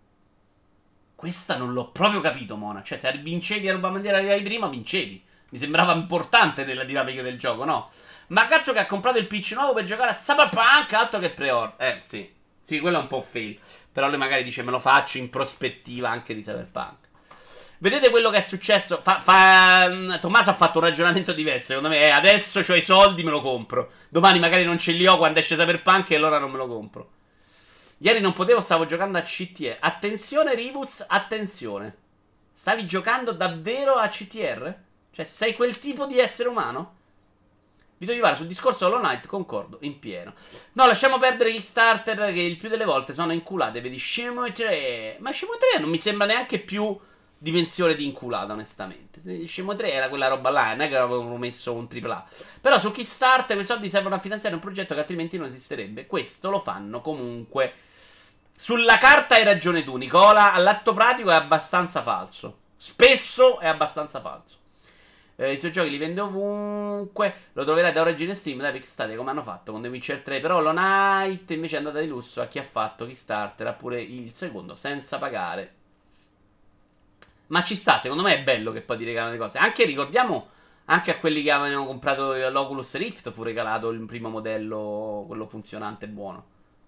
Questa non l'ho proprio capito, Mona. Cioè, se vincevi a rubabandiera e arrivavi prima, vincevi. Mi sembrava importante nella dinamica del gioco, no? Ma cazzo che ha comprato il P C nuovo per giocare a Cyberpunk, altro che pre-order. Eh, sì. Sì, quello è un po' fail. Però lui magari dice, me lo faccio in prospettiva anche di Cyberpunk. Vedete quello che è successo? Fa, fa, Tommaso ha fatto un ragionamento diverso. Secondo me, eh, adesso ho i soldi, me lo compro. Domani magari non ce li ho quando esce Cyberpunk e allora non me lo compro. Ieri non potevo, stavo giocando a C T R. Attenzione, Rivuz, attenzione. Stavi giocando davvero a C T R? Cioè, sei quel tipo di essere umano? Vito Iovara, sul discorso Hollow Knight concordo in pieno. No, lasciamo perdere Kickstarter che il più delle volte sono inculate. Vedi Shenmue tre. Ma Shenmue tre non mi sembra neanche più dimensione di inculata, onestamente. Shenmue tre era quella roba là, non è che avevano messo un tripla A. Però su Kickstarter quei soldi servono a finanziare un progetto che altrimenti non esisterebbe. Questo lo fanno comunque. Sulla carta hai ragione tu, Nicola. All'atto pratico è abbastanza falso. Spesso è abbastanza falso. Eh, I suoi giochi li vende ovunque. Lo troverai da Origin e Steam, da Kickstarter, come hanno fatto con The Witcher tre. Però Hollow Knight invece è andata di lusso a chi ha fatto Kickstarter, ha pure il secondo senza pagare. Ma ci sta, secondo me è bello che poi ti regalano le cose. Anche ricordiamo, anche a quelli che avevano comprato l'Oculus Rift fu regalato il primo modello, quello funzionante buono.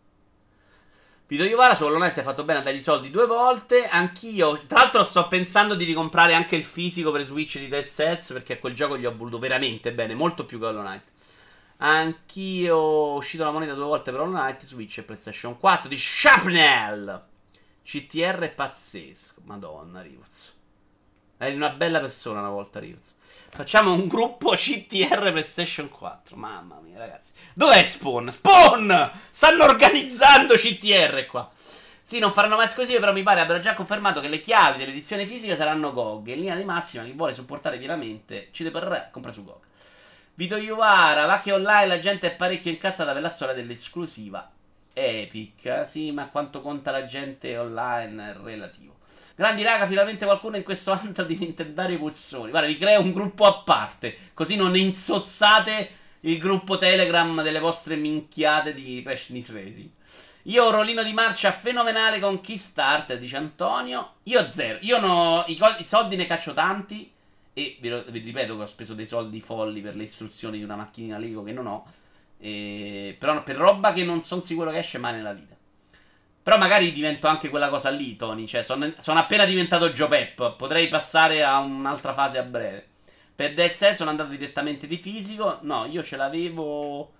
Vito Iovara su Hollow Knight hai fatto bene a dargli i soldi due volte. Anch'io, tra l'altro sto pensando di ricomprare anche il fisico per Switch di Dead Cells, perché a quel gioco gli ho voluto veramente bene, molto più che Hollow Knight. Anch'io ho uscito la moneta due volte per Hollow Knight, Switch e PlayStation quattro di Shrapnel. C T R è pazzesco. Madonna, Rivers. Eri una bella persona una volta, Rivers. Facciamo un gruppo C T R PlayStation quattro. Mamma mia, ragazzi. Dov'è Spawn? Spawn! Stanno organizzando C T R qua. Sì, non faranno mai esclusive, però mi pare abbiano già confermato che le chiavi dell'edizione fisica saranno G O G. E in linea di massima, chi vuole supportare pienamente C D per re, compra su G O G. Vito Iuvara, va che online la gente è parecchio incazzata per la storia dell'esclusiva Epic. Sì, ma quanto conta la gente online è relativo. Grandi raga, finalmente qualcuno in questo antro di Nintendario i pulsoni. Guarda, vi creo un gruppo a parte, così non insozzate il gruppo Telegram delle vostre minchiate di Crash Team Racing. Io ho un rollino di marcia fenomenale con Kickstarter, dice Antonio. Io zero. Io no, i, i soldi ne caccio tanti. E vi, vi ripeto che ho speso dei soldi folli per le istruzioni di una macchinina Lego che non ho. E, però per roba che non sono sicuro che esce mai nella vita. Però magari divento anche quella cosa lì, Tony. Cioè, sono, sono appena diventato Joe Pep. Potrei passare a un'altra fase a breve. Per Dead Cells sono andato direttamente di fisico. No, io ce l'avevo.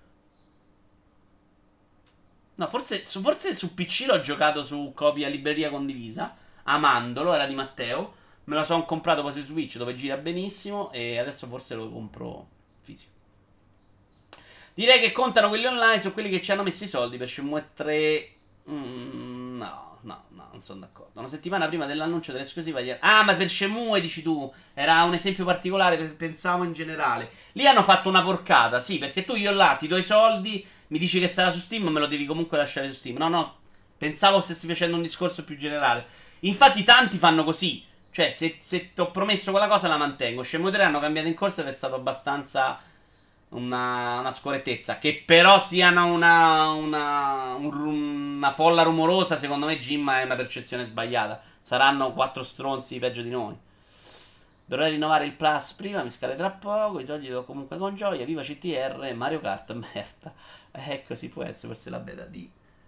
No, forse, forse su P C l'ho giocato su copia libreria condivisa. Amandolo, era di Matteo. Me lo sono comprato poi su Switch dove gira benissimo. E adesso forse lo compro fisico. Direi che contano quelli online su quelli che ci hanno messo i soldi per Shenmue tre. Mm, no, no, no, non sono d'accordo. Una settimana prima dell'annuncio dell'esclusiva di... Ah, ma per Shenmue dici tu. Era un esempio particolare, pensavo in generale. Lì hanno fatto una porcata, sì, perché tu io là ti do i soldi, mi dici che sarà su Steam, me lo devi comunque lasciare su Steam. No, no, pensavo stessi facendo un discorso più generale. Infatti tanti fanno così. Cioè, se, se ti ho promesso quella cosa la mantengo. Shenmue tre hanno cambiato in corsa ed è stato abbastanza... Una, una scorrettezza. Che però siano una, una, un, una folla rumorosa, secondo me Jim è una percezione sbagliata. Saranno quattro stronzi peggio di noi. Dovrei rinnovare il Plus prima, mi scade tra poco. I soldi li do comunque con gioia. Viva C T R, Mario Kart, merda. Ecco, si può essere, forse la beta di...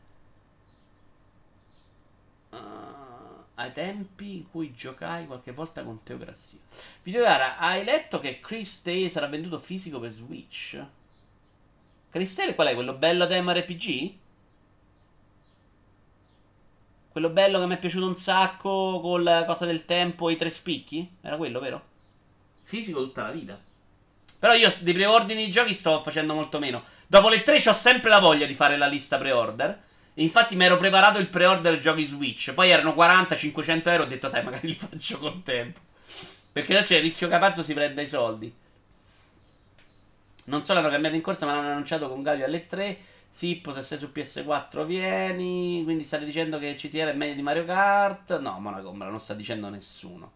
Uh... ai tempi in cui giocai qualche volta con Teocrazia. Videogara, hai letto che Chris Tale sarà venduto fisico per Switch? Chris Tale qual è? Quello bello tema R P G? Quello bello che mi è piaciuto un sacco con la cosa del tempo e i tre spicchi? Era quello, vero? Fisico tutta la vita. Però io dei preordini di giochi sto facendo molto meno. Dopo le tre ho sempre la voglia di fare la lista pre-order. Infatti mi ero preparato il pre-order giochi Switch. Poi erano quaranta cinquecento euro. Ho detto, sai, magari li faccio con tempo. Perché adesso c'è il rischio capazzo si prenda i soldi. Non solo hanno cambiato in corsa, ma l'hanno annunciato con Gavio alle tre. Sippo, se sei su P S quattro vieni. Quindi state dicendo che C T R è meglio di Mario Kart? No, ma la compra, non sta dicendo nessuno.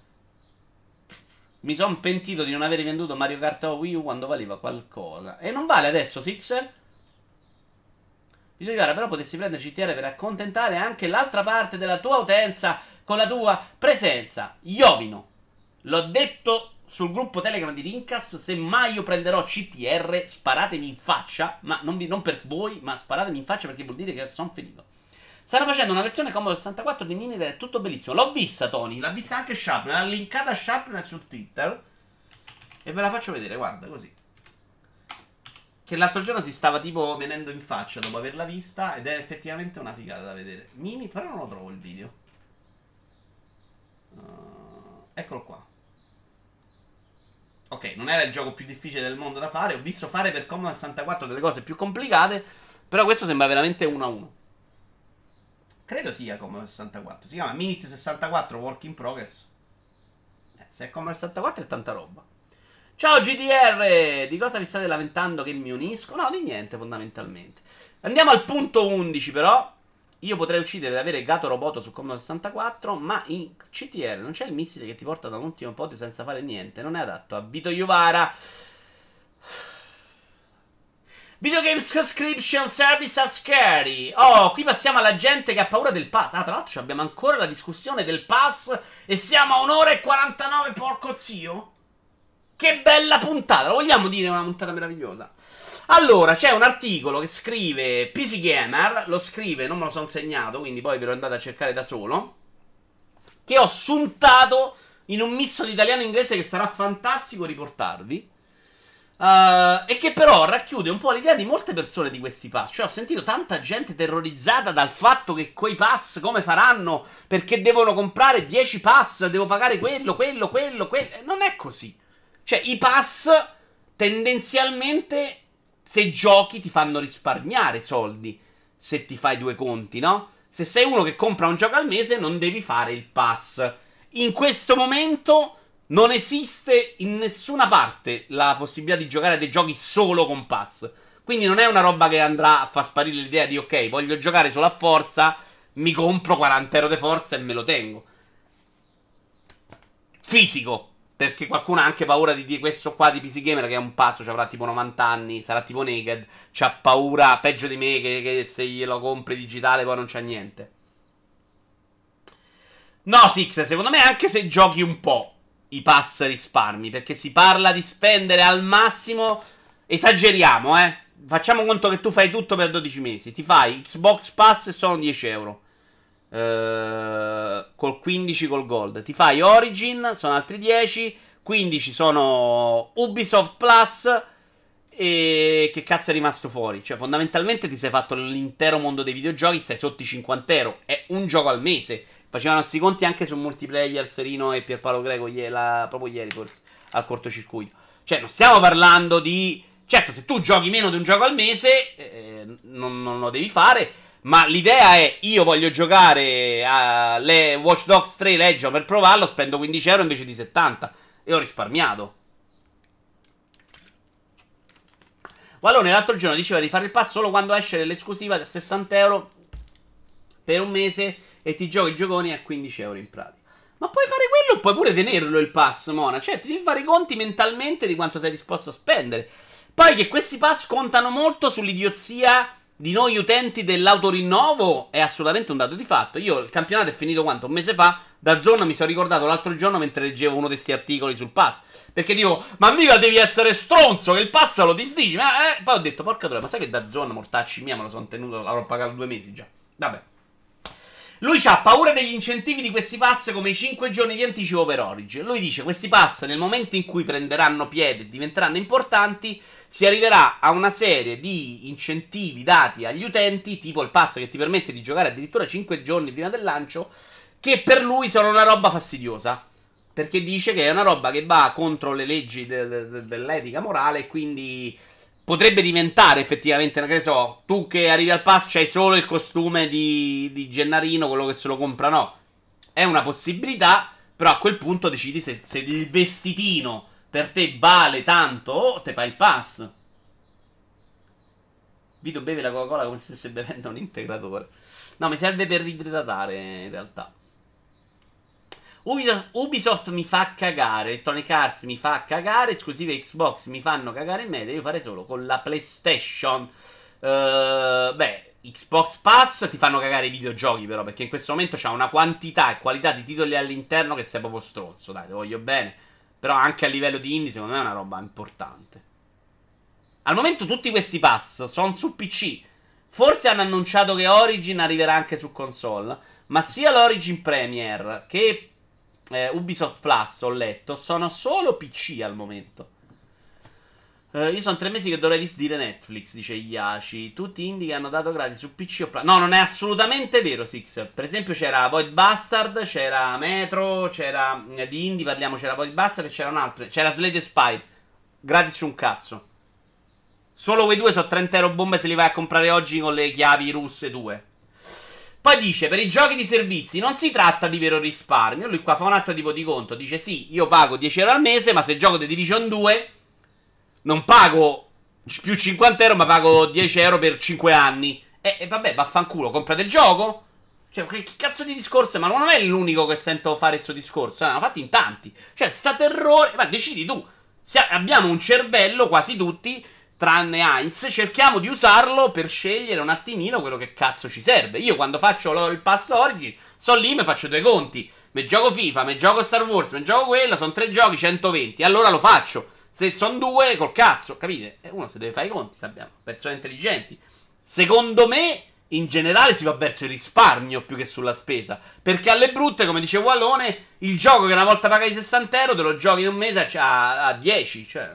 Mi sono pentito di non aver venduto Mario Kart o Wii U quando valeva qualcosa. E non vale adesso, Sixer? Video gara, però potessi prendere C T R per accontentare anche l'altra parte della tua utenza con la tua presenza. Iovino, l'ho detto sul gruppo Telegram di Rincast, se mai io prenderò C T R sparatemi in faccia, ma non, vi, non per voi, ma sparatemi in faccia perché vuol dire che sono finito. Stanno facendo una versione Commodore sessantaquattro di Mini ed è tutto bellissimo. L'ho vista, Tony, l'ha vista anche Sharpner, l'ha linkata Sharpner su Twitter e ve la faccio vedere, guarda, così. Che l'altro giorno si stava tipo venendo in faccia dopo averla vista. Ed è effettivamente una figata da vedere. Mini, però non lo trovo il video. uh, Eccolo qua. Ok, non era il gioco più difficile del mondo da fare. Ho visto fare per Commodore sessantaquattro delle cose più complicate. Però questo sembra veramente uno a uno. Credo sia Commodore sessantaquattro. Si chiama Minit sessantaquattro Work in Progress. Se è Commodore sessantaquattro è tanta roba. Ciao G D R, di cosa vi state lamentando che mi unisco? No, di niente fondamentalmente. Andiamo al punto undici però. Io potrei uccidere ed avere Gato Roboto su Commodore sessantaquattro, ma in C T R non c'è il missile che ti porta da un ultimo pote senza fare niente. Non è adatto a Vito Iovara. Video Games Subscription Service are scary. Oh, qui passiamo alla gente che ha paura del pass. Ah, tra l'altro abbiamo ancora la discussione del pass e siamo a un'ora e quarantanove, porco zio. Che bella puntata, lo vogliamo dire una puntata meravigliosa? Allora, c'è un articolo che scrive P C Gamer, lo scrive, non me lo sono segnato, quindi poi ve lo andate a cercare da solo, che ho suntato in un misto di italiano e inglese che sarà fantastico riportarvi. Uh, e che però racchiude un po' l'idea di molte persone di questi pass. Cioè ho sentito tanta gente terrorizzata dal fatto che quei pass come faranno, perché devono comprare dieci pass, devo pagare quello, quello, quello, quello. Non è così. Cioè i pass tendenzialmente, se giochi, ti fanno risparmiare soldi, se ti fai due conti, no? Se sei uno che compra un gioco al mese non devi fare il pass. In questo momento non esiste in nessuna parte la possibilità di giocare a dei giochi solo con pass. Quindi non è una roba che andrà a far sparire l'idea di ok, voglio giocare solo a Forza, mi compro quaranta euro di Forza e me lo tengo. Fisico. Perché qualcuno ha anche paura di, di questo qua di P C Gamer, che è un pazzo, ci avrà tipo novanta anni, sarà tipo Naked, c'ha paura, peggio di me, che, che se glielo compri digitale poi non c'ha niente. No, Six, secondo me anche se giochi un po' i pass risparmi, perché si parla di spendere al massimo, esageriamo, eh. Facciamo conto che tu fai tutto per dodici mesi, ti fai Xbox Pass e sono dieci euro. Uh, col quindici col Gold ti fai Origin, sono altri dieci, quindici sono Ubisoft Plus. E che cazzo è rimasto fuori? Cioè fondamentalmente ti sei fatto l'intero mondo dei videogiochi, stai sotto i cinquanta euro, è un gioco al mese. Facevano sti conti anche su multiplayer Serino e Pierpaolo Greco la, proprio ieri forse al cortocircuito. Cioè non stiamo parlando di... Certo, se tu giochi meno di un gioco al mese eh, non, non lo devi fare. Ma l'idea è, io voglio giocare a le Watch Dogs tre Legion per provarlo, spendo quindici euro invece di settanta. E ho risparmiato. Wallone l'altro giorno diceva di fare il pass solo quando esce l'esclusiva da sessanta euro per un mese e ti giochi i gioconi a quindici euro in pratica. Ma puoi fare quello o puoi pure tenerlo il pass, Mona. Cioè ti devi fare i conti mentalmente di quanto sei disposto a spendere. Poi che questi pass contano molto sull'idiozia di noi utenti dell'autorinnovo è assolutamente un dato di fatto. Io il campionato è finito quanto? Un mese fa. Da Zone mi sono ricordato l'altro giorno mentre leggevo uno di questi articoli sul pass. Perché dico, ma mica devi essere stronzo che il pass lo disdigi. Ma eh? Poi ho detto, porca troia, ma sai che da Zone, mortacci mia, me lo sono tenuto, l'avrò pagato due mesi già. Vabbè. Lui ha paura degli incentivi di questi pass come i cinque giorni di anticipo per Origin. Lui dice, questi pass nel momento in cui prenderanno piede e diventeranno importanti, si arriverà a una serie di incentivi dati agli utenti, tipo il pass che ti permette di giocare addirittura cinque giorni prima del lancio, che per lui sono una roba fastidiosa. Perché dice che è una roba che va contro le leggi de- de- dell'etica morale e quindi potrebbe diventare effettivamente, che ne so, tu che arrivi al pass c'hai solo il costume di, di Gennarino, quello che se lo compra no. È una possibilità, però a quel punto decidi se, se il vestitino per te vale tanto o te fai il pass. Vito beve la Coca-Cola come se stesse bevendo un integratore. No, mi serve per ridratare in realtà. Ubisoft, Ubisoft mi fa cagare, Electronic Arts mi fa cagare, esclusive Xbox mi fanno cagare in media, io farei solo con la PlayStation. Uh, beh, Xbox Pass ti fanno cagare i videogiochi però, perché in questo momento c'ha una quantità e qualità di titoli all'interno che sei proprio stronzo, dai, te voglio bene. Però anche a livello di indie secondo me è una roba importante. Al momento tutti questi pass sono su P C. Forse hanno annunciato che Origin arriverà anche su console, ma sia l'Origin Premier che eh, Ubisoft Plus, ho letto, sono solo P C al momento. Uh, io sono tre mesi che dovrei disdire Netflix, dice Iaci. Tutti indie che hanno dato gratis su P C o Plus. No, non è assolutamente vero, Six. Per esempio c'era Void Bastard, c'era Metro, c'era eh, di indie parliamo, c'era Void Bastard e c'era un altro. C'era Slade Spire. Gratis un cazzo. Solo quei due sono trenta euro bombe se li vai a comprare oggi con le chiavi russe due. Poi dice, per i giochi di servizi non si tratta di vero risparmio. Lui qua fa un altro tipo di conto. Dice, sì, io pago dieci euro al mese, ma se gioco The Division due non pago più cinquanta euro, ma pago dieci euro per cinque anni. E, e vabbè, vaffanculo, comprate il gioco? Cioè, che, che cazzo di discorso? Ma non è l'unico che sento fare il suo discorso. Ne hanno fatti in tanti. Cioè, sta terrore. Ma decidi tu. Se abbiamo un cervello, quasi tutti, tranne Heinz, cerchiamo di usarlo per scegliere un attimino quello che cazzo ci serve. Io quando faccio lo, il pass Origin, sto lì, mi faccio due conti. Mi gioco FIFA, mi gioco Star Wars, mi gioco quello, sono tre giochi, centoventi. Allora lo faccio. Se sono due, col cazzo, capite? E uno se deve fare i conti, sappiamo. Persone intelligenti. Secondo me, in generale, si va verso il risparmio più che sulla spesa. Perché alle brutte, come dice Wallone, il gioco che una volta pagavi sessanta euro, te lo giochi in un mese a, a dieci. Cioè.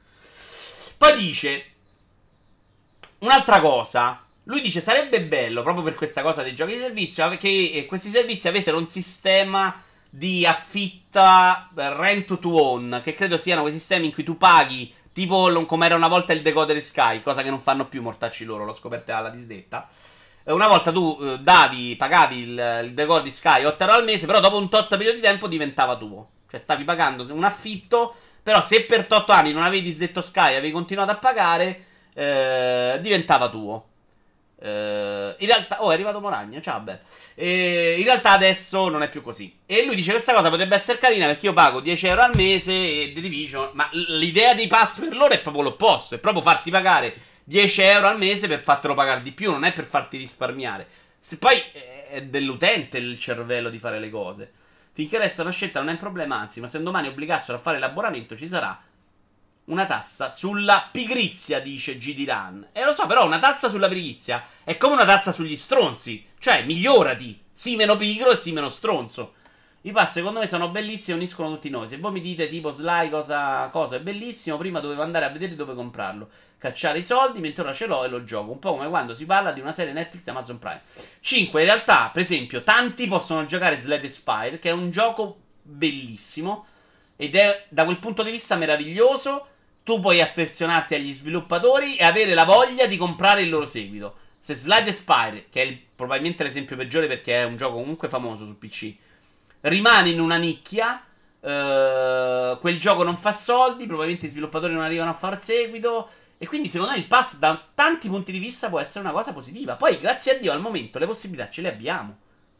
Poi dice un'altra cosa. Lui dice sarebbe bello, proprio per questa cosa dei giochi di servizio, che questi servizi avessero un sistema di affitta rent to own, che credo siano quei sistemi in cui tu paghi, tipo come era una volta il decoder Sky, cosa che non fanno più, mortacci loro, l'ho scoperta alla disdetta. Una volta tu eh, davi, pagavi il, il decoder di Sky otto euro al mese, però dopo un tot periodo di tempo diventava tuo. Cioè stavi pagando un affitto, però se per otto anni non avevi disdetto Sky, avevi continuato a pagare, eh, diventava tuo. Uh, in realtà, oh, è arrivato Moragno. Ciao, beh. E in realtà adesso non è più così. E lui dice: questa cosa potrebbe essere carina perché io pago dieci euro al mese e The Division. Ma l'idea dei pass per loro è proprio l'opposto: è proprio farti pagare dieci euro al mese per fartelo pagare di più, non è per farti risparmiare. Se poi è dell'utente il cervello di fare le cose. Finché resta una scelta, non è un problema. Anzi, ma se un domani obbligassero a fare l'abbonamento, ci sarà una tassa sulla pigrizia, dice G D Run. E lo so, però una tassa sulla pigrizia è come una tassa sugli stronzi. Cioè, migliorati. Sii meno pigro e sii meno stronzo. I pass secondo me sono bellissimi e uniscono tutti noi. Se voi mi dite tipo Sly cosa, cosa è bellissimo, prima dovevo andare a vedere dove comprarlo, cacciare i soldi, mentre ora ce l'ho e lo gioco. Un po' come quando si parla di una serie Netflix e Amazon Prime. cinque. In realtà, per esempio, tanti possono giocare Slade Spire, che è un gioco bellissimo ed è da quel punto di vista meraviglioso. Tu puoi affezionarti agli sviluppatori e avere la voglia di comprare il loro seguito. Se Slide Spire, che è il, probabilmente l'esempio peggiore perché è un gioco comunque famoso su P C, rimane in una nicchia, eh, quel gioco non fa soldi, probabilmente gli sviluppatori non arrivano a far seguito, e quindi secondo me il pass da tanti punti di vista può essere una cosa positiva. Poi grazie a Dio al momento le possibilità ce le abbiamo.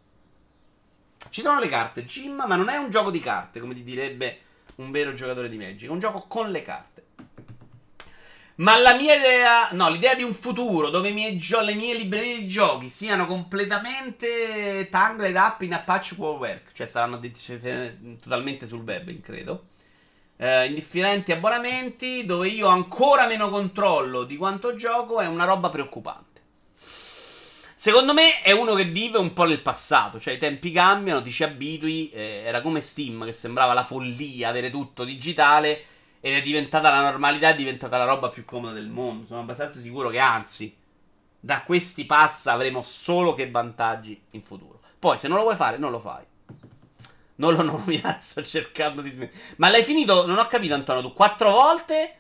Ci sono le carte Jim, ma non è un gioco di carte come ti direbbe un vero giocatore di Magic, è un gioco con le carte. Ma la mia idea, no, l'idea di un futuro dove i miei gio- le mie librerie di giochi siano completamente tangled up in Apache Work, cioè saranno de- cioè, totalmente sul web, credo. Eh, indifferenti abbonamenti dove io ho ancora meno controllo di quanto gioco, è una roba preoccupante. Secondo me è uno che vive un po' nel passato, cioè i tempi cambiano, ti ci abitui, eh, era come Steam che sembrava la follia avere tutto digitale ed è diventata la normalità, è diventata la roba più comoda del mondo. Sono abbastanza sicuro che anzi, da questi pass avremo solo che vantaggi in futuro. Poi se non lo vuoi fare, non lo fai. Non lo nominare, sto cercando di smettere. Ma l'hai finito, non ho capito Antonio, tu quattro volte?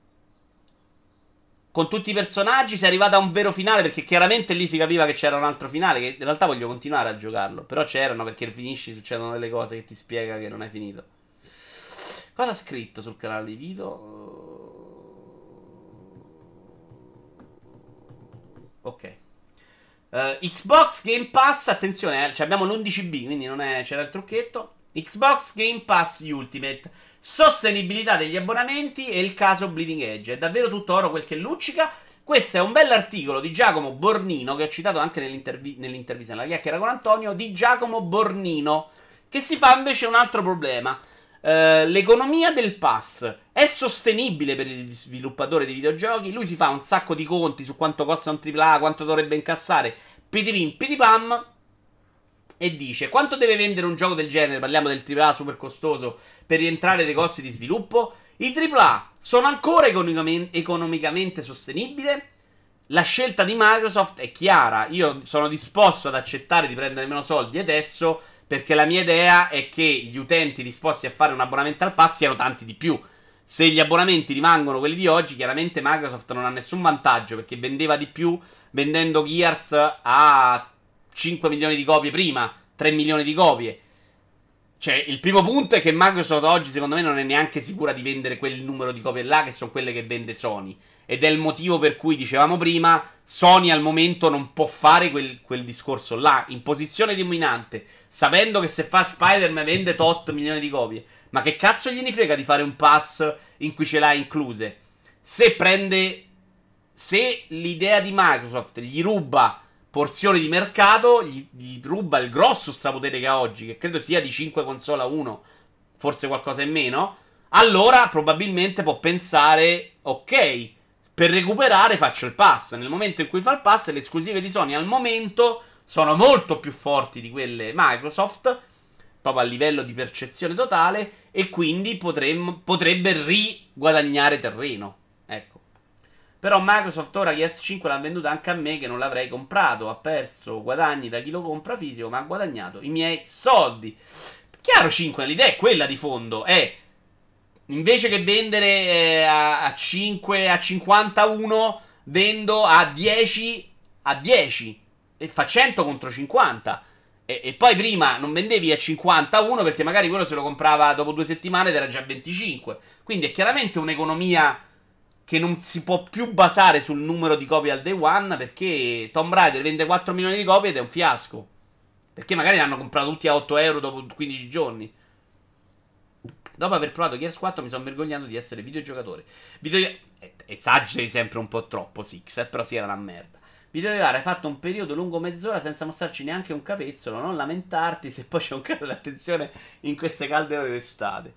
Con tutti i personaggi sei arrivato a un vero finale, perché chiaramente lì si capiva che c'era un altro finale, che in realtà voglio continuare a giocarlo, però c'erano, perché finisci, succedono delle cose che ti spiega che non hai finito. Cosa ha scritto sul canale di Vito? Ok. uh, Xbox Game Pass, attenzione, eh, abbiamo l'undici B, quindi non è, c'era il trucchetto. Xbox Game Pass Ultimate, sostenibilità degli abbonamenti e il caso Bleeding Edge. È davvero tutto oro quel che luccica? Questo è un bell'articolo di Giacomo Bornino, che ho citato anche nell'intervi- nell'intervista, nella chiacchiera con Antonio, di Giacomo Bornino, che si fa invece un altro problema. Uh, l'economia del pass è sostenibile per gli sviluppatori di videogiochi? Lui si fa un sacco di conti su quanto costa un tripla A, quanto dovrebbe incassare, pitipim, pitipam, e dice: quanto deve vendere un gioco del genere, parliamo del tripla A super costoso, per rientrare dei costi di sviluppo? I tripla A sono ancora economicamente, economicamente sostenibili? La scelta di Microsoft è chiara. Io sono disposto ad accettare di prendere meno soldi adesso, perché la mia idea è che gli utenti disposti a fare un abbonamento al pass siano tanti di più. Se gli abbonamenti rimangono quelli di oggi, chiaramente Microsoft non ha nessun vantaggio, perché vendeva di più vendendo Gears a cinque milioni di copie prima, tre milioni di copie. Cioè, il primo punto è che Microsoft oggi, secondo me, non è neanche sicura di vendere quel numero di copie là, che sono quelle che vende Sony. Ed è il motivo per cui, dicevamo prima, Sony al momento non può fare quel, quel discorso là, in posizione dominante, sapendo che se fa Spider-Man vende tot milioni di copie. Ma che cazzo gliene frega di fare un pass in cui ce l'ha incluse? Se prende... Se l'idea di Microsoft gli ruba porzioni di mercato, gli, gli ruba il grosso strapotere che ha oggi, che credo sia di cinque console a uno, forse qualcosa in meno, allora probabilmente può pensare, ok, per recuperare faccio il pass. Nel momento in cui fa il pass, le esclusive di Sony al momento sono molto più forti di quelle Microsoft, proprio a livello di percezione totale, e quindi potremmo, potrebbe riguadagnare terreno. Ecco. Però Microsoft ora Gears cinque l'ha venduta anche a me che non l'avrei comprato. Ha perso guadagni da chi lo compra fisico, ma ha guadagnato i miei soldi. Chiaro, cinque, l'idea è quella di fondo. È, invece che vendere eh, a, a cinque, a cinquantuno, vendo a dieci, a dieci. E fa cento contro cinquanta. E, e poi prima non vendevi a cinquantuno perché magari quello se lo comprava dopo due settimane ed era già venticinque. Quindi è chiaramente un'economia che non si può più basare sul numero di copie al day one, perché Tomb Raider vende quattro milioni di copie ed è un fiasco. Perché magari l'hanno comprato tutti a otto euro dopo quindici giorni. Dopo aver provato Gears quattro mi sono vergognato di essere videogiocatore. Video... Esageri sempre un po' troppo, Six, eh, però sì, era una merda. Videolevare hai fatto un periodo lungo mezz'ora senza mostrarci neanche un capezzolo. Non lamentarti se poi c'è un calo d'attenzione in queste calde ore d'estate.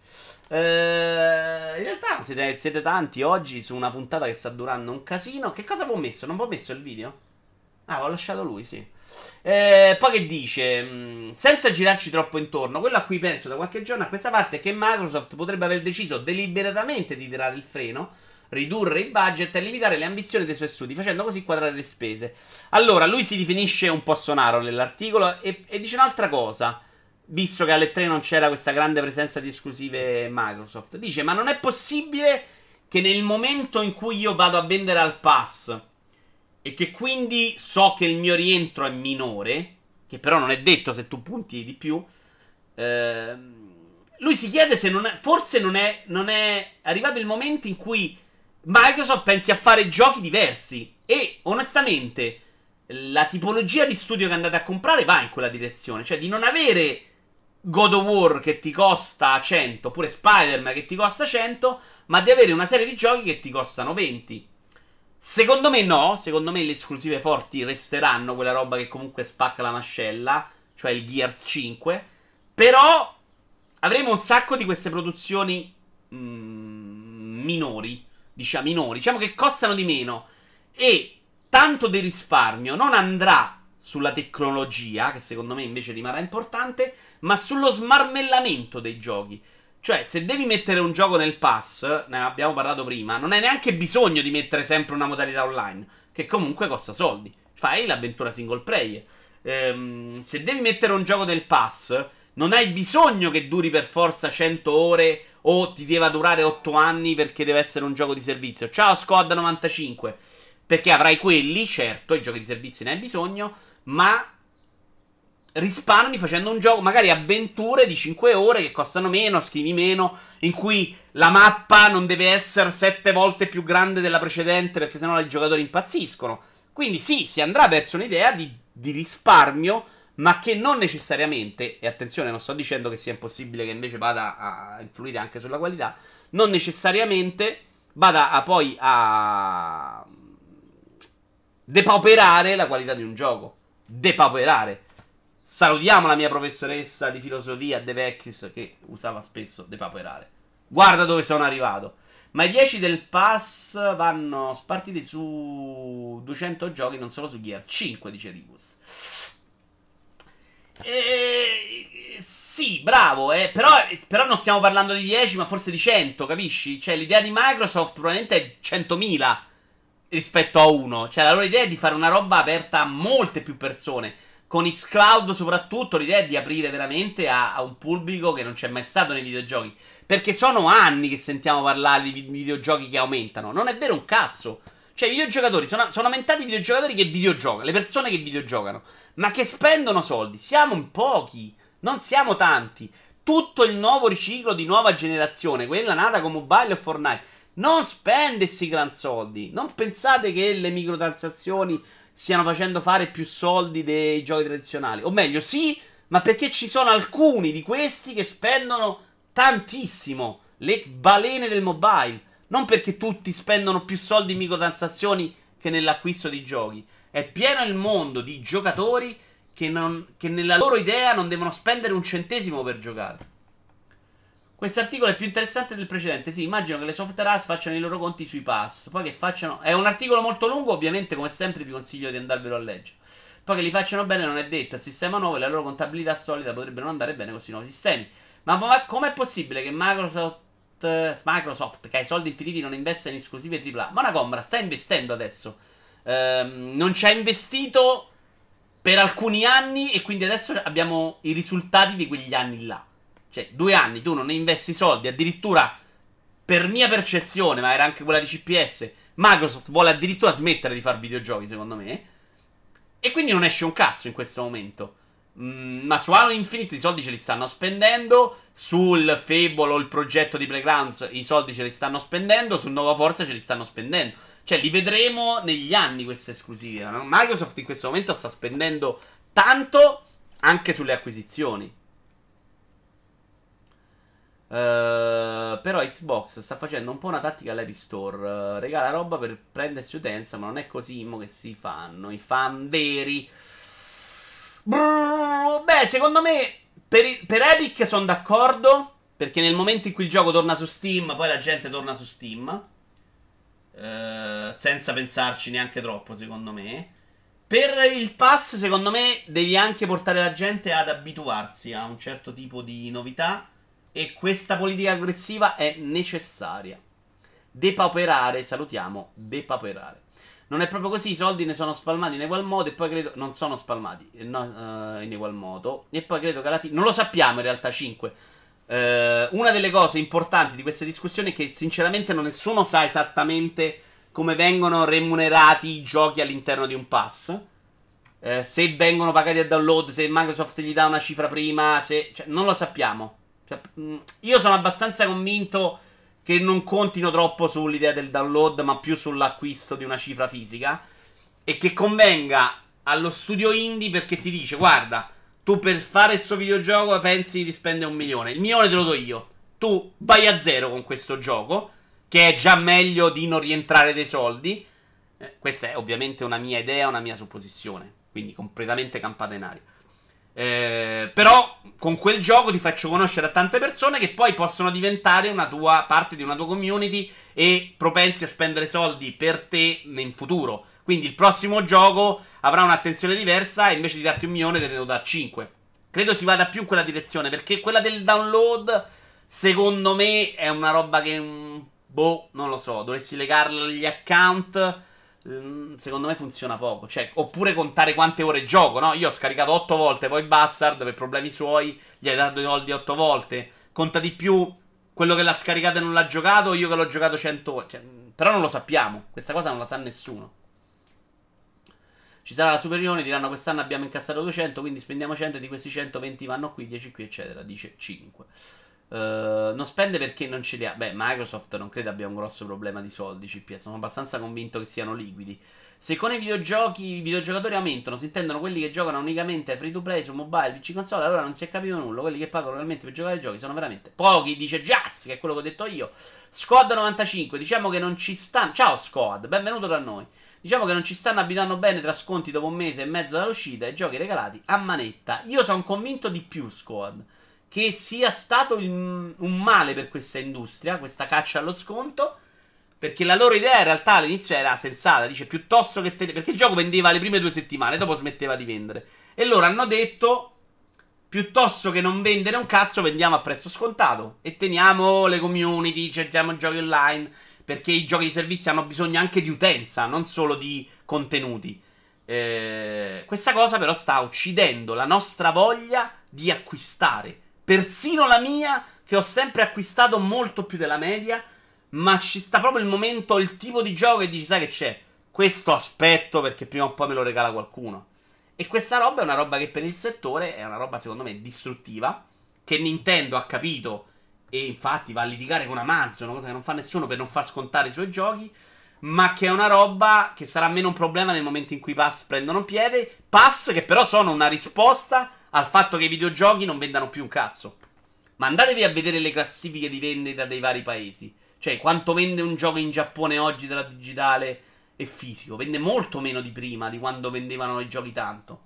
Eh, in realtà siete, siete tanti oggi su una puntata che sta durando un casino. Che cosa avevo messo? Non avevo messo il video? Ah, ho lasciato lui, sì. Eh, poi che dice, mh, senza girarci troppo intorno, quello a cui penso da qualche giorno a questa parte è che Microsoft potrebbe aver deciso deliberatamente di tirare il freno, ridurre il budget e limitare le ambizioni dei suoi studi, facendo così quadrare le spese. Allora, lui si definisce un po' sonaro nell'articolo e, e dice un'altra cosa, visto che alle tre non c'era questa grande presenza di esclusive Microsoft. Dice, ma non è possibile che nel momento in cui io vado a vendere al pass e che quindi so che il mio rientro è minore, che però non è detto se tu punti di più, ehm, lui si chiede se non è, forse non è, non è arrivato il momento in cui Microsoft pensi a fare giochi diversi. E onestamente la tipologia di studio che andate a comprare va in quella direzione, cioè di non avere God of War che ti costa cento, oppure Spider-Man che ti costa cento, ma di avere una serie di giochi che ti costano venti. Secondo me no, secondo me le esclusive forti resteranno quella roba che comunque spacca la mascella, cioè il Gears cinque, però avremo un sacco di queste produzioni mm, minori, diciamo minori, diciamo che costano di meno, e tanto del risparmio non andrà sulla tecnologia, che secondo me invece rimarrà importante, ma sullo smarmellamento dei giochi. Cioè, se devi mettere un gioco nel pass, ne abbiamo parlato prima, non hai neanche bisogno di mettere sempre una modalità online, che comunque costa soldi. Fai l'avventura single player. Ehm, se devi mettere un gioco nel pass, non hai bisogno che duri per forza cento ore o ti deve durare otto anni perché deve essere un gioco di servizio. Ciao Squad novantacinque. Perché avrai quelli, certo, i giochi di servizio ne hai bisogno, ma risparmi facendo un gioco, magari avventure di cinque ore che costano meno, scrivi meno, in cui la mappa non deve essere sette volte più grande della precedente perché sennò i giocatori impazziscono. Quindi sì, si andrà verso un'idea di, di risparmio, ma che non necessariamente, e attenzione, non sto dicendo che sia impossibile che invece vada a influire anche sulla qualità, non necessariamente vada a poi a depauperare la qualità di un gioco. Depauperare. Salutiamo la mia professoressa di filosofia De Vecchis che usava spesso depauperare. Guarda dove sono arrivato. Ma i dieci del pass vanno spartiti su duecento giochi, non solo su Gear. cinque, dice Ribus. Eh, sì, bravo, eh, però, però non stiamo parlando di dieci, ma forse di cento, capisci? Cioè, l'idea di Microsoft probabilmente è centomila rispetto a uno. Cioè, la loro idea è di fare una roba aperta a molte più persone. Con xCloud soprattutto l'idea è di aprire veramente a, a un pubblico che non c'è mai stato nei videogiochi. Perché sono anni che sentiamo parlare di videogiochi che aumentano. Non è vero un cazzo. Cioè, i videogiocatori sono, sono aumentati i videogiocatori che videogiocano, le persone che videogiocano, ma che spendono soldi. Siamo in pochi, non siamo tanti. Tutto il nuovo riciclo di nuova generazione, quella nata con mobile e Fortnite, non spende sti gran soldi. Non pensate che le microtransazioni stiano facendo fare più soldi dei giochi tradizionali. O meglio, sì, ma perché ci sono alcuni di questi che spendono tantissimo. Le balene del mobile. Non perché tutti spendono più soldi in microtransazioni che nell'acquisto di giochi. È pieno il mondo di giocatori che, non, che nella loro idea non devono spendere un centesimo per giocare. Questo articolo è più interessante del precedente. Sì, immagino che le software house facciano i loro conti sui pass. Poi che facciano... È un articolo molto lungo, ovviamente, come sempre vi consiglio di andarvelo a leggere. Poi che li facciano bene non è detto. Il sistema nuovo e la loro contabilità solida potrebbero non andare bene con questi nuovi sistemi. Ma, ma com'è possibile che Microsoft... Microsoft, che ha i soldi infiniti, non investe in esclusive tripla A? Ma una Combra sta investendo adesso. Ehm, non ci ha investito per alcuni anni e quindi adesso abbiamo i risultati di quegli anni là. Cioè, due anni tu non investi soldi, addirittura per mia percezione, ma era anche quella di C P S, Microsoft vuole addirittura smettere di fare videogiochi, secondo me. E quindi non esce un cazzo in questo momento. Mm, ma su Halo Infinite i soldi ce li stanno spendendo. Sul Fable o il progetto di Playgrounds i soldi ce li stanno spendendo. Sul Nuova Forza ce li stanno spendendo. Cioè li vedremo negli anni queste esclusive, no? Microsoft in questo momento sta spendendo tanto anche sulle acquisizioni. Uh, però Xbox sta facendo un po' una tattica all'App Store. Uh, regala roba per prendersi utenza, ma non è così mo che si fanno i fan veri. Brrr, beh, secondo me per, per Epic sono d'accordo, perché nel momento in cui il gioco torna su Steam, poi la gente torna su Steam, uh, senza pensarci neanche troppo, secondo me. Per il pass, secondo me, devi anche portare la gente ad abituarsi a un certo tipo di novità. E questa politica aggressiva è necessaria. Depauperare, salutiamo, depauperare. Non è proprio così, i soldi ne sono spalmati in egual modo e poi credo... Non sono spalmati no, uh, in egual modo. E poi credo che alla fine... Non lo sappiamo in realtà, cinque. Uh, una delle cose importanti di queste discussioni è che sinceramente non nessuno sa esattamente come vengono remunerati i giochi all'interno di un pass. Uh, se vengono pagati a download, se Microsoft gli dà una cifra prima, se... Cioè, non lo sappiamo. Cioè, io sono abbastanza convinto che non contino troppo sull'idea del download, ma più sull'acquisto di una cifra fisica. E che convenga allo studio indie perché ti dice: guarda, tu per fare questo videogioco pensi di spendere un milione. Il milione te lo do io. Tu vai a zero con questo gioco, che è già meglio di non rientrare dei soldi. Eh, questa è ovviamente una mia idea, una mia supposizione. Quindi completamente campata in aria. Eh, però con quel gioco ti faccio conoscere a tante persone che poi possono diventare una tua parte di una tua community e propensi a spendere soldi per te in futuro. Quindi il prossimo gioco avrà un'attenzione diversa e invece di darti un milione te ne do cinque. Credo si vada più in quella direzione, perché quella del download secondo me è una roba che boh, non lo so, dovresti legarla agli account. Secondo me funziona poco. Cioè, oppure contare quante ore gioco, no? Io ho scaricato otto volte, poi Bastard per problemi suoi gli hai dato i soldi otto volte. Conta di più quello che l'ha scaricato e non l'ha giocato, o io che l'ho giocato cento volte. Cioè, però non lo sappiamo. Questa cosa non la sa nessuno. Ci sarà la superiore, diranno quest'anno abbiamo incassato duecento, quindi spendiamo cento e di questi cento venti vanno qui, dieci qui, eccetera. Dice cinque. Uh, non spende perché non ce li ha. Beh, Microsoft non credo abbia un grosso problema di soldi. C P S, sono abbastanza convinto che siano liquidi. Se con i videogiochi i videogiocatori aumentano, si intendono quelli che giocano unicamente free to play su mobile, P C console, allora non si è capito nulla. Quelli che pagano realmente per giocare ai giochi sono veramente pochi, dice Just, che è quello che ho detto io. Squad novantacinque, diciamo che non ci stanno. Ciao Squad, benvenuto da noi. Diciamo che non ci stanno abituando bene tra sconti dopo un mese e mezzo dall'uscita e giochi regalati a manetta. Io sono convinto di più, Squad, che sia stato il, un male per questa industria, questa caccia allo sconto, perché la loro idea in realtà all'inizio era sensata, dice piuttosto che te... perché il gioco vendeva le prime due settimane, dopo smetteva di vendere, e loro hanno detto piuttosto che non vendere un cazzo vendiamo a prezzo scontato e teniamo le community, cerchiamo giochi online, perché i giochi di servizio hanno bisogno anche di utenza, non solo di contenuti. Eh, questa cosa però sta uccidendo la nostra voglia di acquistare. Persino la mia, che ho sempre acquistato molto più della media, ma ci sta proprio il momento, il tipo di gioco che dici, sai che c'è? questo aspetto perché prima o poi me lo regala qualcuno. E questa roba è una roba che per il settore è una roba secondo me distruttiva, che Nintendo ha capito e infatti va a litigare con Amazon, una cosa che non fa nessuno per non far scontare i suoi giochi, ma che è una roba che sarà meno un problema nel momento in cui i pass prendono piede. Pass che però sono una risposta al fatto che i videogiochi non vendano più un cazzo. Ma andatevi a vedere le classifiche di vendita dei vari paesi. Cioè, quanto vende un gioco in Giappone oggi della digitale e fisico? Vende molto meno di prima, di quando vendevano i giochi tanto.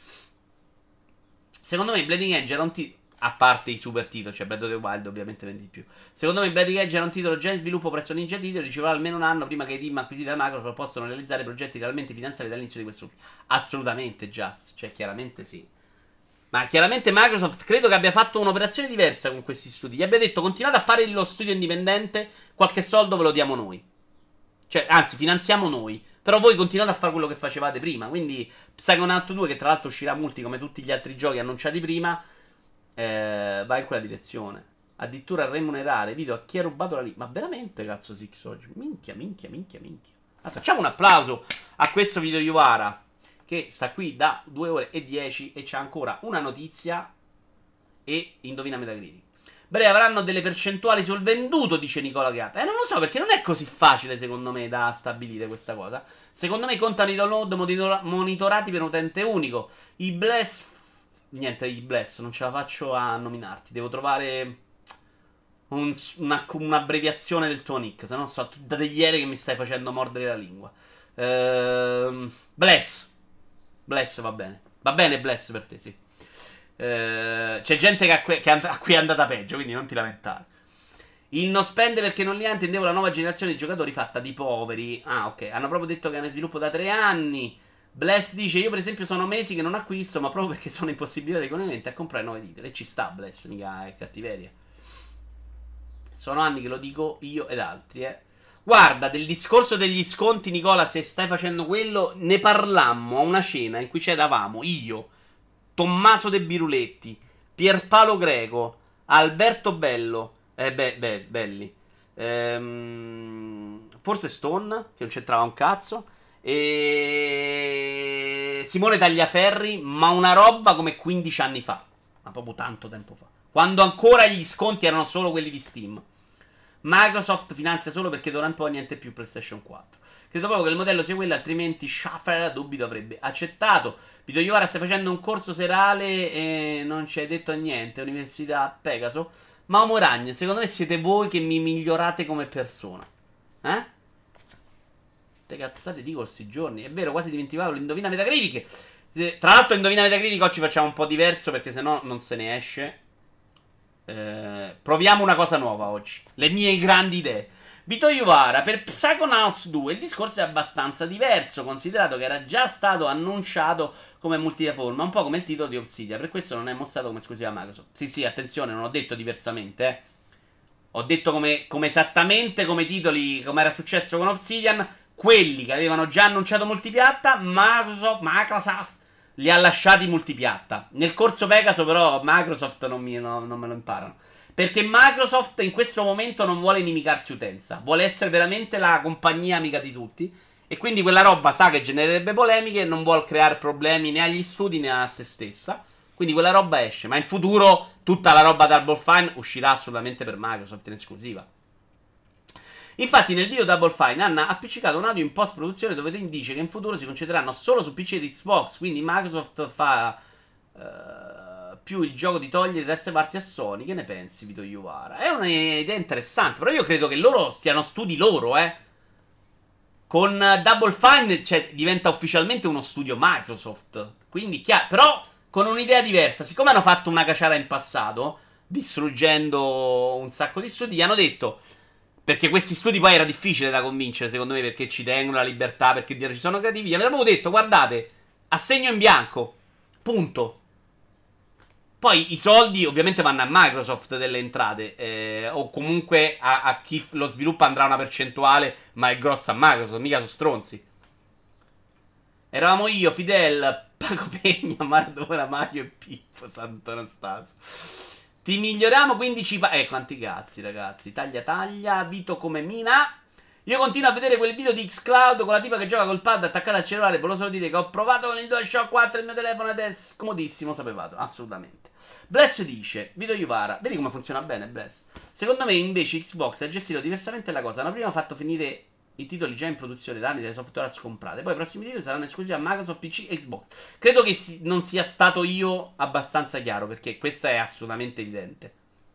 Secondo me Bleeding Edge era un titolo, a parte i super titoli, cioè Breath of the Wild ovviamente vende di più. Secondo me Bleeding Edge era un titolo già in sviluppo presso Ninja Theory, riceverà almeno un anno prima che i team acquisiti da Microsoft possano realizzare progetti realmente finanziari dall'inizio di questo. Assolutamente, Just, cioè chiaramente sì. Ma chiaramente Microsoft credo che abbia fatto un'operazione diversa con questi studi. Gli abbia detto continuate a fare lo studio indipendente, qualche soldo ve lo diamo noi. Cioè, anzi, finanziamo noi. Però voi continuate a fare quello che facevate prima. Quindi Psychonauts due, che tra l'altro uscirà multi come tutti gli altri giochi annunciati prima, eh, va in quella direzione. Addirittura remunerare video a chi ha rubato la lì. Ma veramente, cazzo, Six oggi? Minchia, minchia, minchia, minchia. Ah, facciamo un applauso a questo video Yuvara, che sta qui da due ore e dieci e c'ha ancora una notizia e indovina Metacritic. Breve, avranno delle percentuali sul venduto, dice Nicola Chiappa. Eh, non lo so, perché non è così facile, secondo me, da stabilire questa cosa. Secondo me contano i download monitor- monitorati per un utente unico. I Bless... Niente, i Bless, non ce la faccio a nominarti. Devo trovare un, una, un'abbreviazione del tuo nick. Se no so da ieri che mi stai facendo mordere la lingua. Ehm... Bless. Bless va bene. Va bene Bless per te, sì. Eh, c'è gente che a, que- che a cui è andata peggio, quindi non ti lamentare. Il non spende perché non li ha, intendevo la nuova generazione di giocatori fatta di poveri. Ah, ok. Hanno proprio detto che è in sviluppo da tre anni. Bless dice, io per esempio sono mesi che non acquisto, ma proprio perché sono impossibilitato economicamente a comprare nuove titoli. E ci sta Bless, mica è cattiveria. Sono anni che lo dico io ed altri, eh. Guarda, del discorso degli sconti, Nicola, se stai facendo quello, ne parlammo a una cena in cui c'eravamo io, Tommaso De Biruletti, Pierpaolo Greco, Alberto Bello, eh, be- be- Belli, ehm, forse Stone, che non c'entrava un cazzo, e Simone Tagliaferri, ma una roba come quindici anni fa, ma proprio tanto tempo fa, quando ancora gli sconti erano solo quelli di Steam. Microsoft finanzia solo perché d'ora in poi niente più PlayStation quattro. Credo proprio che il modello sia quello, altrimenti Schaffer dubito avrebbe accettato. Vito Iovara, stai facendo un corso serale e non ci hai detto niente. Università Pegaso. Maumo Ragno, secondo me siete voi che mi migliorate come persona. Eh? Te cazzate dico questi giorni. È vero, quasi dimenticavo l'indovina Metacritic. Tra l'altro indovina Metacritic oggi facciamo un po' diverso perché sennò non se ne esce. Eh, proviamo una cosa nuova oggi. Le mie grandi idee. Vito Iuvara, per Psychonauts due il discorso è abbastanza diverso, considerato che era già stato annunciato come multipiattaforma, un po' come il titolo di Obsidian. Per questo non è mostrato come esclusiva Microsoft. Sì, sì, attenzione, non ho detto diversamente, eh. Ho detto come, come esattamente come titoli, come era successo con Obsidian. Quelli che avevano già annunciato multipiatta, Microsoft, Microsoft li ha lasciati multipiatta. Nel corso Pegaso però Microsoft non, mi, no, non me lo imparano. Perché Microsoft in questo momento non vuole inimicarsi utenza. Vuole essere veramente la compagnia amica di tutti. E quindi quella roba sa che genererebbe polemiche. Non vuole creare problemi né agli studi né a se stessa. Quindi quella roba esce. Ma in futuro tutta la roba Double Fine uscirà assolutamente per Microsoft in esclusiva. Infatti nel video Double Fine hanno appiccicato un audio in post produzione dove dice che in futuro si concentreranno solo su P C di Xbox. Quindi Microsoft fa uh, più il gioco di togliere terze parti a Sony. Che ne pensi, Vito Iuvara? È un'idea interessante, però io credo che loro stiano studi loro, eh. Con Double Fine cioè, diventa ufficialmente uno studio Microsoft. Quindi chiaro, però con un'idea diversa. Siccome hanno fatto una caciara in passato, distruggendo un sacco di studi, gli hanno detto... Perché questi studi poi era difficile da convincere, secondo me, perché ci tengono la libertà, perché ci sono creativi. Gli avevamo detto, guardate, assegno in bianco, punto. Poi i soldi ovviamente vanno a Microsoft delle entrate, eh, o comunque a, a chi lo sviluppa andrà una percentuale, ma è grossa a Microsoft, mica sono stronzi. Eravamo io, Fidel, Paco Pegna, Maradona, Mario e Pippo, Sant'Anastasio. Ti miglioriamo quindici pa- Eh, quanti cazzi, ragazzi. Taglia, taglia. Vito come Mina. Io continuo a vedere quel video di xCloud con la tipa che gioca col pad attaccato al cellulare. Volevo solo dire che ho provato con il DualShock quattro il mio telefono ed è comodissimo, sapevate, assolutamente. Bless dice, Vito Iuvara, vedi come funziona bene Bless? Secondo me invece Xbox ha gestito diversamente la cosa. Hanno prima fatto finire i titoli già in produzione da anni delle software comprate, poi i prossimi titoli saranno esclusivi a Microsoft, P C e Xbox. Credo che si- non sia stato io abbastanza chiaro, perché questo è assolutamente evidente.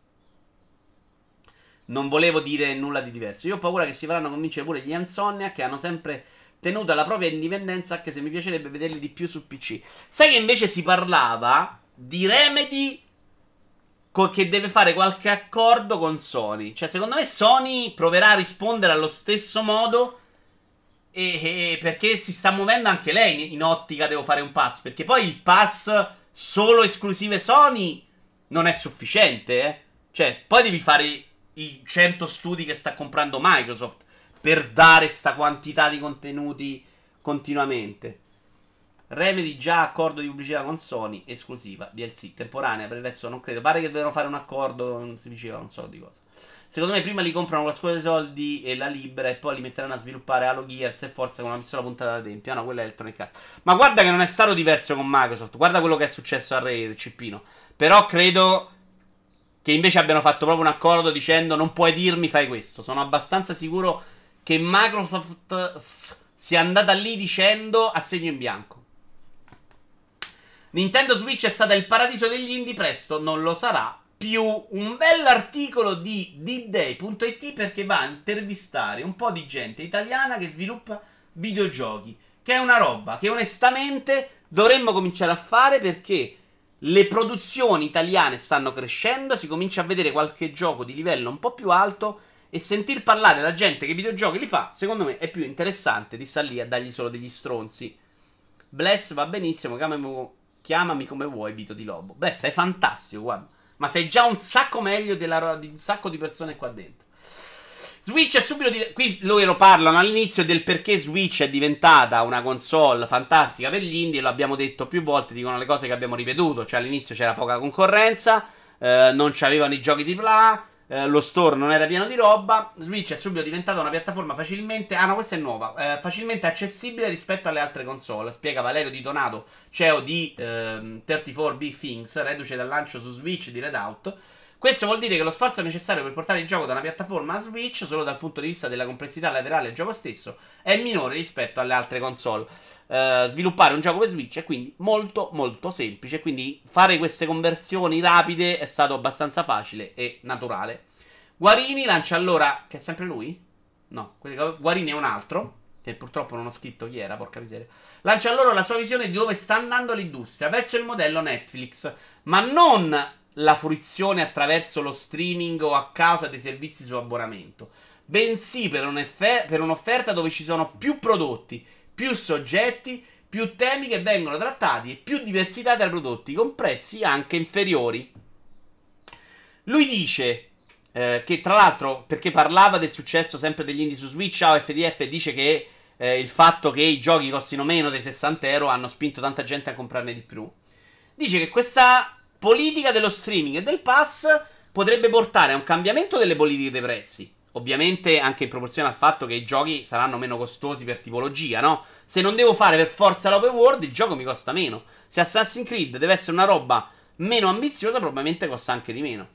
Non volevo dire nulla di diverso. Io ho paura che si faranno convincere pure gli Insomniac, che hanno sempre tenuto alla propria indipendenza, anche se mi piacerebbe vederli di più su P C. Sai che invece si parlava di Remedy co- che deve fare qualche accordo con Sony. Cioè, secondo me Sony proverà a rispondere allo stesso modo. E, e perché si sta muovendo anche lei in ottica devo fare un pass. Perché poi il pass solo esclusive Sony non è sufficiente, eh. Cioè, poi devi fare i cento studi che sta comprando Microsoft per dare sta quantità di contenuti continuamente. Remedy già accordo di pubblicità con Sony, esclusiva, D L C, temporanea, per il resto non credo. Pare che devono fare un accordo, non si diceva, non so di cosa. Secondo me prima li comprano con la scuola dei soldi e la libera e poi li metteranno a sviluppare Halo Gears e forse con una pistola puntata da tempio. Ah no, quella è Electronic Arts. Ma guarda che non è stato diverso con Microsoft, guarda quello che è successo a Ray, Cippino. Però credo che invece abbiano fatto proprio un accordo dicendo non puoi dirmi fai questo. Sono abbastanza sicuro che Microsoft sia andata lì dicendo a segno in bianco. Nintendo Switch è stata il paradiso degli indie, presto non lo sarà più. Un bell'articolo di D day punto it perché va a intervistare un po' di gente italiana che sviluppa videogiochi, che è una roba che onestamente dovremmo cominciare a fare, perché le produzioni italiane stanno crescendo, si comincia a vedere qualche gioco di livello un po' più alto e sentir parlare la gente che videogiochi li fa, secondo me è più interessante di stare lì a dargli solo degli stronzi. Bless va benissimo, chiamami, chiamami come vuoi, Vito di Lobo. Bless, sei fantastico, guarda. Ma sei già un sacco meglio della, di un sacco di persone qua dentro. Switch è subito di... Qui loro parlano all'inizio del perché Switch è diventata una console fantastica per gli indie. Lo abbiamo detto più volte, dicono le cose che abbiamo ripetuto. Cioè all'inizio c'era poca concorrenza, eh, non c'avevano i giochi di tripla A, eh, lo store non era pieno di roba. Switch è subito diventata una piattaforma facilmente... Ah no, questa è nuova. Eh, facilmente accessibile rispetto alle altre console. Spiega Valerio Di Donato, C E O di ehm, trentaquattro B Things, reduce dal lancio su Switch di Redout. Questo vuol dire che lo sforzo necessario per portare il gioco da una piattaforma a Switch, solo dal punto di vista della complessità laterale del gioco stesso, è minore rispetto alle altre console. Uh, sviluppare un gioco per Switch è quindi molto molto semplice, quindi fare queste conversioni rapide è stato abbastanza facile e naturale. Guarini lancia allora... Che è sempre lui? No, Guarini è un altro, che purtroppo non ho scritto chi era, porca miseria. Lancia allora la sua visione di dove sta andando l'industria, verso il modello Netflix, ma non la fruizione attraverso lo streaming o a causa dei servizi su abbonamento, bensì per, un'effe- per un'offerta dove ci sono più prodotti, più soggetti, più temi che vengono trattati e più diversità tra prodotti con prezzi anche inferiori. Lui dice eh, che tra l'altro, perché parlava del successo sempre degli indie su Switch, A O F D F dice che eh, il fatto che i giochi costino meno dei sessanta euro hanno spinto tanta gente a comprarne di più. Dice che questa politica dello streaming e del pass potrebbe portare a un cambiamento delle politiche dei prezzi. Ovviamente anche in proporzione al fatto che i giochi saranno meno costosi per tipologia, no? Se non devo fare per forza l'open world, il gioco mi costa meno. Se Assassin's Creed deve essere una roba meno ambiziosa, probabilmente costa anche di meno.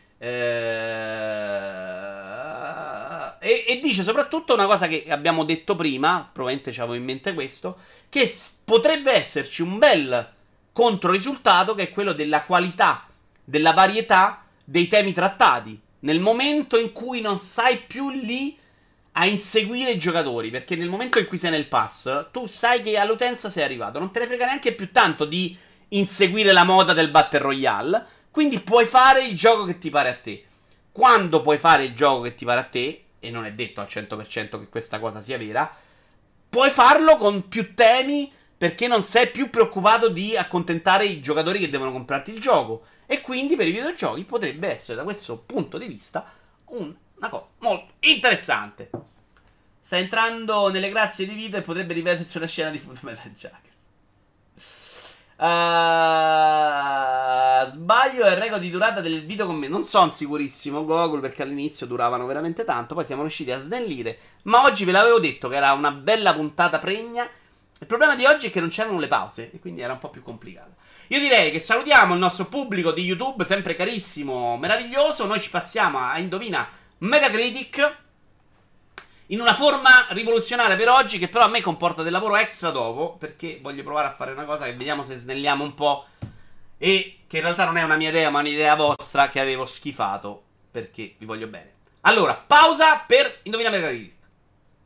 Eh... E, e dice soprattutto una cosa che abbiamo detto prima, probabilmente c'avevo in mente questo, che potrebbe esserci un bel controrisultato, che è quello della qualità, della varietà dei temi trattati, nel momento in cui non stai più lì a inseguire i giocatori, perché nel momento in cui sei nel pass tu sai che all'utenza sei arrivato, non te ne frega neanche più tanto di inseguire la moda del Battle Royale, quindi puoi fare il gioco che ti pare a te. Quando puoi fare il gioco che ti pare a te, e non è detto al cento per cento che questa cosa sia vera, puoi farlo con più temi, perché non sei più preoccupato di accontentare i giocatori che devono comprarti il gioco. E quindi per i videogiochi potrebbe essere, da questo punto di vista, un, una cosa molto interessante. Sta entrando nelle grazie di Vito e potrebbe ripetersi una scena di Fullmetal Jacket. Uh, sbaglio è il record di durata del video con me. Non sono sicurissimo, Google, perché all'inizio duravano veramente tanto. Poi siamo riusciti a snellire. Ma oggi ve l'avevo detto che era una bella puntata pregna. Il problema di oggi è che non c'erano le pause e quindi era un po' più complicato. Io direi che salutiamo il nostro pubblico di YouTube, sempre carissimo, meraviglioso. Noi ci passiamo a Indovina Metacritic in una forma rivoluzionaria per oggi, che però a me comporta del lavoro extra dopo, perché voglio provare a fare una cosa che vediamo se snelliamo un po', e che in realtà non è una mia idea ma un'idea vostra che avevo schifato, perché vi voglio bene. Allora, pausa per Indovina Metacritic.